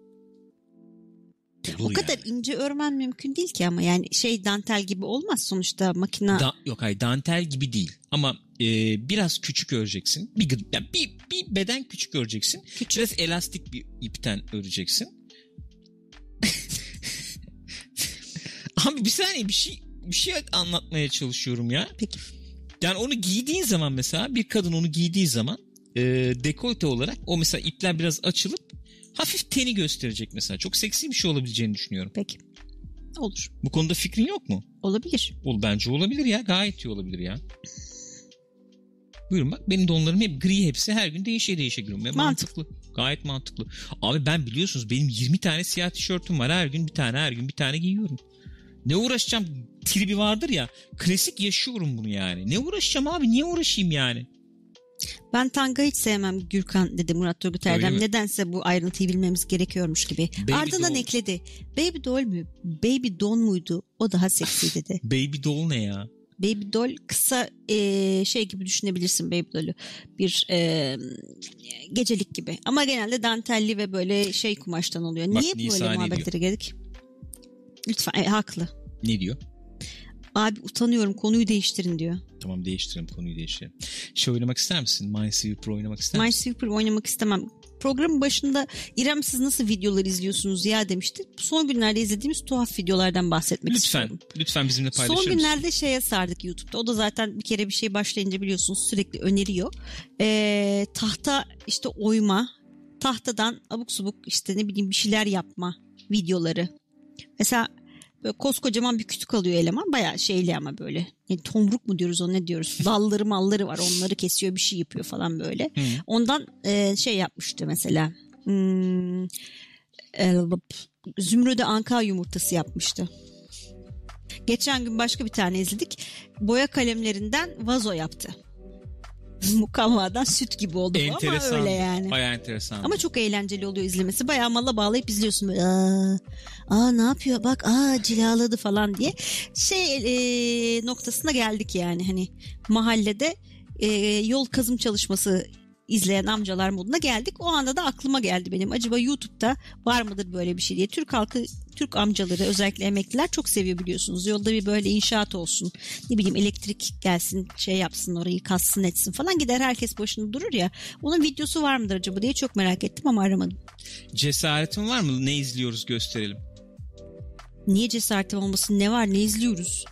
Olur O yani. kadar ince örmen mümkün değil ki ama yani şey dantel gibi olmaz sonuçta makina. Da, yok hayır, dantel gibi değil ama e, biraz küçük öreceksin. Bir, gıd- yani bir, bir beden küçük öreceksin. Küçük. Biraz elastik bir ipten öreceksin. Abi bir saniye, bir şey bir şey anlatmaya çalışıyorum ya. Peki. Yani onu giydiğin zaman, mesela bir kadın onu giydiği zaman e, dekolte olarak o mesela ipler biraz açılıp hafif teni gösterecek mesela. Çok seksi bir şey olabileceğini düşünüyorum. Peki. Olur. Bu konuda fikrin yok mu? Olabilir. Ol, bence olabilir ya. Gayet iyi olabilir ya. Buyurun bak, benim donlarım hep gri, hepsi her gün değişe değişe giriyorum. Ya, mantıklı. Gayet mantıklı. Abi ben biliyorsunuz benim yirmi tane siyah tişörtüm var. Her gün bir tane, her gün bir tane giyiyorum. Ne uğraşacağım tribi vardır ya. Klasik yaşıyorum bunu yani. Ne uğraşacağım abi? Niye uğraşayım yani? Ben tanga hiç sevmem Gürkan dedi Murat Turgut Öyle Erdem. mi? Nedense bu ayrıntıyı bilmemiz gerekiyormuş gibi. Baby Ardından doll. ekledi. Baby doll mü? Baby don muydu? O daha seksi dedi. Baby doll ne ya? Baby doll kısa e, şey gibi düşünebilirsin Baby doll'u. Bir e, gecelik gibi. Ama genelde dantelli ve böyle şey kumaştan oluyor. Bak, Niye Nisa böyle ne muhabbetlere geldik? Lütfen e, haklı. Ne diyor? Abi utanıyorum konuyu değiştirin diyor. Tamam, değiştirelim konuyu, değiştirelim. Şey oynamak ister misin? Minesweeper oynamak ister misin? Minesweeper oynamak istemem. Programın başında İrem siz nasıl videolar izliyorsunuz ya demişti. Son günlerde izlediğimiz tuhaf videolardan bahsetmek Lütfen, istiyorum. lütfen bizimle paylaşır Son mısın? günlerde şeye sardık YouTube'da. O da zaten bir kere bir şey başlayınca biliyorsunuz sürekli öneriyor. Ee, tahta işte oyma, tahtadan abuk subuk işte ne bileyim bir şeyler yapma videoları. Mesela böyle koskocaman bir kütük alıyor eleman. Bayağı şeyli ama böyle. Yani tomruk mu diyoruz o ne diyoruz? Dalları malları var. Onları kesiyor bir şey yapıyor falan böyle. Hı. Ondan e, şey yapmıştı mesela. Hmm, e, Zümrüde anka yumurtası yapmıştı. Geçen gün başka bir tane izledik. Boya kalemlerinden vazo yaptı. Mukavvadan süt gibi oldu bu Enteresan. ama öyle yani. Bayağı enteresan. Ama çok eğlenceli oluyor izlemesi. Bayağı malla bağlayıp izliyorsun böyle. Aa, aa ne yapıyor bak aa cilaladı falan diye. Şey e, noktasına geldik yani hani mahallede e, yol kazım çalışması izleyen amcalar moduna geldik. O anda da aklıma geldi benim. Acaba YouTube'da var mıdır böyle bir şey diye. Türk halkı, Türk amcaları özellikle emekliler çok seviyor biliyorsunuz. Yolda bir böyle inşaat olsun. Ne bileyim elektrik gelsin şey yapsın orayı kassın etsin falan gider herkes başında durur ya. Onun videosu var mıdır acaba diye çok merak ettim ama aramadım. Cesaretin var mı? Ne izliyoruz gösterelim. Niye cesaretim olmasın ne var ne izliyoruz?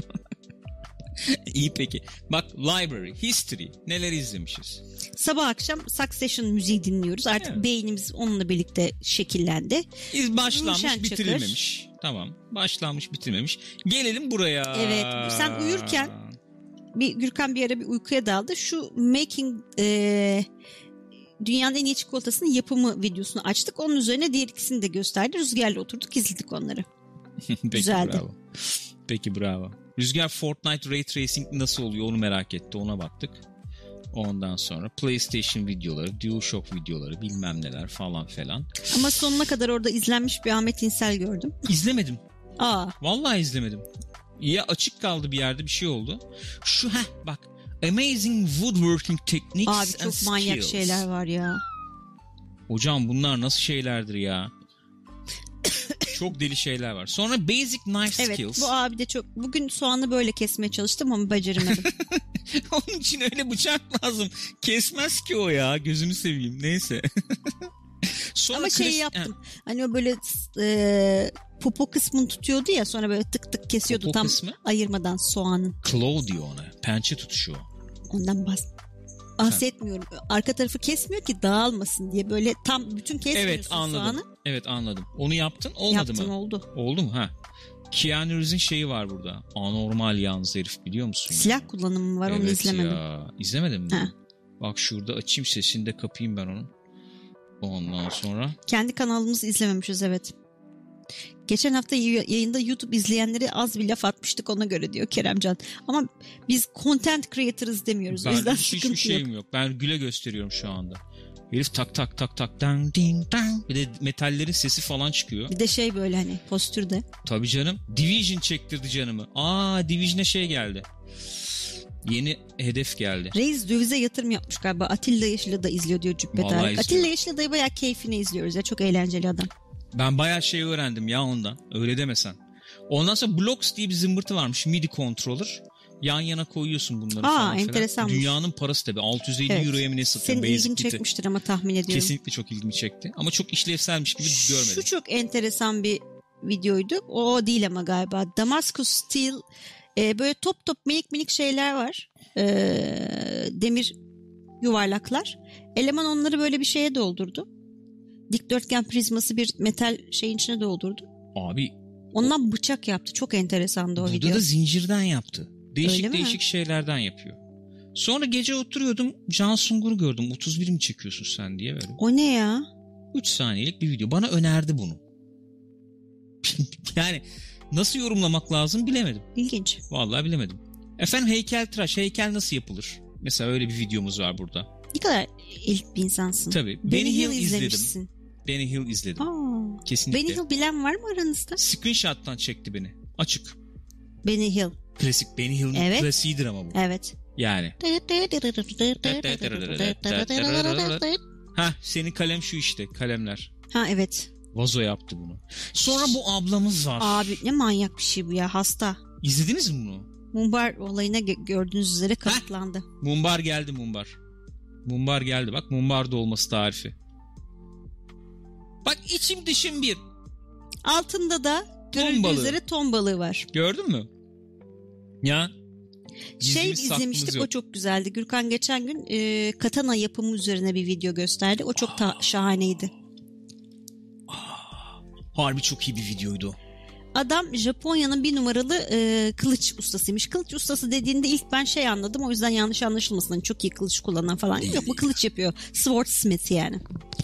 İyi peki. Bak library, history neler izlemişiz. Sabah akşam Succession müziği dinliyoruz. Artık Evet. beynimiz onunla birlikte şekillendi. İz başlanmış Ruşen bitirilmemiş. Çakır. Tamam. Başlanmış bitirmemiş. Gelelim buraya. Evet, sen uyurken bir Gürkan bir ara bir uykuya daldı. Şu Making e, dünyanın en iyi çikolatasının yapımı videosunu açtık. Onun üzerine diğer ikisini de gösterdi. Rüzgar'la oturduk izledik onları. Peki, Güzeldi. bravo. Peki bravo. Rüzgar Fortnite Ray Tracing nasıl oluyor onu merak etti. Ona baktık. Ondan sonra PlayStation videoları, DualShock videoları bilmem neler falan falan. Ama sonuna kadar orada izlenmiş bir Ahmet İnsel gördüm. İzlemedim. Aa, Vallahi izlemedim. Ya açık kaldı bir yerde bir şey oldu. Şu heh bak. Amazing Woodworking Techniques abi and çok manyak Skills. şeyler var ya. Hocam bunlar nasıl şeylerdir ya? Çok deli şeyler var. Sonra Basic Knife Evet Skills. bu abi de çok. Bugün soğanı böyle kesmeye çalıştım ama beceremedim. Onun için öyle bıçak lazım. Kesmez ki o ya. Gözünü seveyim. Neyse. Sonra ama şeyi klas- yaptım. Ha. Hani o böyle e, popo kısmını tutuyordu ya, sonra böyle tık tık kesiyordu popo tam kısmı? Ayırmadan soğanın. Claw diyor ona. Pençe tutuşu o. Ondan bahs bahsetmiyorum. Ha. Arka tarafı kesmiyor ki dağılmasın diye. Böyle tam bütün kesmiyorsun evet, anladım. soğanı. Evet anladım. Onu yaptın olmadı Yaptım, mı? Yaptım oldu. Oldu mu? Ha. Keanu Reeves'in şeyi var burada. Anormal yalnız herif, biliyor musun? Silah ya? Kullanımı var, evet, onu izlemedim. Ya. İzlemedin mi? Ha. Bak şurada açayım, sesini de kapayım ben onun. Ondan sonra. Kendi kanalımızı izlememişiz, evet. Geçen hafta yayında YouTube izleyenleri az bir laf atmıştık, ona göre diyor Keremcan. Ama biz content creator'ız demiyoruz. Ben o yüzden hiç, sıkıntı hiçbir şeyim yok. yok. Ben Gül'e gösteriyorum şu anda. Herif tak tak tak tak dang ding dang. Bir de metallerin sesi falan çıkıyor. Bir de şey böyle hani postürde. Tabii canım. Division çektirdi canımı. Aa, Division'e şey geldi. Yeni hedef geldi. Reis dövize yatırım yapmış galiba. Atilla Yeşil'i da izliyor diyor Cübbet Tarık. Atilla Yeşil'i dayı bayağı keyfini izliyoruz ya. Çok eğlenceli adam. Ben bayağı şey öğrendim ya ondan. Öyle demesen. Ondan sonra Blocks diye bir zımbırtı varmış. MIDI controller. Yan yana koyuyorsun bunları. Aa, enteresan. Dünyanın parası tabii. altı yüz elli evet. Euroya mı ne satıyor? Senin ilgini çekmiştir ama tahmin ediyorum. Kesinlikle çok ilgimi çekti. Ama çok işlevselmiş gibi görmedim. Şu çok enteresan bir videoydu. O değil ama galiba. Damascus Steel. Ee, böyle top top minik minik şeyler var. Ee, demir yuvarlaklar. Eleman onları böyle bir şeye doldurdu. Dikdörtgen prizması bir metal şeyin içine doldurdu. Abi. Ondan o... bıçak yaptı. Çok enteresandı o burada video. Burada da zincirden yaptı. Değişik değişik şeylerden yapıyor. Sonra gece oturuyordum. Can Sungur'u gördüm. otuz bir mi çekiyorsun sen diye böyle. O ne ya? üç saniyelik bir video. Bana önerdi bunu. Yani nasıl yorumlamak lazım bilemedim. İlginç. Vallahi bilemedim. Efendim heykeltıraş. Heykel nasıl yapılır? Mesela öyle bir videomuz var burada. Ne kadar ilk bir insansın. Tabii. Benny, Benny Hill, Hill izledim. Benny Hill izledim. Aa, kesinlikle. Benny Hill bilen var mı aranızda? Screenshot'tan çekti beni. Açık. Benny Hill. Klasik. Benny Hill'in evet. klasiğidir ama bu. Evet. Yani. Ha, senin kalem şu işte. Kalemler. Ha evet. Vazo yaptı bunu. Sonra bu ablamız var. Abi ne manyak bir şey bu ya, hasta. İzlediniz mi bunu? Mumbar olayına gördüğünüz üzere kanıtlandı. Heh, mumbar geldi mumbar. Mumbar geldi bak, mumbar dolması tarifi. Bak içim dışım bir. Altında da görüldüğü üzere ton balığı var. Gördün mü? Ya. Şey izlemiştik, o çok güzeldi. Gürkan geçen gün e, katana yapımı üzerine bir video gösterdi. O çok ta- şahaneydi. Harbi çok iyi bir videoydu. Adam Japonya'nın bir numaralı e, kılıç ustasıymış. Kılıç ustası dediğinde ilk ben şey anladım. O yüzden yanlış anlaşılmasın. Hani çok iyi kılıç kullanan falan. Yok, bu kılıç yapıyor. Swordsmith yani.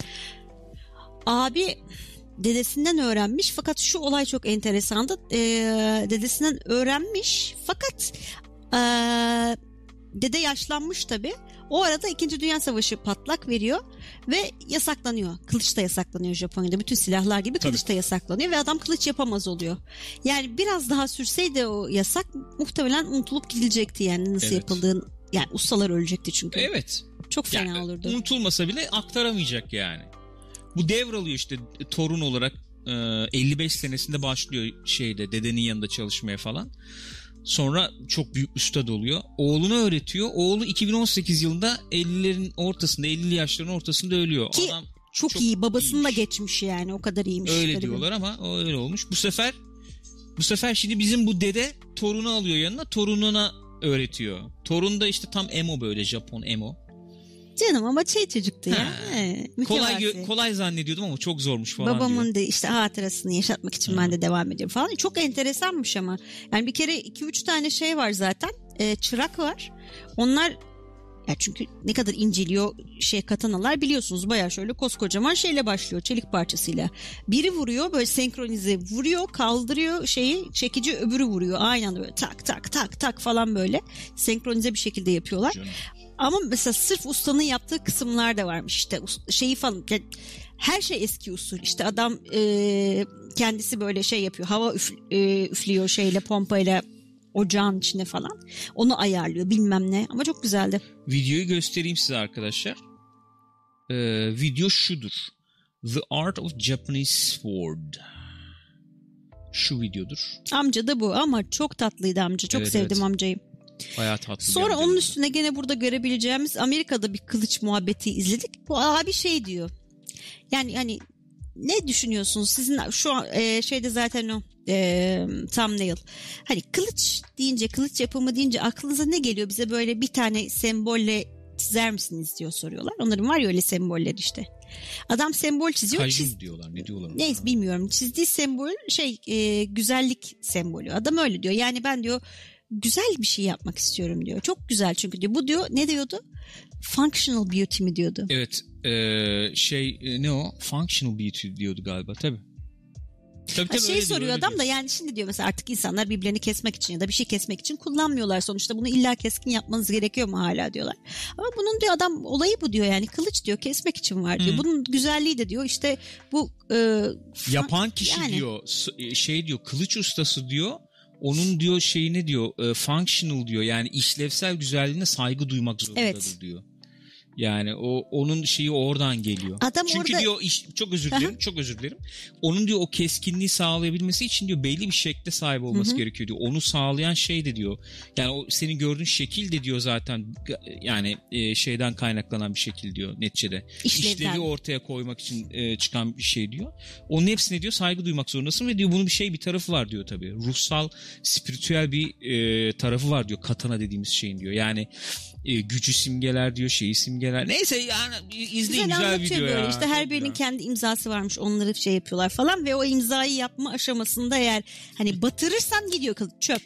Abi dedesinden öğrenmiş. Fakat şu olay çok enteresandı. E, dedesinden öğrenmiş. Fakat e, dede yaşlanmış tabii. O arada İkinci Dünya Savaşı patlak veriyor ve yasaklanıyor. Kılıç da yasaklanıyor Japonya'da. Bütün silahlar gibi kılıç da yasaklanıyor ve adam kılıç yapamaz oluyor. Yani biraz daha sürseydi o yasak muhtemelen unutulup gidilecekti yani nasıl evet. yapıldığını. Yani ustalar ölecekti çünkü. Evet. Çok fena yani, olurdu. Unutulmasa bile aktaramayacak yani. Bu devralıyor işte torun olarak elli beş senesinde başlıyor şeyde, dedenin yanında çalışmaya falan. Sonra çok büyük üstad oluyor. Oğluna öğretiyor. Oğlu iki bin on sekiz yılında ellilerin ortasında, ellili yaşların ortasında ölüyor. Ki adam çok, çok iyi. Babasını da geçmiş yani. O kadar iyiymiş. Öyle garibim. Diyorlar ama o öyle olmuş. Bu sefer bu sefer şimdi bizim bu dede torunu alıyor yanına. Torununa öğretiyor. Torun da işte tam emo, böyle Japon emo. Canım ama şey çocuktu ya. Kolay kolay zannediyordum ama çok zormuş falan. Babamın diyor. da işte hatırasını yaşatmak için ha. ben de devam ediyorum falan. Çok enteresanmış ama. Yani bir kere iki üç tane şey var zaten. Ee, çırak var. Onlar ya çünkü ne kadar inceliyor şey katanalar biliyorsunuz. Bayağı şöyle koskocaman şeyle başlıyor, çelik parçasıyla. Biri vuruyor böyle senkronize vuruyor, kaldırıyor şeyi, çekici öbürü vuruyor. Aynı anda böyle tak tak tak tak falan böyle senkronize bir şekilde yapıyorlar. Canım. Ama mesela sırf ustanın yaptığı kısımlar da varmış işte şeyi falan, her şey eski usul işte adam e, kendisi böyle şey yapıyor, hava üf, e, üflüyor şeyle, pompayla ocağın içine falan, onu ayarlıyor bilmem ne, ama çok güzeldi. Videoyu göstereyim size arkadaşlar. Ee, video şudur: The Art of Japanese Sword. Şu videodur. Amca da bu ama çok tatlıydı amca, çok evet, sevdim evet. amcayı. Bayağı tatlı. Sonra onun üstüne gene burada görebileceğimiz Amerika'da bir kılıç muhabbeti izledik. Bu abi şey diyor. Yani hani ne düşünüyorsunuz? Sizin şu an e, şeyde zaten o e, thumbnail. Hani kılıç deyince, kılıç yapımı deyince aklınıza ne geliyor? Bize böyle bir tane sembolle çizer misiniz diyor soruyorlar. Onların var ya öyle semboller işte. Adam sembol çiziyor. Kaiju çiz... diyorlar. Ne diyorlar? Neyse bilmiyorum. Çizdiği sembol şey e, güzellik sembolü. Adam öyle diyor. Yani ben diyor güzel bir şey yapmak istiyorum diyor. Çok güzel çünkü diyor. Bu diyor ne diyordu? Functional beauty mi diyordu? Evet. E, şey e, ne o? Functional beauty diyordu galiba. Tabii. Tabii, tabii, şey soruyor diyor, adam diyor. da yani şimdi diyor mesela artık insanlar birbirlerini kesmek için ya da bir şey kesmek için kullanmıyorlar. Sonuçta bunu illa keskin yapmanız gerekiyor mu hala diyorlar. Ama bunun diyor adam olayı bu diyor yani kılıç diyor kesmek için var diyor. Hı. Bunun güzelliği de diyor işte bu e, yapan kişi yani. Diyor şey diyor kılıç ustası diyor. Onun diyor şeyine diyor e, functional diyor yani işlevsel güzelliğine saygı duymak zorundadır evet. diyor. Yani o onun şeyi oradan geliyor. Adam Çünkü orada... diyor iş, çok özür dilerim, çok özür dilerim. Onun diyor o keskinliği sağlayabilmesi için diyor belli bir şekle sahip olması Hı-hı. gerekiyor diyor. Onu sağlayan şey de diyor. Yani o senin gördüğün şekil de diyor zaten yani e, şeyden kaynaklanan bir şekil diyor neticede. İşlevden. İşlevi ortaya koymak için e, çıkan bir şey diyor. Onun hepsine diyor saygı duymak zorundasın ve diyor bunun bir şey bir tarafı var diyor tabii. Ruhsal, spiritüel bir e, tarafı var diyor katana dediğimiz şeyin diyor. Yani e, gücü simgeler diyor, şeyi simgeler. Neyse yani izleyin güzel, güzel video böyle. ya. İşte her birinin kendi imzası varmış. Onları şey yapıyorlar falan ve o imzayı yapma aşamasında eğer hani batırırsan gidiyor çöp.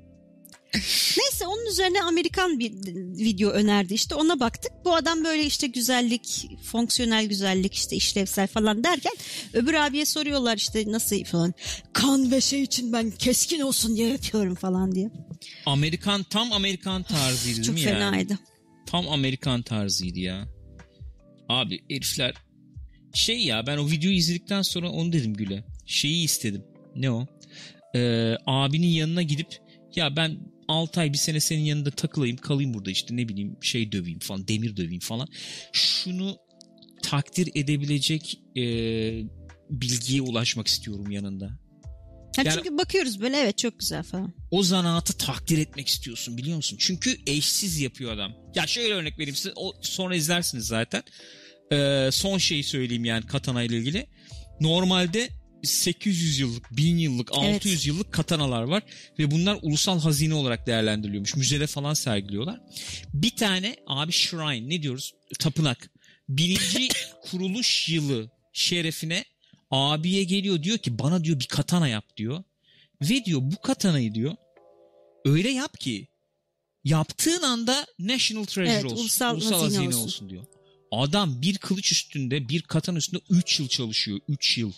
Neyse onun üzerine Amerikan bir video önerdi işte ona baktık. Bu adam böyle işte güzellik, fonksiyonel güzellik işte işlevsel falan derken öbür abiye soruyorlar işte nasıl falan. Kan ve şey için ben keskin olsun diye yapıyorum falan diye. Amerikan tam Amerikan tarzıydı değil Çok mi yani? Çok fenaydı. Tam Amerikan tarzıydı ya. Abi herifler şey ya ben o videoyu izledikten sonra onu dedim Gül'e. Şeyi istedim. Ne o? Ee, abinin yanına gidip ya ben altı ay bir sene senin yanında takılayım kalayım burada işte ne bileyim şey döveyim falan demir döveyim falan. Şunu takdir edebilecek e, bilgiye ulaşmak istiyorum yanında. Ha yani, çünkü bakıyoruz böyle evet çok güzel falan. O zanaatı takdir etmek istiyorsun biliyor musun? Çünkü eşsiz yapıyor adam. Ya şöyle örnek vereyim size o, sonra izlersiniz zaten. Ee, son şeyi söyleyeyim yani katana ile ilgili. Normalde sekiz yüz yıllık, bin yıllık, altı yüz evet. yıllık katanalar var ve bunlar ulusal hazine olarak değerlendiriliyormuş. Müzede falan sergiliyorlar. Bir tane abi shrine ne diyoruz? Tapınak. Birinci kuruluş yılı şerefine abiye geliyor diyor ki bana diyor bir katana yap diyor. Ve diyor bu katanayı diyor öyle yap ki yaptığın anda national treasure evet, olsun. Ulusal, ulusal hazine, hazine olsun. olsun diyor. Adam bir kılıç üstünde bir katana üstünde üç yıl çalışıyor. üç yıl.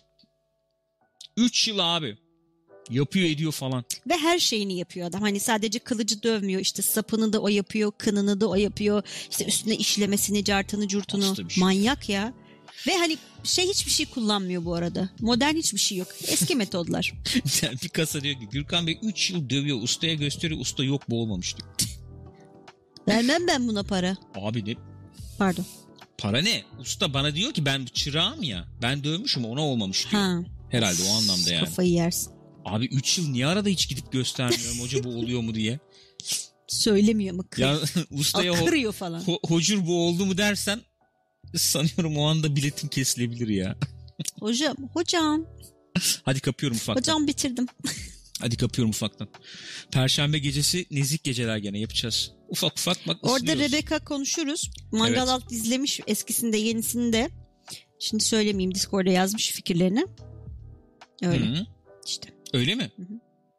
üç yıl abi. Yapıyor ediyor falan. Ve her şeyini yapıyor adam. Hani sadece kılıcı dövmüyor. İşte sapını da o yapıyor. Kınını da o yapıyor. İşte üstüne işlemesini, cartını, curtunu. Şey. Manyak ya. Ve hani şey hiçbir şey kullanmıyor bu arada. Modern hiçbir şey yok. Eski metodlar. Yani bir kasa diyor ki Gürkan Bey üç yıl dövüyor. Ustaya gösteriyor. Usta yok bu olmamış diyor. Vermem ben buna para. Abi ne? Pardon. Para ne? Usta bana diyor ki ben çırağım ya. Ben dövmüşüm ona olmamış diyor. Ha. Herhalde o anlamda yani. Kafayı yersin. Abi üç yıl niye arada hiç gidip göstermiyorum hoca bu oluyor mu diye. Söylemiyor mu? Ya ustaya ho- falan. Ho- hocur bu oldu mu dersen sanıyorum o anda biletim kesilebilir ya. Hocam, hocam. Hadi kapıyorum ufaktan. Hocam bitirdim. Hadi kapıyorum ufaktan. Perşembe gecesi nezik geceler gene yapacağız. Ufak ufak bak ısınıyoruz. Orada Rebecca konuşuruz. Mangal evet. Alt izlemiş eskisinde yenisinde. Şimdi söylemeyeyim Discord'da yazmış fikirlerini. Öyle. Hı-hı. İşte. Öyle mi? Hı-hı.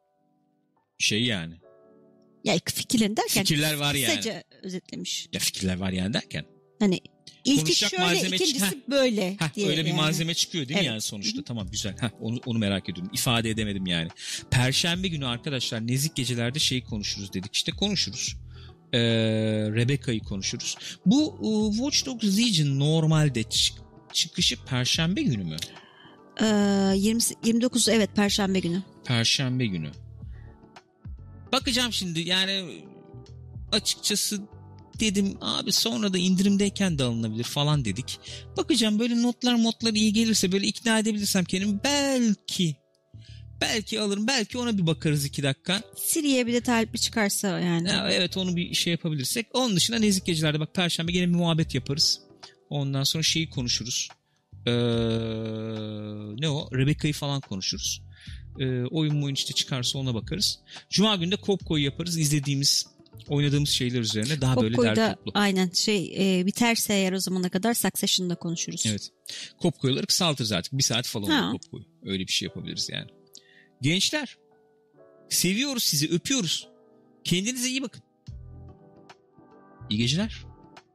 Şey yani. Ya fikirlerini derken. Fikirler var yani. Kısaca özetlemiş. Ya fikirler var yani derken. Hani İlki şöyle, ikincisi çık- böyle heh, diye. Öyle bir yani. malzeme çıkıyor değil mi evet. yani sonuçta? Hı-hı. Tamam güzel. Heh, onu, onu merak ediyorum. İfade edemedim yani. Perşembe günü arkadaşlar nezik gecelerde şey konuşuruz dedik. İşte konuşuruz. Ee, Rebecca'yı konuşuruz. Bu uh, Watch Dogs Legion normalde çık- çıkışı Perşembe günü mü? Ee, yirmi, yirmi dokuz evet Perşembe günü. Perşembe günü. Bakacağım şimdi yani açıkçası dedim abi sonra da indirimdeyken de alınabilir falan dedik. Bakacağım böyle notlar modlar iyi gelirse böyle ikna edebilirsem kendimi belki Belki alırım. Belki ona bir bakarız iki dakika. Siri'ye bir de talipli çıkarsa yani. Ya, evet onu bir şey yapabilirsek. Onun dışında Nezik Gecelerde bak Perşembe gene bir muhabbet yaparız. Ondan sonra şeyi konuşuruz. Ee, ne o? Rebecca'yı falan konuşuruz. Ee, oyun mu oyun işte çıkarsa ona bakarız. Cuma günü de Kopko'yu yaparız. İzlediğimiz, oynadığımız şeyler üzerine daha böyle Kopko'yu derli da toplu. aynen şey e, biterse eğer o zamana kadar Succession'da konuşuruz. Evet. Kopko'ları kısaltırız artık. Bir saat falan Ha. olur Kopko'yu. Öyle bir şey yapabiliriz yani. Gençler, seviyoruz sizi, öpüyoruz. Kendinize iyi bakın. İyi geceler.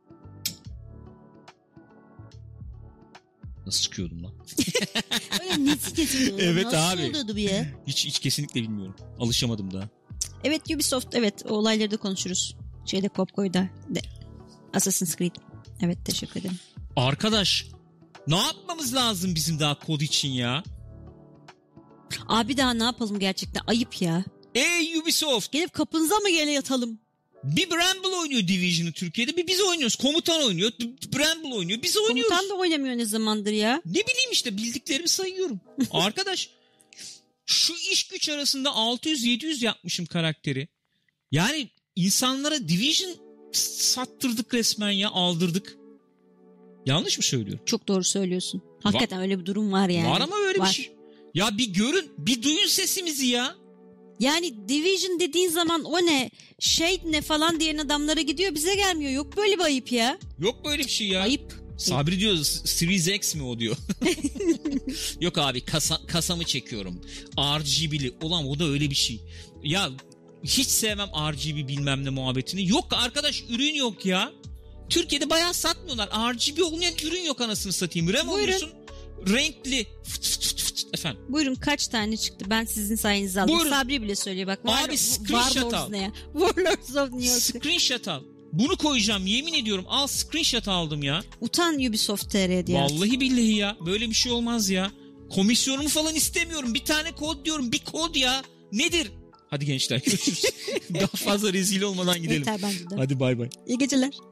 Nasıl çıkıyordum lan? Öyle nesi kesin Evet Nasıl abi. oluyordu bu ya? Hiç, hiç kesinlikle bilmiyorum. Alışamadım daha. Evet Ubisoft evet o olayları da konuşuruz. Şeyde Kopko'yda. De, Assassin's Creed. Evet teşekkür ederim. Arkadaş, ne yapmamız lazım bizim daha kod için ya? Abi daha ne yapalım gerçekten ayıp ya. Ey Ubisoft! Gelip kapınıza mı gele yatalım? Bir Bramble oynuyor Division'ı Türkiye'de, bir biz oynuyoruz. Komutan oynuyor, Bramble oynuyor, biz oynuyoruz. Komutan da oynamıyor ne zamandır ya. Ne bileyim işte bildiklerimi sayıyorum. Arkadaş şu iş güç arasında altı yüz yedi yüz yapmışım karakteri. Yani insanlara Division sattırdık resmen ya, aldırdık. Yanlış mı söylüyorum? Çok doğru söylüyorsun. Hakikaten Va- öyle bir durum var yani. Var ama öyle var. bir şey. Ya bir görün, bir duyun sesimizi ya. Yani Division dediğin zaman o ne? Shade ne falan diyen adamlara gidiyor bize gelmiyor. Yok böyle bir ayıp ya. Yok böyle bir şey ya. Ayıp. Sabri diyor Series X mi o diyor. Yok abi kasa, kasamı çekiyorum. R G B'li. Ulan o da öyle bir şey. Ya hiç sevmem R G B bilmem ne muhabbetini. Yok arkadaş ürün yok ya. Türkiye'de bayağı satmıyorlar. R G B olmayan ürün yok anasını satayım. RAM alıyorsun. Renkli. Fıt fıt fıt fıt. Efendim. Buyurun kaç tane çıktı? Ben sizin sayenizde aldım. Buyurun. Sabri bile söylüyor bak. War, Abi screenshot al. Ne ya? Warlords of New York. Screenshot al. Bunu koyacağım yemin ediyorum. Al screenshot aldım ya. Utan Ubisoft T R diye. Vallahi billahi ya. Böyle bir şey olmaz ya. Komisyonumu falan istemiyorum. Bir tane kod diyorum. Bir kod ya. Nedir? Hadi gençler görüşürüz. Daha fazla rezil olmadan gidelim. Yeter bence de. Hadi bay bay. İyi geceler.